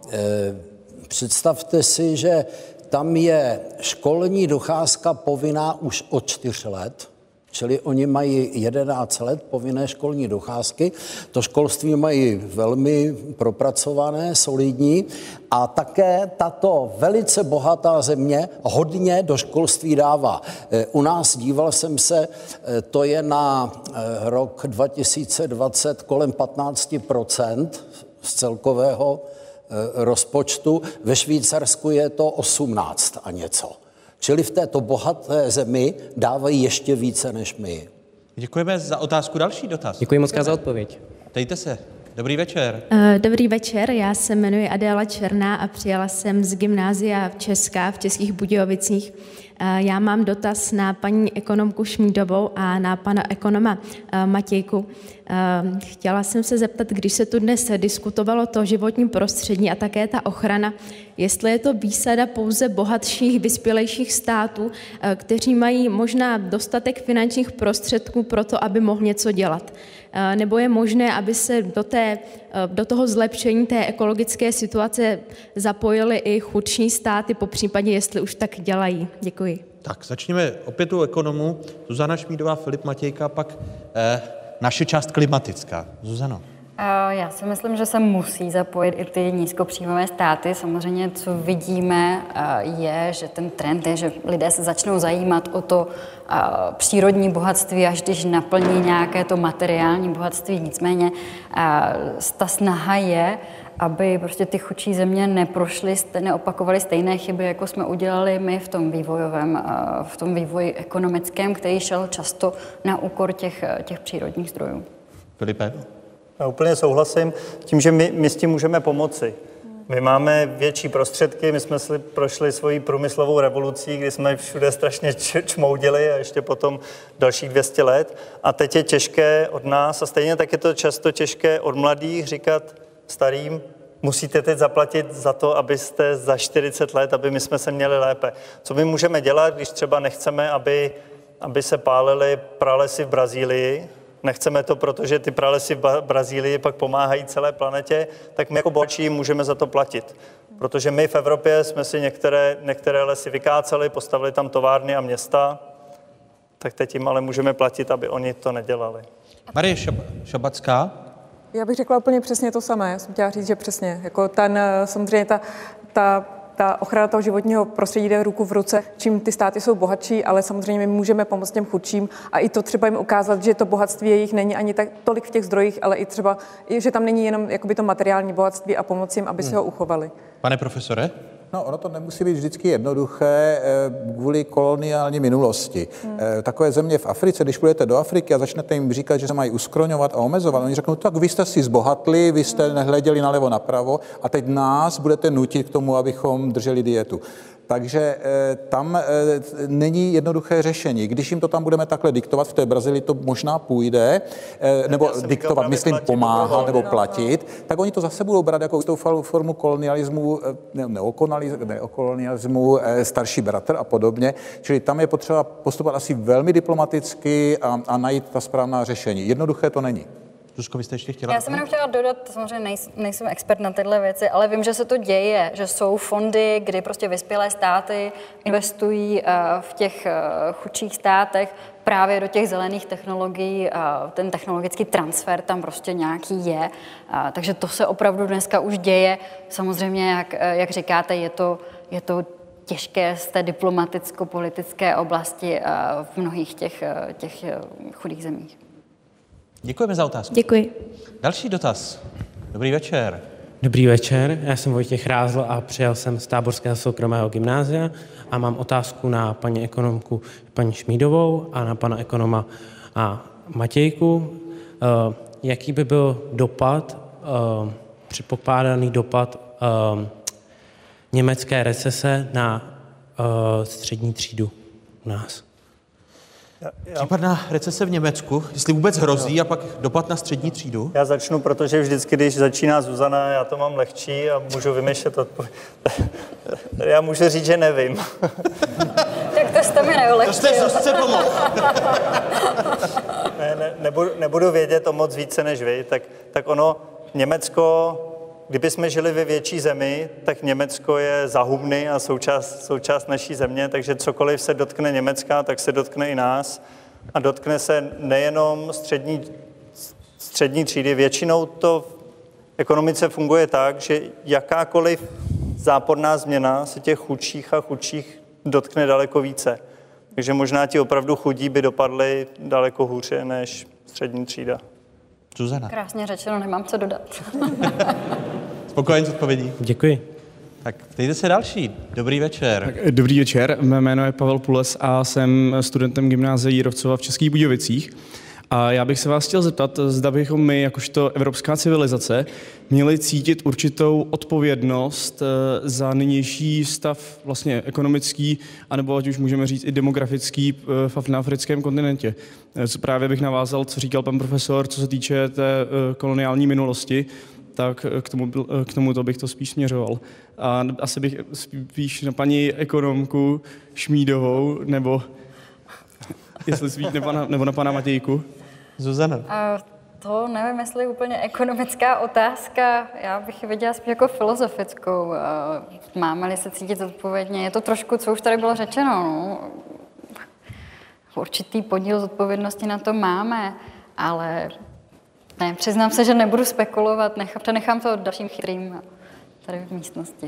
představte si, že tam je školní docházka povinná už od čtyř let, čili oni mají jedenáct let povinné školní docházky. To školství mají velmi propracované, solidní a také tato velice bohatá země hodně do školství dává. U nás, díval jsem se, to je na rok dva tisíce dvacet kolem patnáct procent z celkového rozpočtu. Ve Švýcarsku je to osmnáct a něco. Čili v této bohaté zemi dávají ještě více než my. Děkujeme za otázku. Další dotaz. Děkuji moc krát za odpověď. Dejte se. Dobrý večer. Dobrý večer, já se jmenuji Adéla Černá a přijela jsem z gymnázia Česká v Českých Budějovicích. Já mám dotaz na paní ekonomku Šmídovou a na pana ekonoma Matějku. Chtěla jsem se zeptat, když se tu dnes diskutovalo to životní prostředí a také ta ochrana, jestli je to výsada pouze bohatších, vyspělejších států, kteří mají možná dostatek finančních prostředků pro to, aby mohl něco dělat. Nebo je možné, aby se do, té, do toho zlepšení té ekologické situace zapojily i chudší státy, popřípadě jestli už tak dělají. Děkuji. Tak začněme opět u ekonomů. Zuzana Šmídová, Filip Matějka, pak eh, naše část klimatická. Zuzano. Já si myslím, že se musí zapojit i ty nízkopříjmové státy. Samozřejmě, co vidíme, je, že ten trend je, že lidé se začnou zajímat o to přírodní bohatství, až když naplní nějaké to materiální bohatství. Nicméně ta snaha je, aby prostě ty chudší země neprošly, neopakovaly stejné chyby, jako jsme udělali my v tom vývojovém, v tom vývoji ekonomickém, který šel často na úkor těch, těch přírodních zdrojů. Filipe? Já úplně souhlasím tím, že my, my s tím můžeme pomoci. My máme větší prostředky, my jsme si prošli svoji průmyslovou revolucí, kdy jsme všude strašně čmoudili a ještě potom dalších dvě stě let. A teď je těžké od nás, a stejně tak je to často těžké od mladých říkat starým, musíte teď zaplatit za to, abyste za čtyřicet let, aby my jsme se měli lépe. Co my můžeme dělat, když třeba nechceme, aby, aby se pálily pralesy v Brazílii, nechceme to, protože ty pralesy v Brazílii pak pomáhají celé planetě, tak my jako bohatší můžeme za to platit. Protože my v Evropě jsme si některé, některé lesy vykáceli, postavili tam továrny a města, tak teď jim ale můžeme platit, aby oni to nedělali. Marie Šabacká. Já bych řekla úplně přesně to samé. Já jsem chtěla říct, že přesně. Jako ten, samozřejmě ta, ta, ta ochrana toho životního prostředí jde ruku v ruce, čím ty státy jsou bohatší, ale samozřejmě my můžeme pomoct těm chudším a i to třeba jim ukázat, že to bohatství jejich není ani tak tolik v těch zdrojích, ale i třeba, že tam není jenom jakoby to materiální bohatství a pomoci jim, aby si ho uchovali. Pane profesore? No, ono to nemusí být vždycky jednoduché kvůli koloniální minulosti. Hmm. Takové země v Africe, když půjdete do Afriky a začnete jim říkat, že se mají uskroňovat a omezovat, oni řeknou, tak vy jste si zbohatli, vy jste nehleděli nalevo napravo a teď nás budete nutit k tomu, abychom drželi dietu. Takže e, tam e, není jednoduché řešení. Když jim to tam budeme takhle diktovat, v té Brazílii to možná půjde, e, nebo diktovat, myslím, pomáhat nebo platit, tak oni to zase budou brát jako tou formu kolonialismu, ne, neokolonialismu, e, starší bratr a podobně. Čili tam je potřeba postupovat asi velmi diplomaticky a, a najít ta správná řešení. Jednoduché to není. Zuzko, vy jste ještě chtěla? Já jsem jenom chtěla dodat, samozřejmě nejsem, nejsem expert na tyhle věci, ale vím, že se to děje, že jsou fondy, kdy prostě vyspělé státy investují uh, v těch uh, chudších státech právě do těch zelených technologií. Uh, ten technologický transfer tam prostě nějaký je. Uh, takže to se opravdu dneska už děje. Samozřejmě, jak, jak říkáte, je to, je to těžké z té diplomaticko-politické oblasti uh, v mnohých těch, uh, těch uh, chudých zemích. Děkujeme za otázku. Děkuji. Další dotaz. Dobrý večer. Dobrý večer, já jsem Vojtěch Rázl a přijel jsem z Táborského soukromého gymnázia a mám otázku na paní ekonomku paní Šmídovou a na pana ekonoma a Matějku. Jaký by byl dopad, předpokládaný dopad německé recese na střední třídu u nás? Případná recese v Německu, jestli vůbec hrozí, a pak dopad na střední třídu? Já začnu, protože vždycky, když začíná Zuzana, já to mám lehčí a můžu vymýšlet odpověď. Já můžu říct, že nevím. Tak to jste mi neulehčil. To jste Zuzce pomohl. ne, ne, nebudu, nebudu vědět o moc více než vy, tak, tak ono, Německo, kdyby jsme žili ve větší zemi, tak Německo je zahubný a součást, součást naší země, takže cokoliv se dotkne Německa, tak se dotkne i nás. A dotkne se nejenom střední, střední třídy. Většinou to v ekonomice funguje tak, že jakákoliv záporná změna se těch chudších a chudších dotkne daleko více. Takže možná ti opravdu chudí by dopadli daleko hůře než střední třída. Zuzana. Krásně řečeno, nemám co dodat. Spokojen s odpovědí? Děkuji. Tak dejte se další. Dobrý večer. Tak, dobrý večer, mé jméno je Pavel Pules a jsem studentem gymnázia Jírovcova v Českých Budějovicích. A já bych se vás chtěl zeptat, zda bychom my, jakožto evropská civilizace, měli cítit určitou odpovědnost za nynější stav vlastně ekonomický, anebo ať už můžeme říct i demografický na africkém kontinentě. Právě bych navázal, co říkal pan profesor, co se týče té koloniální minulosti, tak k tomu, k tomuto bych to spíš směřoval. A asi bych spíš na paní ekonomku Šmídovou, nebo jestli spíš nebo na, nebo na pana Matějku. Zuzana. A to nevím, jestli je úplně ekonomická otázka. Já bych ji viděla spíš jako filozofickou. Máme-li se cítit zodpovědně? Je to trošku, co už tady bylo řečeno. No. Určitý podíl zodpovědnosti na to máme, ale ne, přiznám se, že nebudu spekulovat, nechám, nechám to dalším chytrým tady v místnosti.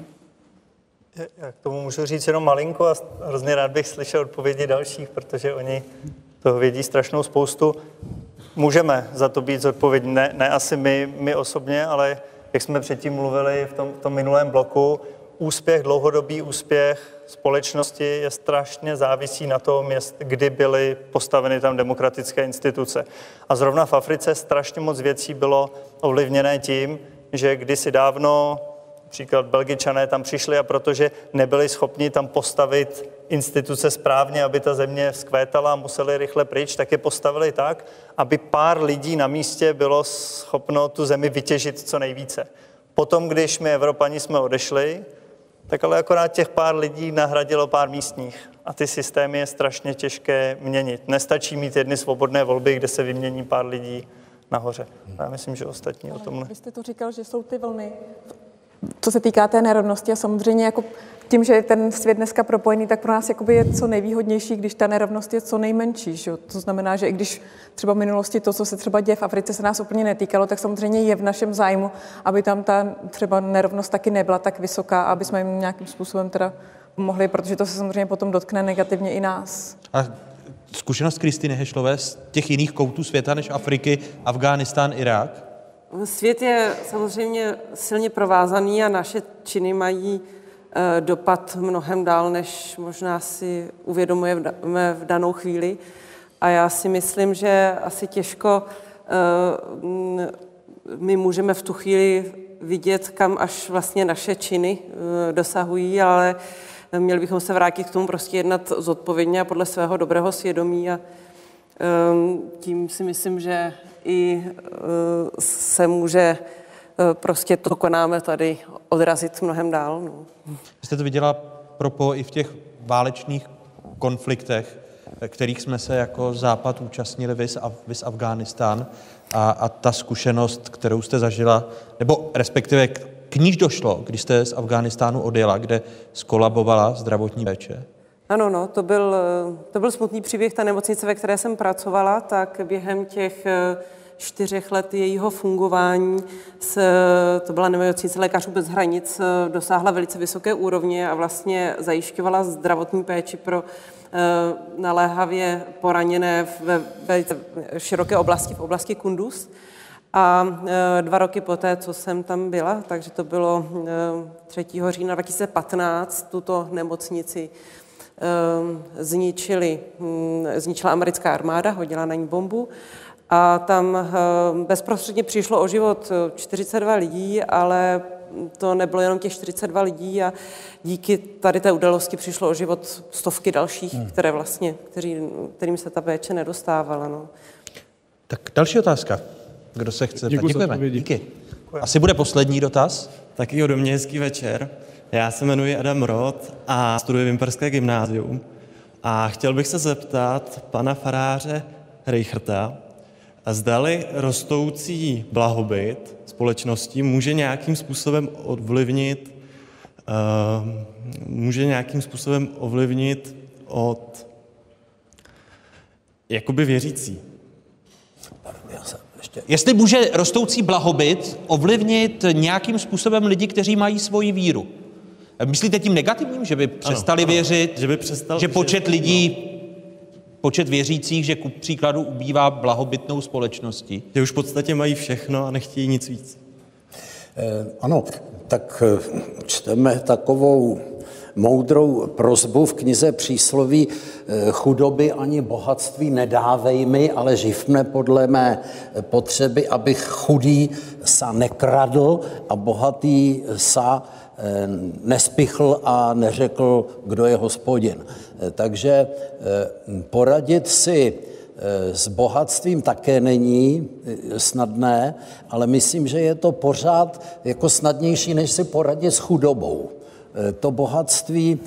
Já k tomu můžu říct jenom malinko a hrozně rád bych slyšel odpovědi dalších, protože oni toho vědí strašnou spoustu. Můžeme za to být zodpovědní, ne, ne asi my, my osobně, ale jak jsme předtím mluvili v tom, v tom minulém bloku, úspěch, dlouhodobý úspěch společnosti je strašně závisí na tom, kdy byly postaveny tam demokratické instituce. A zrovna v Africe strašně moc věcí bylo ovlivněné tím, že kdysi dávno například Belgičané tam přišli a protože nebyli schopni tam postavit instituce správně, aby ta země vzkvétala a museli rychle pryč, tak je postavili tak, aby pár lidí na místě bylo schopno tu zemi vytěžit co nejvíce. Potom, když my Evropani jsme odešli, tak ale akorát těch pár lidí nahradilo pár místních. A ty systémy je strašně těžké měnit. Nestačí mít jedny svobodné volby, kde se vymění pár lidí nahoře. Já myslím, že ostatní o tom ne. Vy jste to říkal, že jsou ty vlny, co se týká té nerovnosti a samozřejmě jako tím, že je ten svět dneska propojený, tak pro nás jakoby je co nejvýhodnější, když ta nerovnost je co nejmenší. Že? To znamená, že i když třeba v minulosti to, co se třeba děje v Africe, se nás úplně netýkalo, tak samozřejmě je v našem zájmu, aby tam ta třeba nerovnost taky nebyla tak vysoká, aby jsme jim nějakým způsobem teda mohli, protože to se samozřejmě potom dotkne negativně i nás. A zkušenost Kristýny Hešlové z těch jiných koutů světa než Afriky, Afghánistán, Irák? Svět je samozřejmě silně provázaný a naše činy mají dopad mnohem dál, než možná si uvědomujeme v danou chvíli. A já si myslím, že asi těžko my můžeme v tu chvíli vidět, kam až vlastně naše činy dosahují, ale měli bychom se vrátit k tomu prostě jednat zodpovědně a podle svého dobrého svědomí a tím si myslím, že i se může prostě to konáme tady odrazit mnohem dál. No. Jste to viděla propo i v těch válečných konfliktech, kterých jsme se jako Západ účastnili, vys, Af, vys Afghánistán a, a ta zkušenost, kterou jste zažila, nebo respektive k níž došlo, když jste z Afghánistánu odjela, kde skolabovala zdravotní péče? Ano, no, to byl, to byl smutný příběh. Ta nemocnice, ve které jsem pracovala, tak během těch čtyřech let jejího fungování, s, to byla nemocnice Lékařů bez hranic, dosáhla velice vysoké úrovně a vlastně zajišťovala zdravotní péči pro uh, naléhavě poraněné ve velice široké oblasti, v oblasti Kunduz. A uh, dva roky poté, co jsem tam byla, takže to bylo uh, třetího října dva tisíce patnáct, tuto nemocnici zničili, zničila americká armáda, hodila na ní bombu a tam bezprostředně přišlo o život čtyřicet dva lidí, ale to nebylo jenom těch čtyřicet dva lidí a díky tady té události přišlo o život stovky dalších, hmm. které vlastně, kteří, kterým se ta péče nedostávala. No. Tak další otázka. Kdo se chce? Děkuji. Děkujeme. Díky. Asi bude poslední dotaz. Taky ode mě hezký večer. Já se jmenuji Adam Roth a studuji Vimperské gymnázium. A chtěl bych se zeptat pana faráře Reicherta, zdali rostoucí blahobyt společnosti může nějakým způsobem ovlivnit, uh, může nějakým způsobem ovlivnit od jakoby věřící. Jestli může rostoucí blahobyt ovlivnit nějakým způsobem lidi, kteří mají svoji víru. Myslíte tím negativním, že by přestali ano, věřit, ano, že, by přestal, že počet že, lidí, no. počet věřících, že ku příkladu ubývá blahobytnou společností? Že už v podstatě mají všechno a nechtějí nic víc. Eh, ano, tak čteme takovou moudrou prosbu v knize Přísloví: chudoby ani bohatství nedávej mi, ale živ mne podle mé potřeby, abych chudý sa nekradl a bohatý sa nespichl a neřekl, kdo je Hospodin. Takže poradit si s bohatstvím také není snadné, ale myslím, že je to pořád jako snadnější, než si poradit s chudobou. To bohatství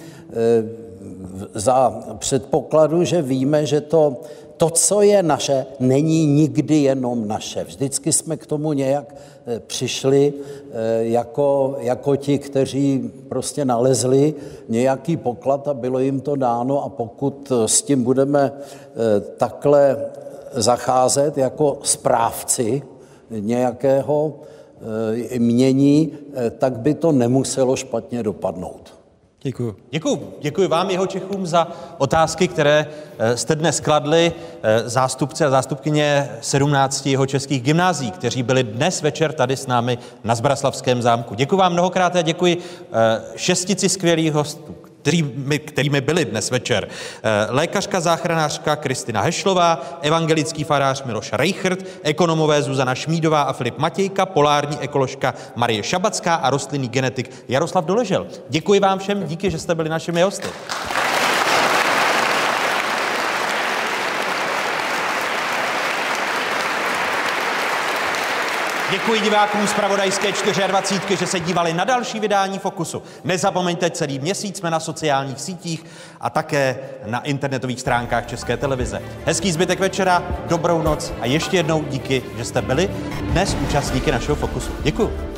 za předpokladu, že víme, že to, to, co je naše, není nikdy jenom naše. Vždycky jsme k tomu nějak přišli jako, jako ti, kteří prostě nalezli nějaký poklad a bylo jim to dáno, a pokud s tím budeme takhle zacházet jako správci nějakého mění, tak by to nemuselo špatně dopadnout. Děkuji. Děkuji. Děkuji vám, jeho Čechům, za otázky, které jste dnes kladli, zástupce a zástupkyně sedmnácti jeho českých gymnázií, kteří byli dnes večer tady s námi na Zbraslavském zámku. Děkuji vám mnohokrát a děkuji šestici skvělých hostů, kterými, kterými byli dnes večer. Lékařka záchranářka Kristýna Hešlová, evangelický farář Miloš Reichert, ekonomové Zuzana Šmídová a Filip Matějka, polární ekoložka Marie Šabacká a rostlinný genetik Jaroslav Doležel. Děkuji vám všem, díky, že jste byli našimi hosty. Děkuji divákům z Pravodajské dvacet čtyři, že se dívali na další vydání Fokusu. Nezapomeňte, celý měsíc jsme na sociálních sítích a také na internetových stránkách České televize. Hezký zbytek večera, dobrou noc a ještě jednou díky, že jste byli dnes účastníky našeho Fokusu. Děkuji.